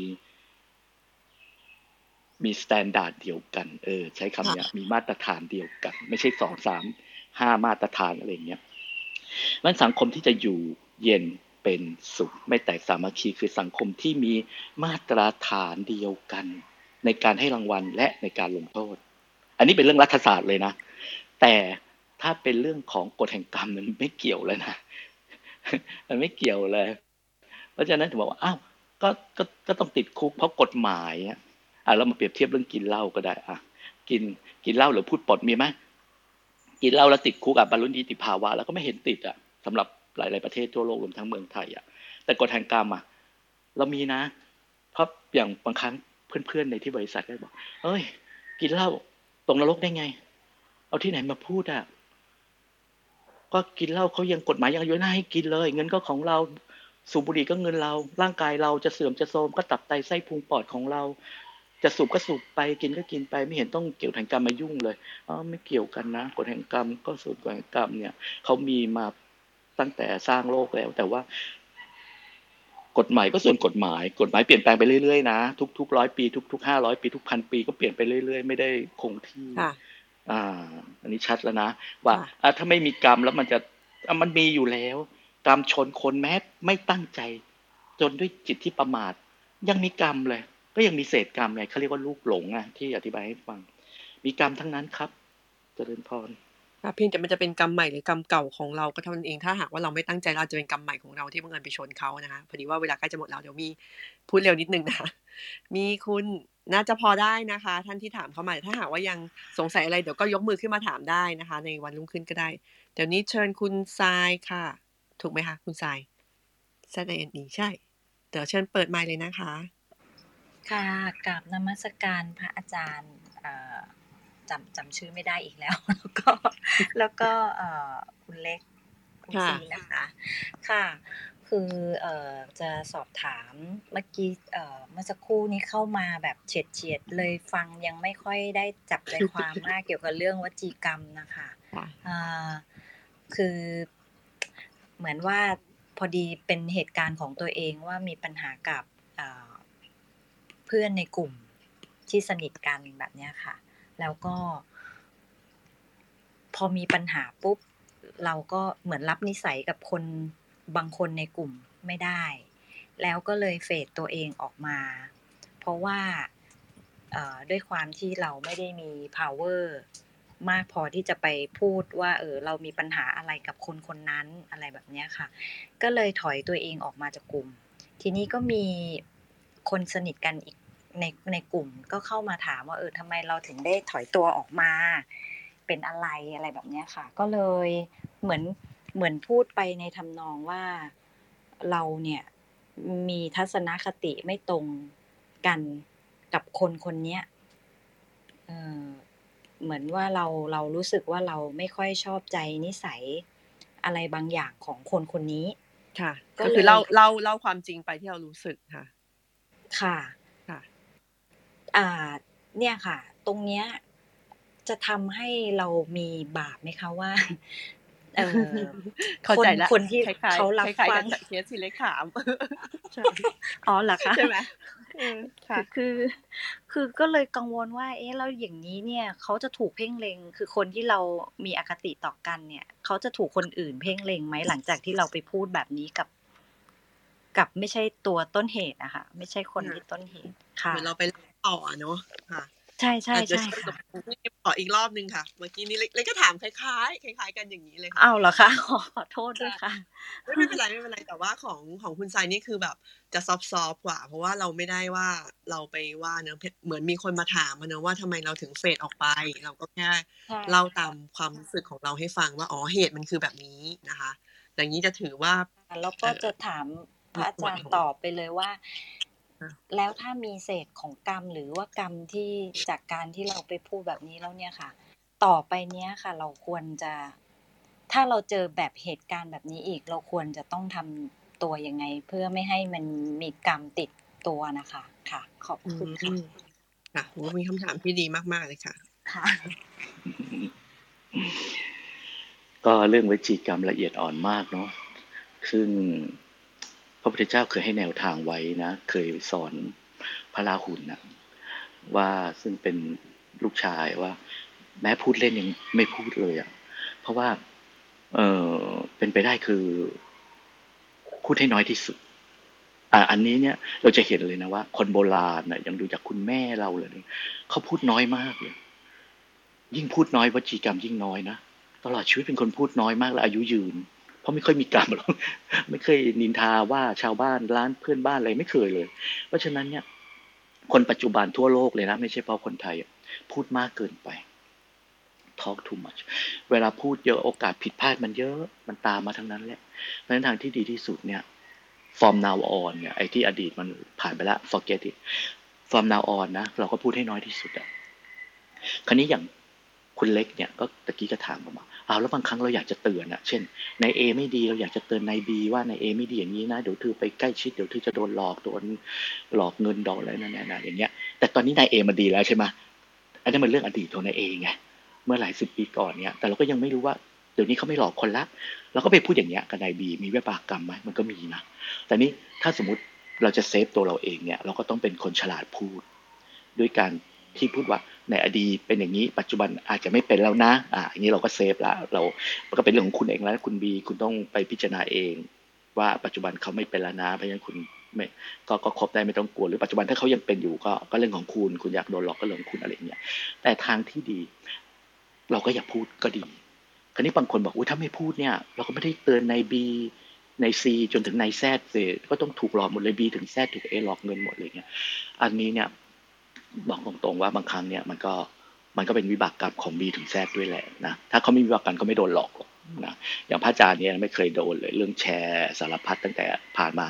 Speaker 5: มีสแตนดาร์ดเดียวกันใช้คำนี้มีมาตรฐานเดียวกันไม่ใช่2 3 5มาตรฐานอะไรอย่างเงี้ยมันสังคมที่จะอยู่เย็นเป็นสุขไม่แตกสามัคคีคือสังคมที่มีมาตรฐานเดียวกันในการให้รางวัลและในการลงโทษอันนี้เป็นเรื่องรัฐศาสตร์เลยนะแต่ถ้าเป็นเรื่องของกฎแห่งกรรมมันไม่เกี่ยวเลยนะมันไม่เกี่ยวเลยเพราะฉะนั้นถึงบอกว่าอ้าวก็ต้องติดคุกเพราะกฎหมายเรามาเปรียบเทียบเรื่องกินเหล้าก็ได้กินเหล้าหรือพูดปดมีไหมกินเหล้าแล้วติดคุกบรรลุนิติภาวะแล้วก็ไม่เห็นติดสำหรับหลายๆประเทศทั่วโลกรวมทั้งเมืองไทยแต่กฎแห่งกรรมเรามีนะเพราะอย่างบางครั้งเพื่อนๆในที่บริษัทก็บอกเอ้ยกินเหล้าตกนรกได้ไงเอาที่ไหนมาพูดก็กินเหล้าเขายังกฎหมายยังอนุญาตให้กินเลยเงินก็ของเราสูบบุหรี่ก็เงินเราร่างกายเราจะเสื่อมจะโทรมก็ตับไตไส้พุงปอดของเราจะสูบก็สูบไปกินก็กินไปไม่เห็นต้องเกี่ยวแห่งกรรมมายุ่งเลยไม่เกี่ยวกันนะกฎแห่งกรรมก็สูตรกฎแห่งกรรมเนี่ยเขามีมาตั้งแต่สร้างโลกแล้วแต่ว่ากฎหมายก็ส่วนกฎหมายเปลี่ยนแปลงไปเรื่อยๆนะทุก100 ปีทุก500 ปีทุก1,000 ปีก็เปลี่ยนไปเรื่อยๆไม่ได้คงที่อันนี้ชัดแล้วนะว่าถ้าไม่มีกรรมแล้วมันมีอยู่แล้วกรรมชนคนแม้ไม่ตั้งใจจนด้วยจิตที่ประมาทยังมีกรรมเลยก็ยังมีเศษกรรมไงเขาเรียกว่าลูกหลงที่อธิบายให้ฟังมีกรรมทั้งนั้นครับเจริญพร
Speaker 1: เพียงแต่มันจะเป็นกรรมใหม่หรือกรรมเก่าของเราก็เท่านั้นเองถ้าหากว่าเราไม่ตั้งใจเราจะเป็นกรรมใหม่ของเราที่บังเอิญไปชนเขานะคะพอดีว่าเวลาใกล้จะหมดแล้วเดี๋ยวมีพูดเร็วนิดนึงนะคะมีคุณน่าจะพอได้นะคะท่านที่ถามเข้ามาถ้าหากว่ายังสงสัยอะไรเดี๋ยวก็ยกมือขึ้นมาถามได้นะคะในวันรุ่งขึ้นก็ได้เดี๋ยวนี้เชิญคุณทรายค่ะถูกไหมคะคุณทรายZINEใช่เดี๋ยวเชิญเปิดไมค์เลยนะคะ
Speaker 6: ค่ะกราบนมัสการพระอาจารย์จำชื่อไม่ได้อีกแล้วแล้วก็คุณเล็กคุณซีนะคะค่ะคือจะสอบถามเมื่อกี้เมื่อสักครู่นี้เข้ามาแบบเฉียดเลยฟังยังไม่ค่อยได้จับใจความมากเกี่ยวกับเรื่องวจีกรรมนะคะคือเหมือนว่าพอดีเป็นเหตุการณ์ของตัวเองว่ามีปัญหากับเพื่อนในกลุ่มที่สนิทกันแบบนี้ค่ะแล้วก็พอมีปัญหาปุ๊บเราก็เหมือนรับนิสัยกับคนบางคนในกลุ่มไม่ได้แล้วก็เลยเฟดตัวเองออกมาเพราะว่าด้วยความที่เราไม่ได้มี power มากพอที่จะไปพูดว่าเรามีปัญหาอะไรกับคนคนนั้นอะไรแบบนี้ค่ะก็เลยถอยตัวเองออกมาจากกลุ่มทีนี้ก็มีคนสนิทกันอีกในกลุ่มก็เข้ามาถามว่าทำไมเราถึงได้ถอยตัวออกมาเป็นอะไรแบบนี้ค่ะก็เลยเหมือนพูดไปในทำนองว่าเราเนี่ยมีทัศนคติไม่ตรงกันกับคนคนเนี้ยเหมือนว่าเรารู้สึกว่าเราไม่ค่อยชอบใจนิสัยอะไรบางอย่างของคนคนนี้
Speaker 1: ค่ะ
Speaker 6: ก็
Speaker 1: ก็
Speaker 6: เล
Speaker 1: คือย เล่าความจริงไปที่เรารู้สึกค่ะ
Speaker 6: ค่ะ
Speaker 1: ค่ะ
Speaker 6: เนี่ยค่ะ ตรงเนี้ยจะทำให้เรามีบาปไหมคะว่า
Speaker 1: เข้าใจแล้ว
Speaker 6: คนที่
Speaker 1: คล้าย
Speaker 6: เขา
Speaker 1: ๆ
Speaker 6: รับ
Speaker 1: คล้ายๆ
Speaker 6: ฟั
Speaker 1: กั
Speaker 6: ง
Speaker 1: บเคสที่เล็กถาม ใช่
Speaker 6: อ๋อเหรอคะ
Speaker 1: ใช่ไหมค่ะ
Speaker 6: คือก็เลยกังวลว่าแล้วอย่างนี้เนี่ยเขาจะถูกเพ่งเล็งคือคนที่เรามีอคติต่อกันเนี่ยเขาจะถูกคนอื่นเพ่งเล็งไหมหลังจากที่เราไปพูดแบบนี้กับไม่ใช่ตัวต้นเหตุอะค่ะไม่ใช่คนที่ต้นเหตุ
Speaker 1: เห
Speaker 6: ค่ะ
Speaker 1: มือนเราไปต่อเนาะค่ะ
Speaker 6: ใช่ใช่
Speaker 1: อาจจะ
Speaker 6: ใช่
Speaker 1: เชื่อมกั
Speaker 6: ค่ะ
Speaker 1: บที่ขออีกรอบนึงค่ะ เมื่อกี้นี้เล็กก็ถามคล้ายๆกันอย่างนี้เลยค่ะ
Speaker 6: อ้าวเหรอคะ ขอโทษด้วยค่ะ
Speaker 1: ไม่เป็นไรแต่ว่าของคุณทรายนี่คือแบบจะซอฟต์กว่า เพราะว่าเราไม่ได้ว่าเราไปว่าเนอะเหมือนมีคนมาถามเนอะว่าทำไมเราถึงเฟดออกไป เราก็แค่
Speaker 6: ใช่
Speaker 1: เล่าตามความรู้สึกของเราให้ฟังว่าอ๋อเหตุมันคือแบบนี้นะคะ อย่างนี้จะถือว่า
Speaker 6: แล้วก็จะถามพระอาจารย์ต่อไปเลยว่า แล้วถ้ามีเศษของกรรมหรือว่ากรรมที่จากการที่เราไปพูดแบบนี้แล้วเนี่ยค่ะ ต่อไปเนี้ยค่ะ เราควรจะ ถ้าเราเจอแบบเหตุการณ์แบบนี้อีก เราควรจะต้องทำตัวยังไง เพื่อไม่ให้มันมีกรรมติดตัวนะคะค่ะ ขอบคุณค่ะ
Speaker 1: ค่ะโหมีคำถามที่ดีมากๆเลยค่ะ
Speaker 6: ค่ะ
Speaker 5: ก็เรื่องวจีกรรมละเอียดอ่อนมากเนาะซึ่งพระพุทธเจ้าเคยให้แนวทางไว้นะเคยสอนพระราหุลนะว่าซึ่งเป็นลูกชายว่า แม้พูดเล่นยังไม่พูดเลยอ่ะเพราะว่าเป็นไปได้คือพูดให้น้อยที่สุดอันนี้เนี่ยเราจะเห็นเลยนะว่าคนโบราณนะยังดูจากคุณแม่เราเลยเขาพูดน้อยมากเลยยิ่งพูดน้อยวจีกรรมยิ่งน้อยนะตลอดชีวิตเป็นคนพูดน้อยมากและอายุยืนเพราะไม่ค่อยมีกรรมหรอกไม่เคยนินทาว่าชาวบ้านร้านเพื่อนบ้านอะไรไม่เคยเลยเพราะฉะนั้นเนี่ยคนปัจจุบันทั่วโลกเลยนะไม่ใช่เฉพาะคนไทยพูดมากเกินไป talk too much เวลาพูดเยอะโอกาสผิดพลาดมันเยอะมันตามมาทั้งนั้นแหละเพราะฉะนั้นทางที่ดีที่สุดเนี่ย from now on เนี่ยไอ้ที่อดีตมันผ่านไปแล้ว forget it from now on นะเราก็พูดให้น้อยที่สุดอ่ะคราวนี้อย่างคุณเล็กเนี่ยก็ตะกี้ก็ถามผมว่าแล้วบางครั้งเราอยากจะเตือนอ่ะเช่นใน A ไม่ดีเราอยากจะเตือนใน B ว่าใน A ไม่ดีอย่างนี้นะเดี๋ยวเธอไปใกล้ชิดเดี๋ยวเธอจะโดนหลอกเงินดอกอะไรนั่นๆอย่างเงี้ยแต่ตอนนี้ใน A มันดีแล้วใช่ไหมอันนี้มันเรื่องอดีตของใน A ไงเมื่อหลายสิบปีก่อนเนี่ยแต่เราก็ยังไม่รู้ว่าเดี๋ยวนี้เขาไม่หลอกคนละเราก็ไปพูดอย่างเงี้ยกับนาย B มีวิบากกรรมไหมมันก็มีนะแต่นี้ถ้าสมมุติเราจะเซฟตัวเราเองเนี่ยเราก็ต้องเป็นคนฉลาดพูดด้วยการที่พูดว่าในอดีตเป็นอย่างนี้ปัจจุบันอาจจะไม่เป็นแล้วนะอย่างนี้เราก็เซฟละเราก็เป็นเรื่องของคุณเองแล้วคุณ B คุณต้องไปพิจารณาเองว่าปัจจุบันเขาไม่เป็นแล้วนะเพราะฉะนั้นคุณไม่ก็ครบได้ไม่ต้องกลัวหรือปัจจุบันถ้าเขายังเป็นอยู่ก็เรื่องของคุณอยากโดนหลอกก็เรื่องของคุณอะไรอย่างเงี้ยแต่ทางที่ดีเราก็อย่าพูดก็ดีคราวนี้บางคนบอกถ้าไม่พูดเนี่ยเราก็ไม่ได้เตือนใน B ใน C จนถึงใน Z ก็ต้องถูกหลอกหมดเลย B ถึง Z ถูก A หลอกเงินหมดเลยเงี้ยอันนี้เนี่ยบอกตรงๆว่าบางครั้งเนี่ยมันก็เป็นวิบากกรรมของ B ถึง Z ด้วยแหละนะถ้าเขาไม่มีวิบากกรรมก็ไม่โดนหลอกหรอกนะอย่างพระอาจารย์เนี่ยไม่เคยโดนเลยเรื่องแชร์สารพัดตั้งแต่ผ่านมา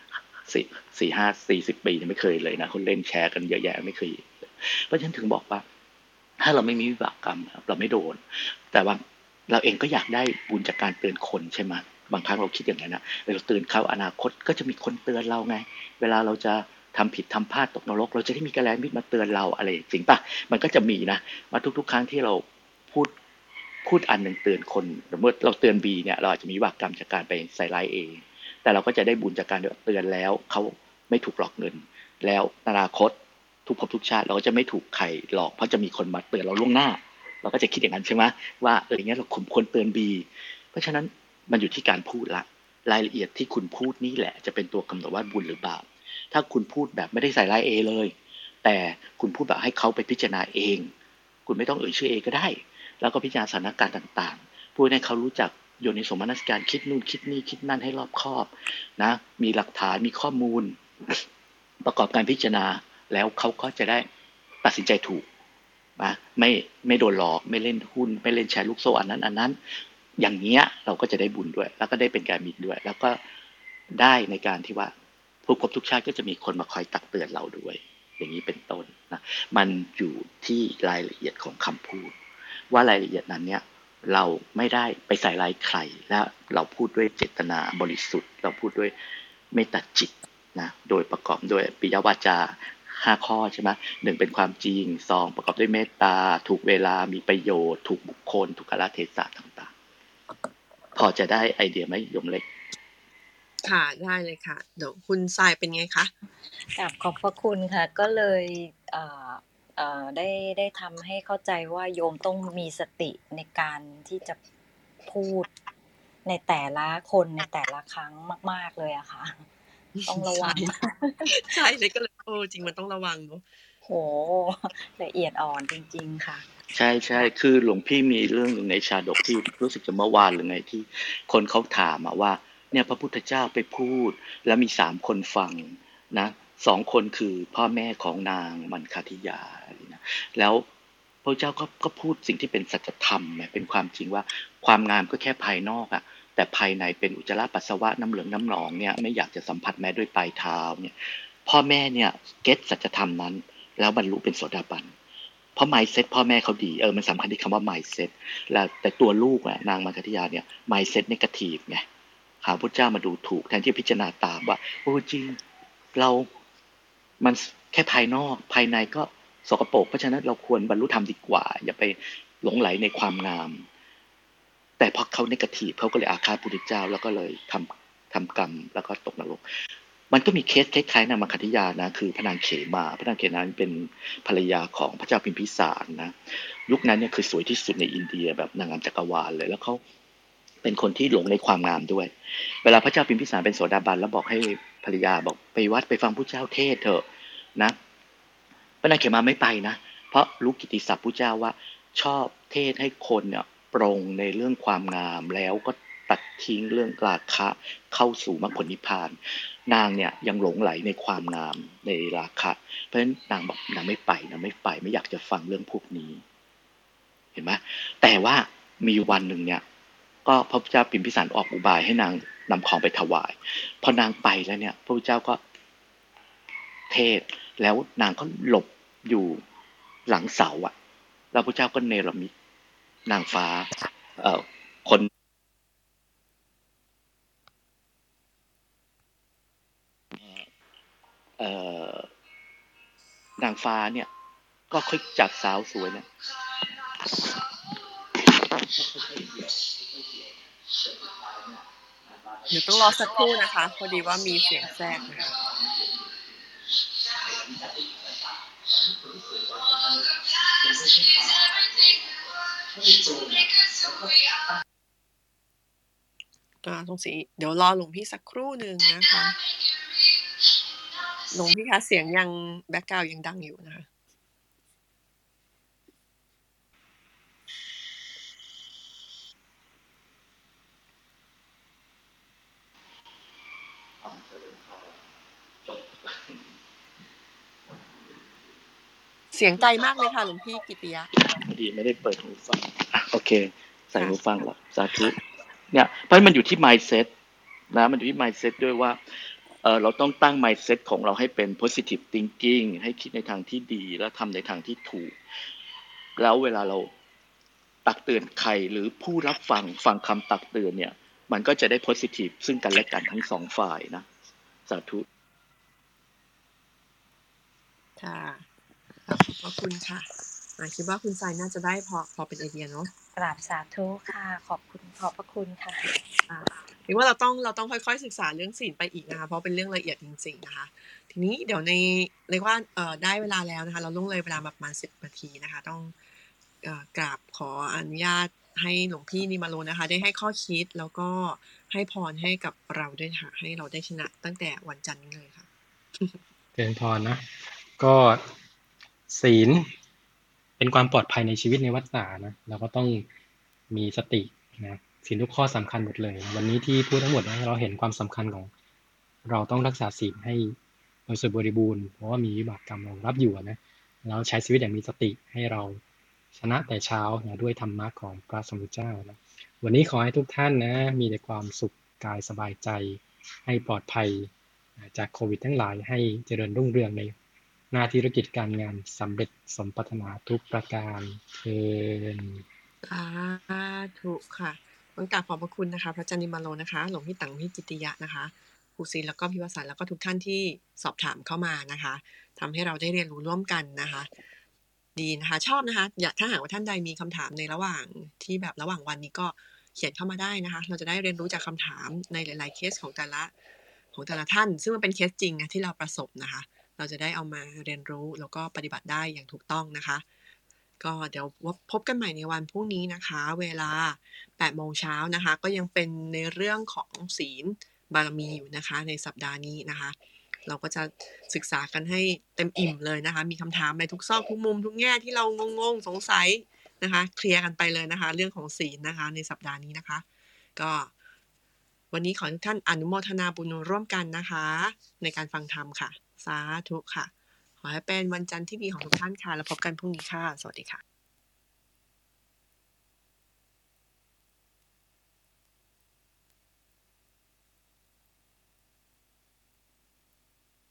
Speaker 5: 40 ปีไม่เคยเลยนะคนเล่นแชร์กันเยอะแยะไม่เคยเพราะฉะนั้นถึงบอกว่าถ้าเราไม่มีวิบากกรรมเราไม่โดนแต่ว่าเราเองก็อยากได้บุญจากการเตือนคนใช่ไหมบางครั้งเราคิดอย่างนั้นนะเราเตือนเขาอนาคตก็จะมีคนเตือนเราไงเวลาเราจะทำผิดทำพลาดตกนรกเราจะได้มีกัลยาณมิตรมาเตือนเราอะไรจริงป่ะมันก็จะมีนะมาทุกๆครั้งที่เราพูดอันหนึ่งเตือนคนเมื่อเราเตือน B เนี่ยเราอาจจะมีวิบากกรรมจากการไปใส่ร้าย A แต่เราก็จะได้บุญจากการเตือนแล้วเขาไม่ถูกหลอกเงินแล้วอนาคตทุกภพทุกชาติเราก็จะไม่ถูกใครหลอกเพราะจะมีคนมาเตือนเราล่วงหน้าเราก็จะคิดอย่างนั้นใช่ไหมว่าอย่างเงี้ยเราควรเตือน B เพราะฉะนั้นมันอยู่ที่การพูดละรายละเอียดที่คุณพูดนี่แหละจะเป็นตัวกำหนดว่าบุญหรือบาปถ้าคุณพูดแบบไม่ได้ใส่ร้าย A เลยแต่คุณพูดแบบให้เขาไปพิจารณาเองคุณไม่ต้องเอ่ยชื่อ A ก็ได้แล้วก็พิจารณาสถานการณ์ต่างๆพูดให้เขารู้จักโยนิโสมนสิการคิดนู่นคิดนี่คิดนั่นให้รอบคอบนะมีหลักฐานมีข้อมูลประกอบการพิจารณาแล้วเขาก็จะได้ตัดสินใจถูกนะไม่โดนหลอกไม่เล่นหุ้นไม่เล่นแชร์ลูกโซ่อันนั้นอย่างเงี้ยเราก็จะได้บุญด้วยแล้วก็ได้เป็นการมิตรด้วยแล้วก็ได้ในการที่ว่าทุกภพทุกชาติก็จะมีคนมาคอยตักเตือนเราด้วยอย่างนี้เป็นต้นนะมันอยู่ที่รายละเอียดของคำพูดว่ารายละเอียดนั้นเนี่ยเราไม่ได้ไปใส่ร้ายใครและเราพูดด้วยเจตนาบริสุทธิ์เราพูดด้วยเมตตาจิตนะโดยประกอบด้วยปิยวาจา5 ข้อใช่ไหม1เป็นความจริง2ประกอบด้วยเมตตาถูกเวลามีประโยชน์ถูกบุคคลถูกกาลเทศะต่างๆพอจะได้ไอเดียไหมโยมเล็ก
Speaker 1: ค่ะได้เลยค่ะเดี๋ยวคุณทรายเป็นไงคะ
Speaker 6: ขอบพระคุณค่ะก็เลยได้ทำให้เข้าใจว่าโยมต้องมีสติในการที่จะพูดในแต่ละคนในแต่ละครั้งมากๆเลยอะค่ะต้องระวัง
Speaker 1: ใช่เลยก็เลยจริงมันต้องระวังเนาะ
Speaker 6: โหละเอียดอ่อนจริงๆค่ะ
Speaker 5: ใช่ๆคือหลวงพี่มีเรื่องหนึ่งในชาดกที่รู้สึกจะเมื่อวานหรือไงที่คนเขาถามว่าเนี่ยพระพุทธเจ้าไปพูดแล้วมี3 คนฟังนะ2 คนคือพ่อแม่ของนางมัณฑทิยานะแล้วพระเจ้าก็พูดสิ่งที่เป็นสัจธรรมเป็นความจริงว่าความงามก็แค่ภายนอกอะแต่ภายในเป็นอุจจาระปัสสาวะน้ำเหลืองน้ำหนองเนี่ยไม่อยากจะสัมผัสแม้ด้วยปลายเท้าเนี่ยพ่อแม่เนี่ยเก็ตสัจธรรมนั้นแล้วบรรลุเป็นโสดาบันเพราะ mindset พ่อแม่เขาดีมันสำคัญที่คำว่า mindset แล้วแต่ตัวลูกนางมัณฑทิยาเนี่ย mindset negative ไงหาพระเจ้ามาดูถูกแทนที่พิจารณาตามว่าโอ้จริงเรามันแค่ภายนอกภายในก็สกปรกเพราะฉะนั้นเราควรบรรลุธรรมดีกว่าอย่าไปหลงไหลในความงามแต่พอเขาเนกาทีฟเขาก็เลยอาฆาตพระพุทธเจ้าแล้วก็เลยทำกรรมแล้วก็ตกนรกมันก็มีเคสคล้ายๆนางมัณฑทิยานะคือพระนางเขมาพระนางเขมาเป็นภรรยาของพระเจ้าพิมพิสารนะยุคนั้นเนี่ยคือสวยที่สุดในอินเดียแบบนางงามจักรวาลเลยแล้วเขาเป็นคนที่หลงในความงามด้วยเวลาพระเจ้าพิมพิสารเป็นโสดาบันแล้วบอกให้ภรรยาบอกไปวัดไปฟังพระเจ้าเทศเถอะนะพระนางเขมาไม่ไปนะเพราะรู้กิตติศัพท์พระเจ้าว่าชอบเทศให้คนเนี่ยปรงในเรื่องความงามแล้วก็ตัดทิ้งเรื่องราคะเข้าสู่มรรคผลนิพพานนางเนี่ยยังหลงไหลในความงามในราคะเพราะฉะนั้นนางบอกนางไม่ไปไม่อยากจะฟังเรื่องพวกนี้เห็นไหมแต่ว่ามีวันหนึ่งเนี่ยก็พระพุทธเจ้าพิมพิสารออกอุบายให้นางนำของไปถวายพอนางไปแล้วเนี่ยพระพุทธเจ้าก็เทศแล้วนางก็หลบอยู่หลังเสาอ่ะแล้วพระเจ้าก็เนรมิตนางฟ้าคนนางฟ้าเนี่ยก็ค่อยจากสาวสวยเนี่ย
Speaker 1: เดี๋ยวต้องรอสักครู่นะคะพอดีว่ามีเสียงแทรกนะคะตรงสีเดี๋ยวรอหลวงพี่สักครู่หนึ่งนะคะหลวงพี่คะเสียงยังแบ็คกราวด์ยังดังอยู่นะคะเสียงไกลมากเลยค่ะหลวงพี่กิติยะ
Speaker 5: พอดีไม่ได้เปิดหูฟังโอเคใส่หูฟังแล้วสาธุเนี่ยเพราะมันอยู่ที่ mindset นะมันอยู่ที่ mindset ด้วยว่าเราต้องตั้ง mindset ของเราให้เป็น positive thinking ให้คิดในทางที่ดีและทำในทางที่ถูกแล้วเวลาเราตักเตือนใครหรือผู้รับฟังคำตักเตือนเนี่ยมันก็จะได้ positive ซึ่งกันและกันทั้ง2 ฝ่ายนะสาธุ
Speaker 1: ค่ะขอบคุณค่ะคิดว่าคุณทรายน่าจะได้พอเป็นไอเดียเนาะ
Speaker 6: กราบสาธุค่ะขอบพระคุณค่ะ
Speaker 1: หรือว่าเราต้องค่อยๆศึกษาเรื่องศีลไปอีกนะคะเพราะเป็นเรื่องละเอียดจริงๆนะคะทีนี้เดี๋ยวในว่าได้เวลาแล้วนะคะเราล่วงเลยเวลาประมาณ10 นาทีนะคะต้องกราบขออนุญาตให้หลวงพี่นิมาโลนะคะได้ให้ข้อคิดแล้วก็ให้พรให้กับเราด้วยค่ะให้เราได้ชนะตั้งแต่วันจันทร์นี้เลยค่ะ
Speaker 4: เจริญพรนะก็ศีลเป็นความปลอดภัยในชีวิตในวัฏฏะนะเราก็ต้องมีสตินะศีลทุกข้อสำคัญหมดเลยวันนี้ที่พูดทั้งหมดนะเราเห็นความสำคัญของเราต้องรักษาศีลให้โดยสมบูรณ์เพราะว่ามีวิบากกรรมรองรับอยู่นะแล้วใช้ชีวิตอย่างมีสติให้เราชนะแต่เช้านะด้วยธรรมะของพระสมเด็จเจ้านะวันนี้ขอให้ทุกท่านนะมีแต่ความสุขกายสบายใจให้ปลอดภัยจากโควิดทั้งหลายให้เจริญรุ่งเรืองในหน้าธุรกิจการงานสำเร็จสมปรารถนาทุกประการเทิน
Speaker 1: สาธุค่ะต้องกราบขอบพระคุณนะคะพระอาจารย์นิมาโลนะคะหลวงพี่ตังพี่จิตติยะนะคะครูศิลป์แล้วก็พี่วสันต์แล้วก็ทุกท่านที่สอบถามเข้ามานะคะทำให้เราได้เรียนรู้ร่วมกันนะคะ ดีนะคะชอบนะคะถ้าหากว่าท่านใดมีคำถามในระหว่างที่แบบระหว่างวันนี้ก็เขียนเข้ามาได้นะคะเราจะได้เรียนรู้จากคำถามในหลายๆเคสของแต่ละท่านซึ่งมันเป็นเคสจริงนะที่เราประสบนะคะเราจะได้เอามาเรียนรู้แล้วก็ปฏิบัติได้อย่างถูกต้องนะคะก็เดี๋ยวพบกันใหม่ในวันพรุ่งนี้นะคะเวลา 8 โมงเช้านะคะก็ยังเป็นในเรื่องของศีลบารมีอยู่นะคะในสัปดาห์นี้นะคะเราก็จะศึกษากันให้เต็มอิ่มเลยนะคะมีคำถามในทุกซอกทุกมุมทุกแง่ที่เรางงๆสงสัยนะคะเคลียร์กันไปเลยนะคะเรื่องของศีลนะคะในสัปดาห์นี้นะคะก็วันนี้ขอให้ทุกท่านอนุโมทนาบุญร่วมกันนะคะในการฟังธรรมค่ะสาธุค่ะขอให้เป็นวันจันทร์ที่ดีของทุกท่านค่ะแล้วพบกันพรุ่งนี้ค่ะสวัสดีค่ะ